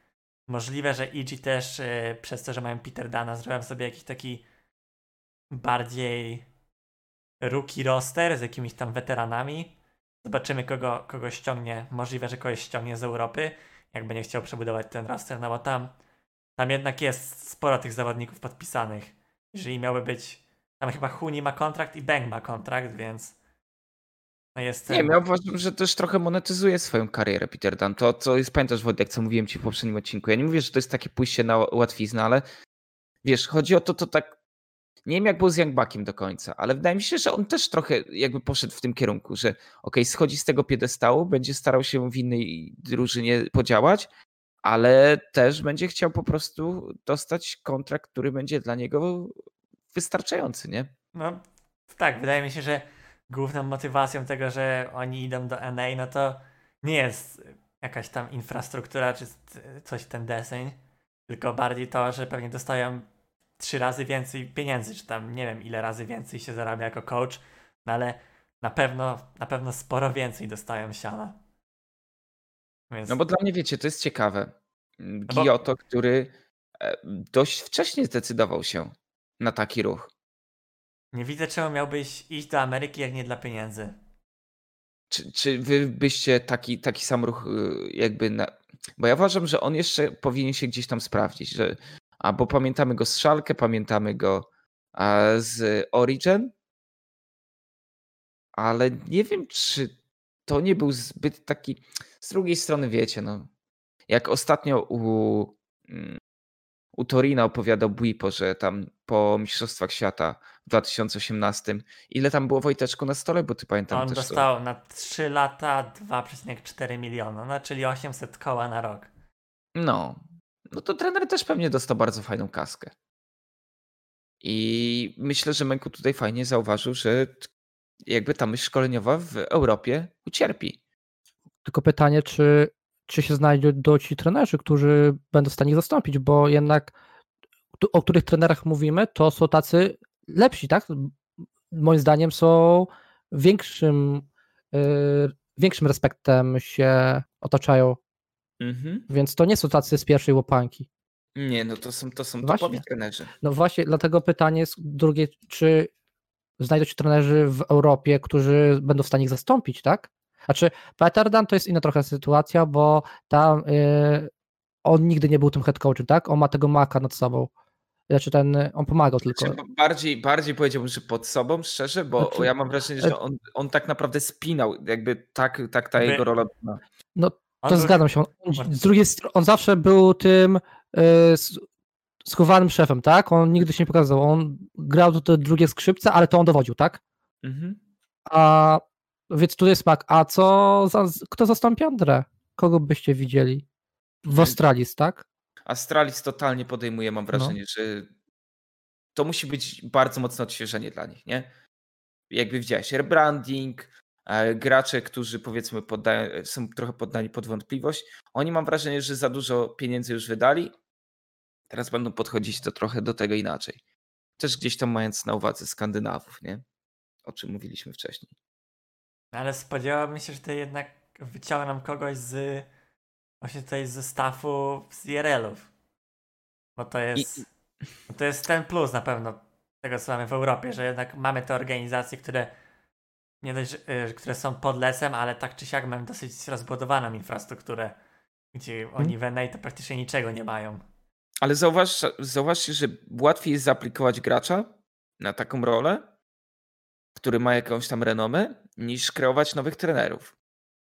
możliwe, że I G też y, przez to, że mają Peter Dana, zrobią sobie jakiś taki bardziej rookie roster z jakimiś tam weteranami. Zobaczymy, kogo, kogo ściągnie. Możliwe, że kogoś ściągnie z Europy, jakby nie chciał przebudować ten roster, no bo tam, tam jednak jest sporo tych zawodników podpisanych. Jeżeli miałby być, tam chyba Huni ma kontrakt i Bang ma kontrakt, więc no jest Nie, ten... ja uważam, że też trochę monetyzuje swoją karierę Peter Dunn. To, to jest, pamiętasz Wojtek, co mówiłem ci w poprzednim odcinku. Ja nie mówię, że to jest takie pójście na łatwiznę, ale wiesz, chodzi o to, to tak, nie wiem jak było z Young Buckiem do końca, ale wydaje mi się, że on też trochę jakby poszedł w tym kierunku, że okej, okay, schodzi z tego piedestału, będzie starał się w innej drużynie podziałać, ale też będzie chciał po prostu dostać kontrakt, który będzie dla niego wystarczający, nie? No tak, wydaje mi się, że główną motywacją tego, że oni idą do N A, no to nie jest jakaś tam infrastruktura czy coś ten deseń, tylko bardziej to, że pewnie dostają trzy razy więcej pieniędzy, czy tam nie wiem ile razy więcej się zarabia jako coach, no ale na pewno, na pewno sporo więcej dostają siana. Więc... No bo dla mnie, wiecie, to jest ciekawe. bo- Giotto, który e, dość wcześnie zdecydował się na taki ruch. Nie widzę, czemu miałbyś iść do Ameryki, jak nie dla pieniędzy. Czy, czy wy byście taki, taki sam ruch y, jakby... Na... Bo ja uważam, że on jeszcze powinien się gdzieś tam sprawdzić, że... A bo pamiętamy go z Schalke, pamiętamy go a, z Origin, ale nie wiem, czy to nie był zbyt taki... Z drugiej strony, wiecie, no, jak ostatnio u, u Torina opowiadał Buipo, że tam po Mistrzostwach Świata w dwa tysiące osiemnastym, ile tam było Wojteczku na stole, bo ty pamiętam On też dostał na trzy lata dwa przecinek cztery miliona, no czyli osiemset koła na rok. No, no to trener też pewnie dostał bardzo fajną kaskę. I myślę, że Męku tutaj fajnie zauważył, że jakby ta myśl szkoleniowa w Europie ucierpi. Tylko pytanie, czy, czy się znajdą ci trenerzy, którzy będą w stanie zastąpić, bo jednak tu, o których trenerach mówimy, to są tacy lepsi, tak? Moim zdaniem są większym, yy, większym respektem się otaczają, Mhm. więc to nie są tacy z pierwszej łopanki. Nie, no to są, to są Właśnie. topowi trenerzy. No właśnie, dlatego pytanie jest drugie, czy znajdą się trenerzy w Europie, którzy będą w stanie ich zastąpić, tak? Znaczy, Peter Dunn to jest inna trochę sytuacja, bo tam yy, on nigdy nie był tym head coachem, tak? On ma tego Maka nad sobą. Znaczy ten, on pomagał tylko. Znaczy, bardziej, bardziej powiedziałbym, że pod sobą, szczerze, bo Znaczy, ja mam wrażenie, że on, on tak naprawdę spinał, jakby tak, tak ta By- jego rola była. No On to był- zgadzam się. On, z drugiej strony, on zawsze był tym yy, schowanym szefem, tak? On nigdy się nie pokazał. On grał te drugie skrzypce, ale to on dowodził, tak? Mhm. A więc tu jest Mac. A co za, kto zastąpi Andrę? Kogo byście widzieli? W Australis, tak? Astralis totalnie podejmuje, mam wrażenie, No. że to musi być bardzo mocne odświeżenie dla nich, nie? Jakby widziałeś, rebranding, e, gracze, którzy powiedzmy poddają, są trochę poddani pod wątpliwość. Oni mam wrażenie, że za dużo pieniędzy już wydali. Teraz będą podchodzić to trochę do tego inaczej. Też gdzieś tam mając na uwadze Skandynawów, nie? O czym mówiliśmy wcześniej. Ale spodziewałbym się, że to jednak wyciągną kogoś z właśnie tutaj ze staffu z I R L-ów. Bo to jest, I- bo to jest ten plus na pewno tego, co mamy w Europie, że jednak mamy te organizacje, które nie dość, że- y, które są pod lesem, ale tak czy siak mają dosyć rozbudowaną infrastrukturę, gdzie oni w N A to praktycznie niczego nie mają. Ale zauważ, zauważcie, że łatwiej jest zaaplikować gracza na taką rolę, który ma jakąś tam renomę, niż kreować nowych trenerów.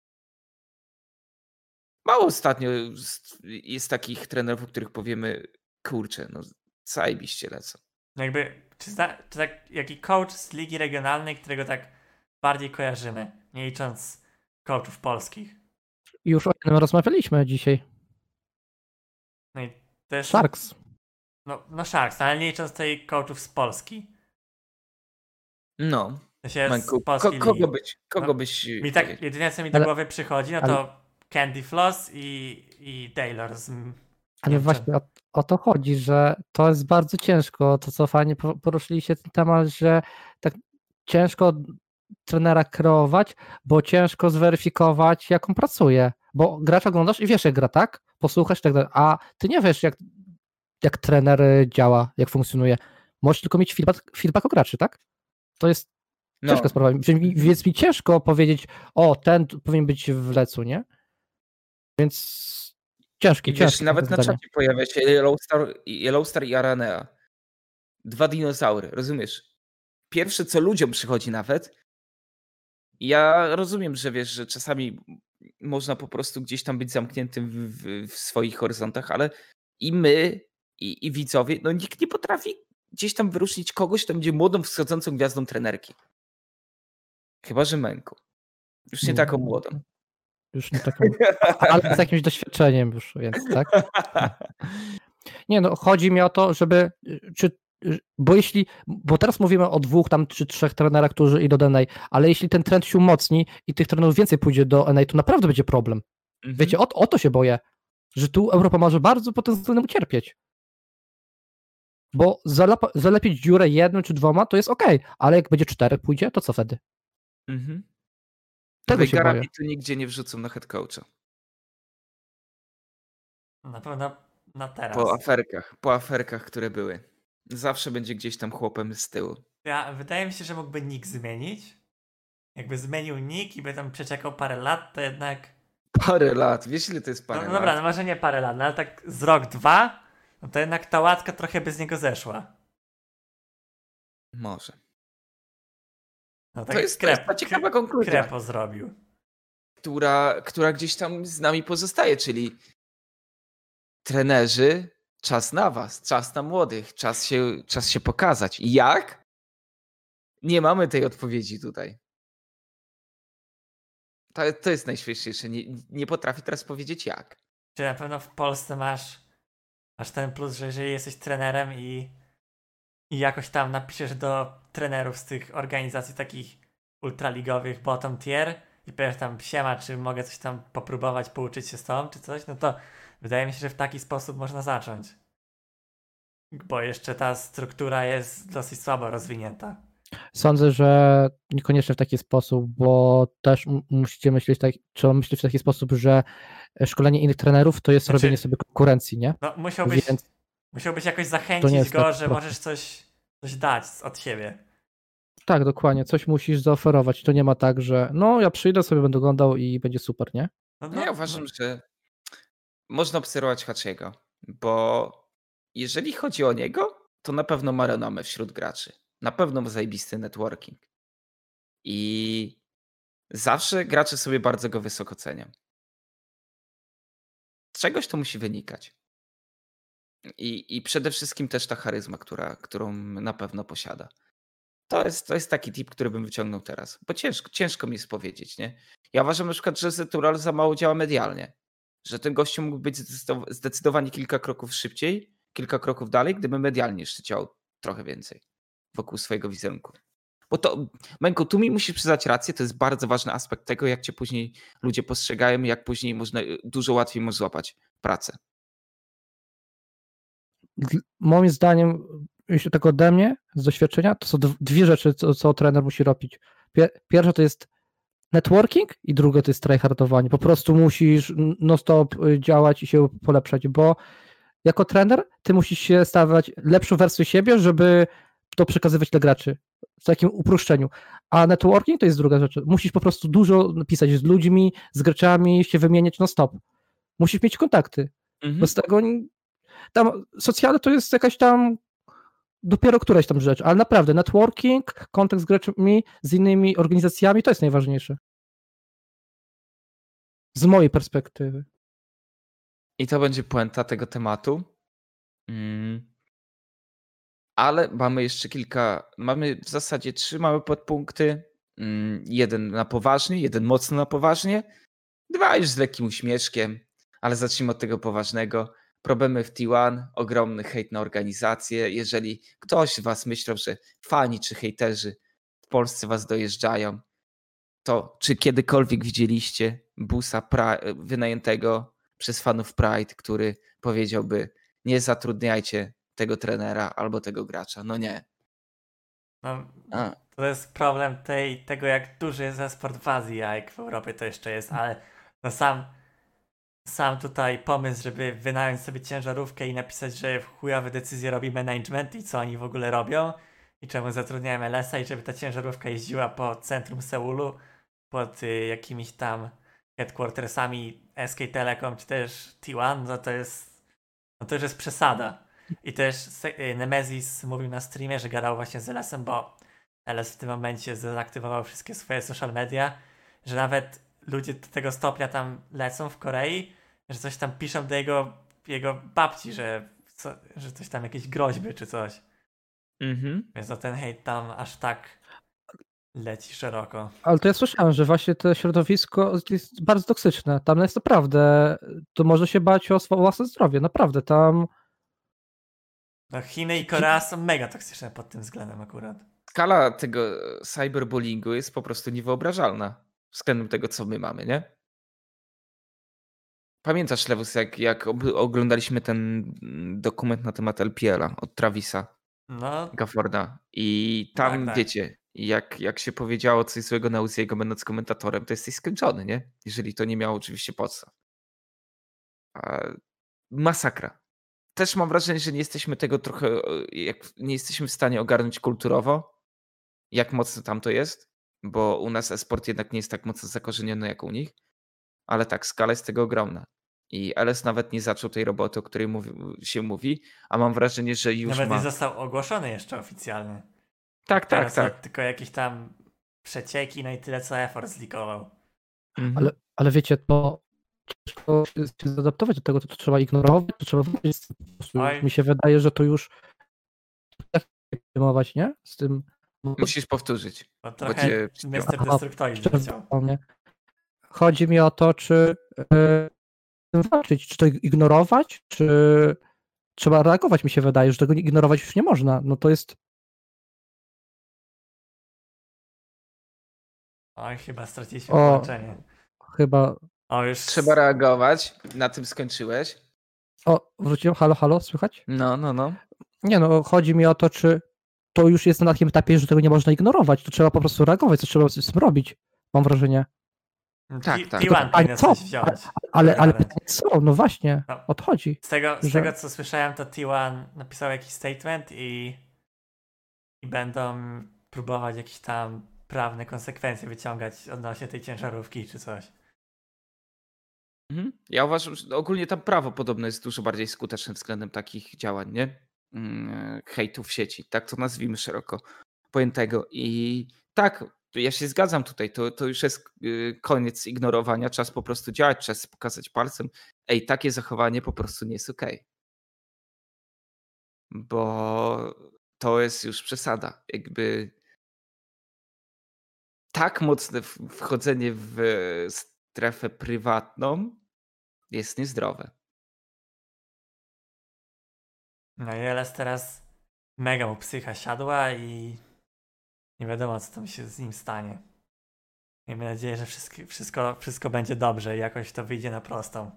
Mało ostatnio jest- jest takich trenerów, o których powiemy, kurczę, no zajebiście lecą. No jakby, czy, zna, czy tak, jaki coach z ligi regionalnej, którego tak bardziej kojarzymy, nie licząc coachów polskich. Już o tym rozmawialiśmy dzisiaj. No i to jest... Sharks. No, no Sharks, ale nie licząc tej coachów z Polski. No, To się Manku, z polskiej ko- kogo ligi. być, kogo No, byś... Mi tak, jedyne co mi do Ale- głowy przychodzi, no ale- to Candy Floss i, i Taylor z... Ale nie właśnie wiem, o, o to chodzi, że to jest bardzo ciężko. To co fajnie po- poruszyliście ten temat, że tak ciężko trenera kreować, bo ciężko zweryfikować, jak on pracuje. Bo gracza oglądasz i wiesz, jak gra, tak? Posłuchasz i tak dalej, a ty nie wiesz, jak, jak trener działa, jak funkcjonuje. Możesz tylko mieć feedback, feedback o graczy, tak? To jest No, ciężka sprawa. Więc mi, więc mi ciężko powiedzieć, o, ten tu powinien być w lecu, nie? Więc ciężkie, i wiesz, ciężkie nawet na zadanie. czacie pojawia się Yellowstar, Yellowstar i Aranea. Dwa dinozaury, rozumiesz? Pierwsze, co ludziom przychodzi nawet, ja rozumiem, że wiesz, że czasami można po prostu gdzieś tam być zamkniętym w, w, w swoich horyzontach, ale i my, i, i widzowie, no nikt nie potrafi gdzieś tam wyróżnić kogoś, kto będzie młodą, wschodzącą gwiazdą trenerki. Chyba, że Męku. Już nie taką młodą. Już nie takim, ale z jakimś doświadczeniem już, więc tak? Nie no, chodzi mi o to, żeby, czy, bo jeśli, bo teraz mówimy o dwóch tam, czy trzech trenerach, którzy idą do N A, ale jeśli ten trend się umocni i tych trenerów więcej pójdzie do N A, to naprawdę będzie problem. Mhm. Wiecie, o, o to się boję, że tu Europa może bardzo pod tym względem ucierpieć. Bo zalapa, zalepić dziurę jednym czy dwoma, to jest okej, ale jak będzie czterech pójdzie, to co wtedy? Mhm. Tego się boję. Garabitu nigdzie nie wrzucą na head coacha. Na pewno na teraz. Po aferkach, po aferkach, które były. Zawsze będzie gdzieś tam chłopem z tyłu. Ja, wydaje mi się, że mógłby nick zmienić. Jakby zmienił nick i by tam przeczekał parę lat, to jednak... Parę lat, wiesz ile to jest parę No, no lat? dobra, no może nie parę lat, no ale tak z rok, dwa, no to jednak ta łatka trochę by z niego zeszła. Może. No tak To jest, to krep, jest ta ciekawa kre- konkluzja, Krepo zrobił. która, która gdzieś tam z nami pozostaje, czyli trenerzy, czas na was, czas na młodych, czas się, czas się pokazać. Jak? Nie mamy tej odpowiedzi tutaj. To, to jest najśmieszniejsze. Nie, nie potrafię teraz powiedzieć jak. Czy na pewno w Polsce masz, masz ten plus, że jeżeli jesteś trenerem i, i jakoś tam napiszesz do trenerów z tych organizacji takich ultraligowych bottom tier i powiesz tam siema, czy mogę coś tam popróbować, pouczyć się z tobą, czy coś, no to wydaje mi się, że w taki sposób można zacząć. Bo jeszcze ta struktura jest dosyć słabo rozwinięta. Sądzę, że niekoniecznie w taki sposób, bo też m- musicie myśleć, tak, trzeba myśleć w taki sposób, że szkolenie innych trenerów to jest Znaczy- robienie sobie konkurencji, nie? No musiałbyś, Więc musiałbyś jakoś to nie zachęcić jest go, tak że proste. możesz coś, coś dać od siebie. tak, dokładnie, coś musisz zaoferować. To nie ma tak, że no ja przyjdę sobie, będę oglądał i będzie super, nie? No, No ja uważam, że można obserwować Hachiego, bo jeżeli chodzi o niego, to na pewno ma renomę wśród graczy. Na pewno ma zajebisty networking. I zawsze gracze sobie bardzo go wysoko cenią. Z czegoś to musi wynikać. I, i przede wszystkim też ta charyzma, która, którą na pewno posiada. To jest, to jest taki tip, który bym wyciągnął teraz. Bo ciężko, ciężko mi jest powiedzieć, nie? Ja uważam na przykład, że Zetural za mało działa medialnie. Że ten gościu mógł być zdecydow- zdecydowanie kilka kroków szybciej, kilka kroków dalej, gdyby medialnie jeszcze działał trochę więcej wokół swojego wizerunku. Bo to, Męko, tu mi musisz przyznać rację, to jest bardzo ważny aspekt tego, jak cię później ludzie postrzegają, jak później można, dużo łatwiej możesz złapać pracę. Dl- Moim zdaniem, jeśli tak ode mnie, z doświadczenia, to są dw- dwie rzeczy, co, co trener musi robić. Pie- Pierwsza to jest networking i druga to jest tryhardowanie. Po prostu musisz non-stop y, działać i się polepszać, bo jako trener ty musisz się stawiać lepszą wersję siebie, żeby to przekazywać dla graczy w takim uproszczeniu. A networking to jest druga rzecz. Musisz po prostu dużo pisać z ludźmi, z graczami, się wymieniać non-stop. Musisz mieć kontakty, bo z tego n- tam socjale to jest jakaś tam dopiero któraś tam rzecz, ale naprawdę networking, kontakt z graczami, z innymi organizacjami to jest najważniejsze. Z mojej perspektywy. I to będzie puenta tego tematu. Mm. Ale mamy jeszcze kilka, mamy w zasadzie trzy małe podpunkty. Mm, Jeden na poważnie, jeden mocno na poważnie, dwa już z lekkim uśmieszkiem, ale zacznijmy od tego poważnego. Problemy w T jeden, ogromny hejt na organizację. Jeżeli ktoś z was myślał, że fani czy hejterzy w Polsce was dojeżdżają, to czy kiedykolwiek widzieliście busa pra- wynajętego przez fanów Pride, który powiedziałby: nie zatrudniajcie tego trenera albo tego gracza? No nie. No, A, to jest problem tej, tego, jak duży jest esport w Azji, a jak w Europie to jeszcze jest, ale no sam, sam tutaj pomysł, żeby wynająć sobie ciężarówkę i napisać, że chujowe decyzje robi management i co oni w ogóle robią i czemu zatrudniają L S a i żeby ta ciężarówka jeździła po centrum Seulu pod y, jakimiś tam headquartersami S K Telecom czy też T jeden, no to jest no to już jest przesada. I też y, Nemesis mówił na streamie, że gadał właśnie z L S em, bo L S w tym momencie dezaktywował wszystkie swoje social media, że nawet ludzie do tego stopnia tam lecą w Korei, że coś tam piszą do jego, jego babci, że, co, że coś tam, jakieś groźby czy coś. Mhm. Więc no ten hejt tam aż tak leci szeroko. Ale to ja słyszałem, że właśnie to środowisko jest bardzo toksyczne. Tam jest naprawdę, to może się bać o swoje własne zdrowie, naprawdę. Tam No Chiny i Korea są mega toksyczne pod tym względem akurat. Skala tego cyberbullyingu jest po prostu niewyobrażalna względem tego, co my mamy, nie? Pamiętasz, Lewus, jak, jak ob- oglądaliśmy ten dokument na temat L P L a od Travisa No, Gafforda i tam, Tak, tak. wiecie, jak, jak się powiedziało coś złego na Uziego będąc komentatorem, to jesteś skończony, nie? Jeżeli to nie miało oczywiście podstaw. A masakra. Też mam wrażenie, że nie jesteśmy tego trochę, e, jak nie jesteśmy w stanie ogarnąć kulturowo, jak mocno tam to jest, bo u nas e-sport jednak nie jest tak mocno zakorzeniony jak u nich, ale tak, skala jest tego ogromna. I L S nawet nie zaczął tej roboty, o której mówi, się mówi, a mam wrażenie, że już nawet ma... nie został ogłoszony jeszcze oficjalnie. Tak, tak, Teraz tak. tylko jakieś tam przecieki, no i tyle co Efor zlikował. Mhm. Ale, ale wiecie, to ciężko się zaadaptować do tego, to, to trzeba ignorować, to trzeba wyjść z tym. Po prostu Oj. Mi się wydaje, że to już tak przejmować, nie? Z tym. bo- Musisz powtórzyć. Bo Bo trochę cię przyspią. mister Aha, Destructoid leciał. o mnie. Chodzi mi o to, czy e, walczyć, czy to ignorować, czy trzeba reagować, mi się wydaje, że tego ignorować już nie można. No to jest. Oj, chyba straciliśmy O. połączenie. Chyba. O, już... Trzeba reagować. Na tym skończyłeś. O, wróciłem. Halo, halo, słychać? No, no, no. Nie no, chodzi mi o to, czy to już jest na takim etapie, że tego nie można ignorować. To trzeba po prostu reagować, co trzeba z tym robić. Mam wrażenie. Tak, T- tak. T jeden A powinien co? coś wziąć. Ale, ale Ogarnąć. pytanie co? No właśnie, No. odchodzi. Z tego, z że- tego co słyszałem, to T jeden napisał jakiś statement i, i będą próbować jakieś tam prawne konsekwencje wyciągać odnośnie tej ciężarówki czy coś. Mhm. Ja uważam, że ogólnie tam prawo podobno jest dużo bardziej skuteczne względem takich działań, nie? Mm, hejtu w sieci, tak to nazwijmy szeroko pojętego. I tak, ja się zgadzam tutaj, to, to już jest y, koniec ignorowania, czas po prostu działać, czas pokazać palcem. Ej, takie zachowanie po prostu nie jest okej. Bo to jest już przesada. Jakby tak mocne w- wchodzenie w strefę prywatną jest niezdrowe. No i L S teraz mega mu psycha siadła i nie wiadomo co tam się z nim stanie. Miejmy nadzieję, że wszystko, wszystko, wszystko będzie dobrze i jakoś to wyjdzie na prostą.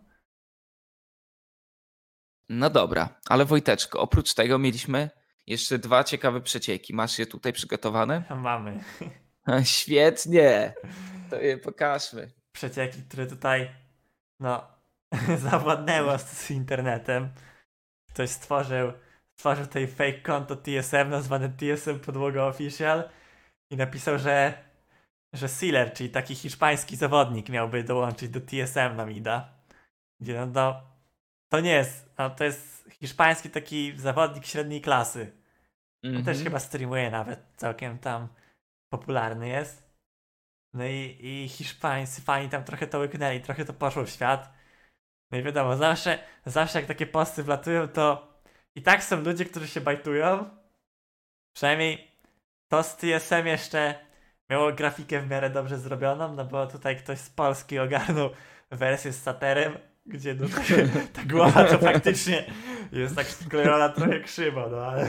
No dobra, ale Wojteczko, oprócz tego mieliśmy jeszcze dwa ciekawe przecieki. Masz je tutaj przygotowane? Mamy Świetnie! To je pokażmy. przecieki, które tutaj no zawładnęło z, z internetem. Ktoś stworzył stworzył tutaj fake konto T S M nazwane T S M Podłoga Official i napisał, że że Sealer, czyli taki hiszpański zawodnik miałby dołączyć do T S M na Mida. Gdzie no, no to nie jest, no to jest hiszpański taki zawodnik średniej klasy. On Mhm. też chyba streamuje nawet, całkiem tam popularny jest. No i, i hiszpańscy fani tam trochę to łyknęli, trochę to poszło w świat. No i wiadomo, zawsze, zawsze jak takie posty wlatują, to i tak są ludzie, którzy się bajtują. Przynajmniej to z T S M jeszcze miało grafikę w miarę dobrze zrobioną, no bo tutaj ktoś z Polski ogarnął wersję z saterem, gdzie no, ta głowa to faktycznie jest tak sklejona trochę krzywo, no ale...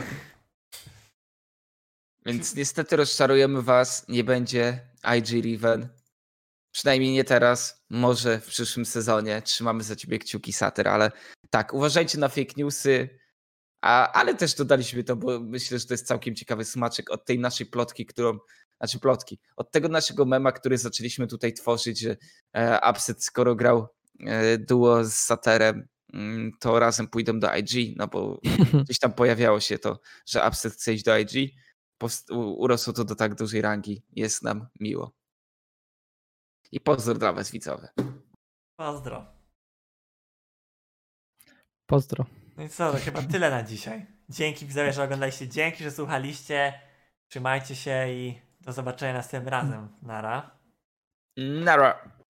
Więc niestety rozczarujemy was, nie będzie I G Riven. Przynajmniej nie teraz, może w przyszłym sezonie. Trzymamy za ciebie kciuki, Sater, ale tak, uważajcie na fake newsy, a, ale też dodaliśmy to, bo myślę, że to jest całkiem ciekawy smaczek od tej naszej plotki, którą, znaczy plotki, od tego naszego mema, który zaczęliśmy tutaj tworzyć, że e, Upset skoro grał e, duo z Saterem, mm, to razem pójdą do I G, no bo gdzieś tam pojawiało się to, że Upset chce iść do I G. Post- u- urosło to do tak dużej rangi. Jest nam miło. I pozdro dla was, widzowie. Pozdro. Pozdro. No i co, to chyba tyle na dzisiaj. Dzięki widzowie, że oglądaliście, dzięki, że słuchaliście. Trzymajcie się i do zobaczenia następnym razem. Nara. Nara.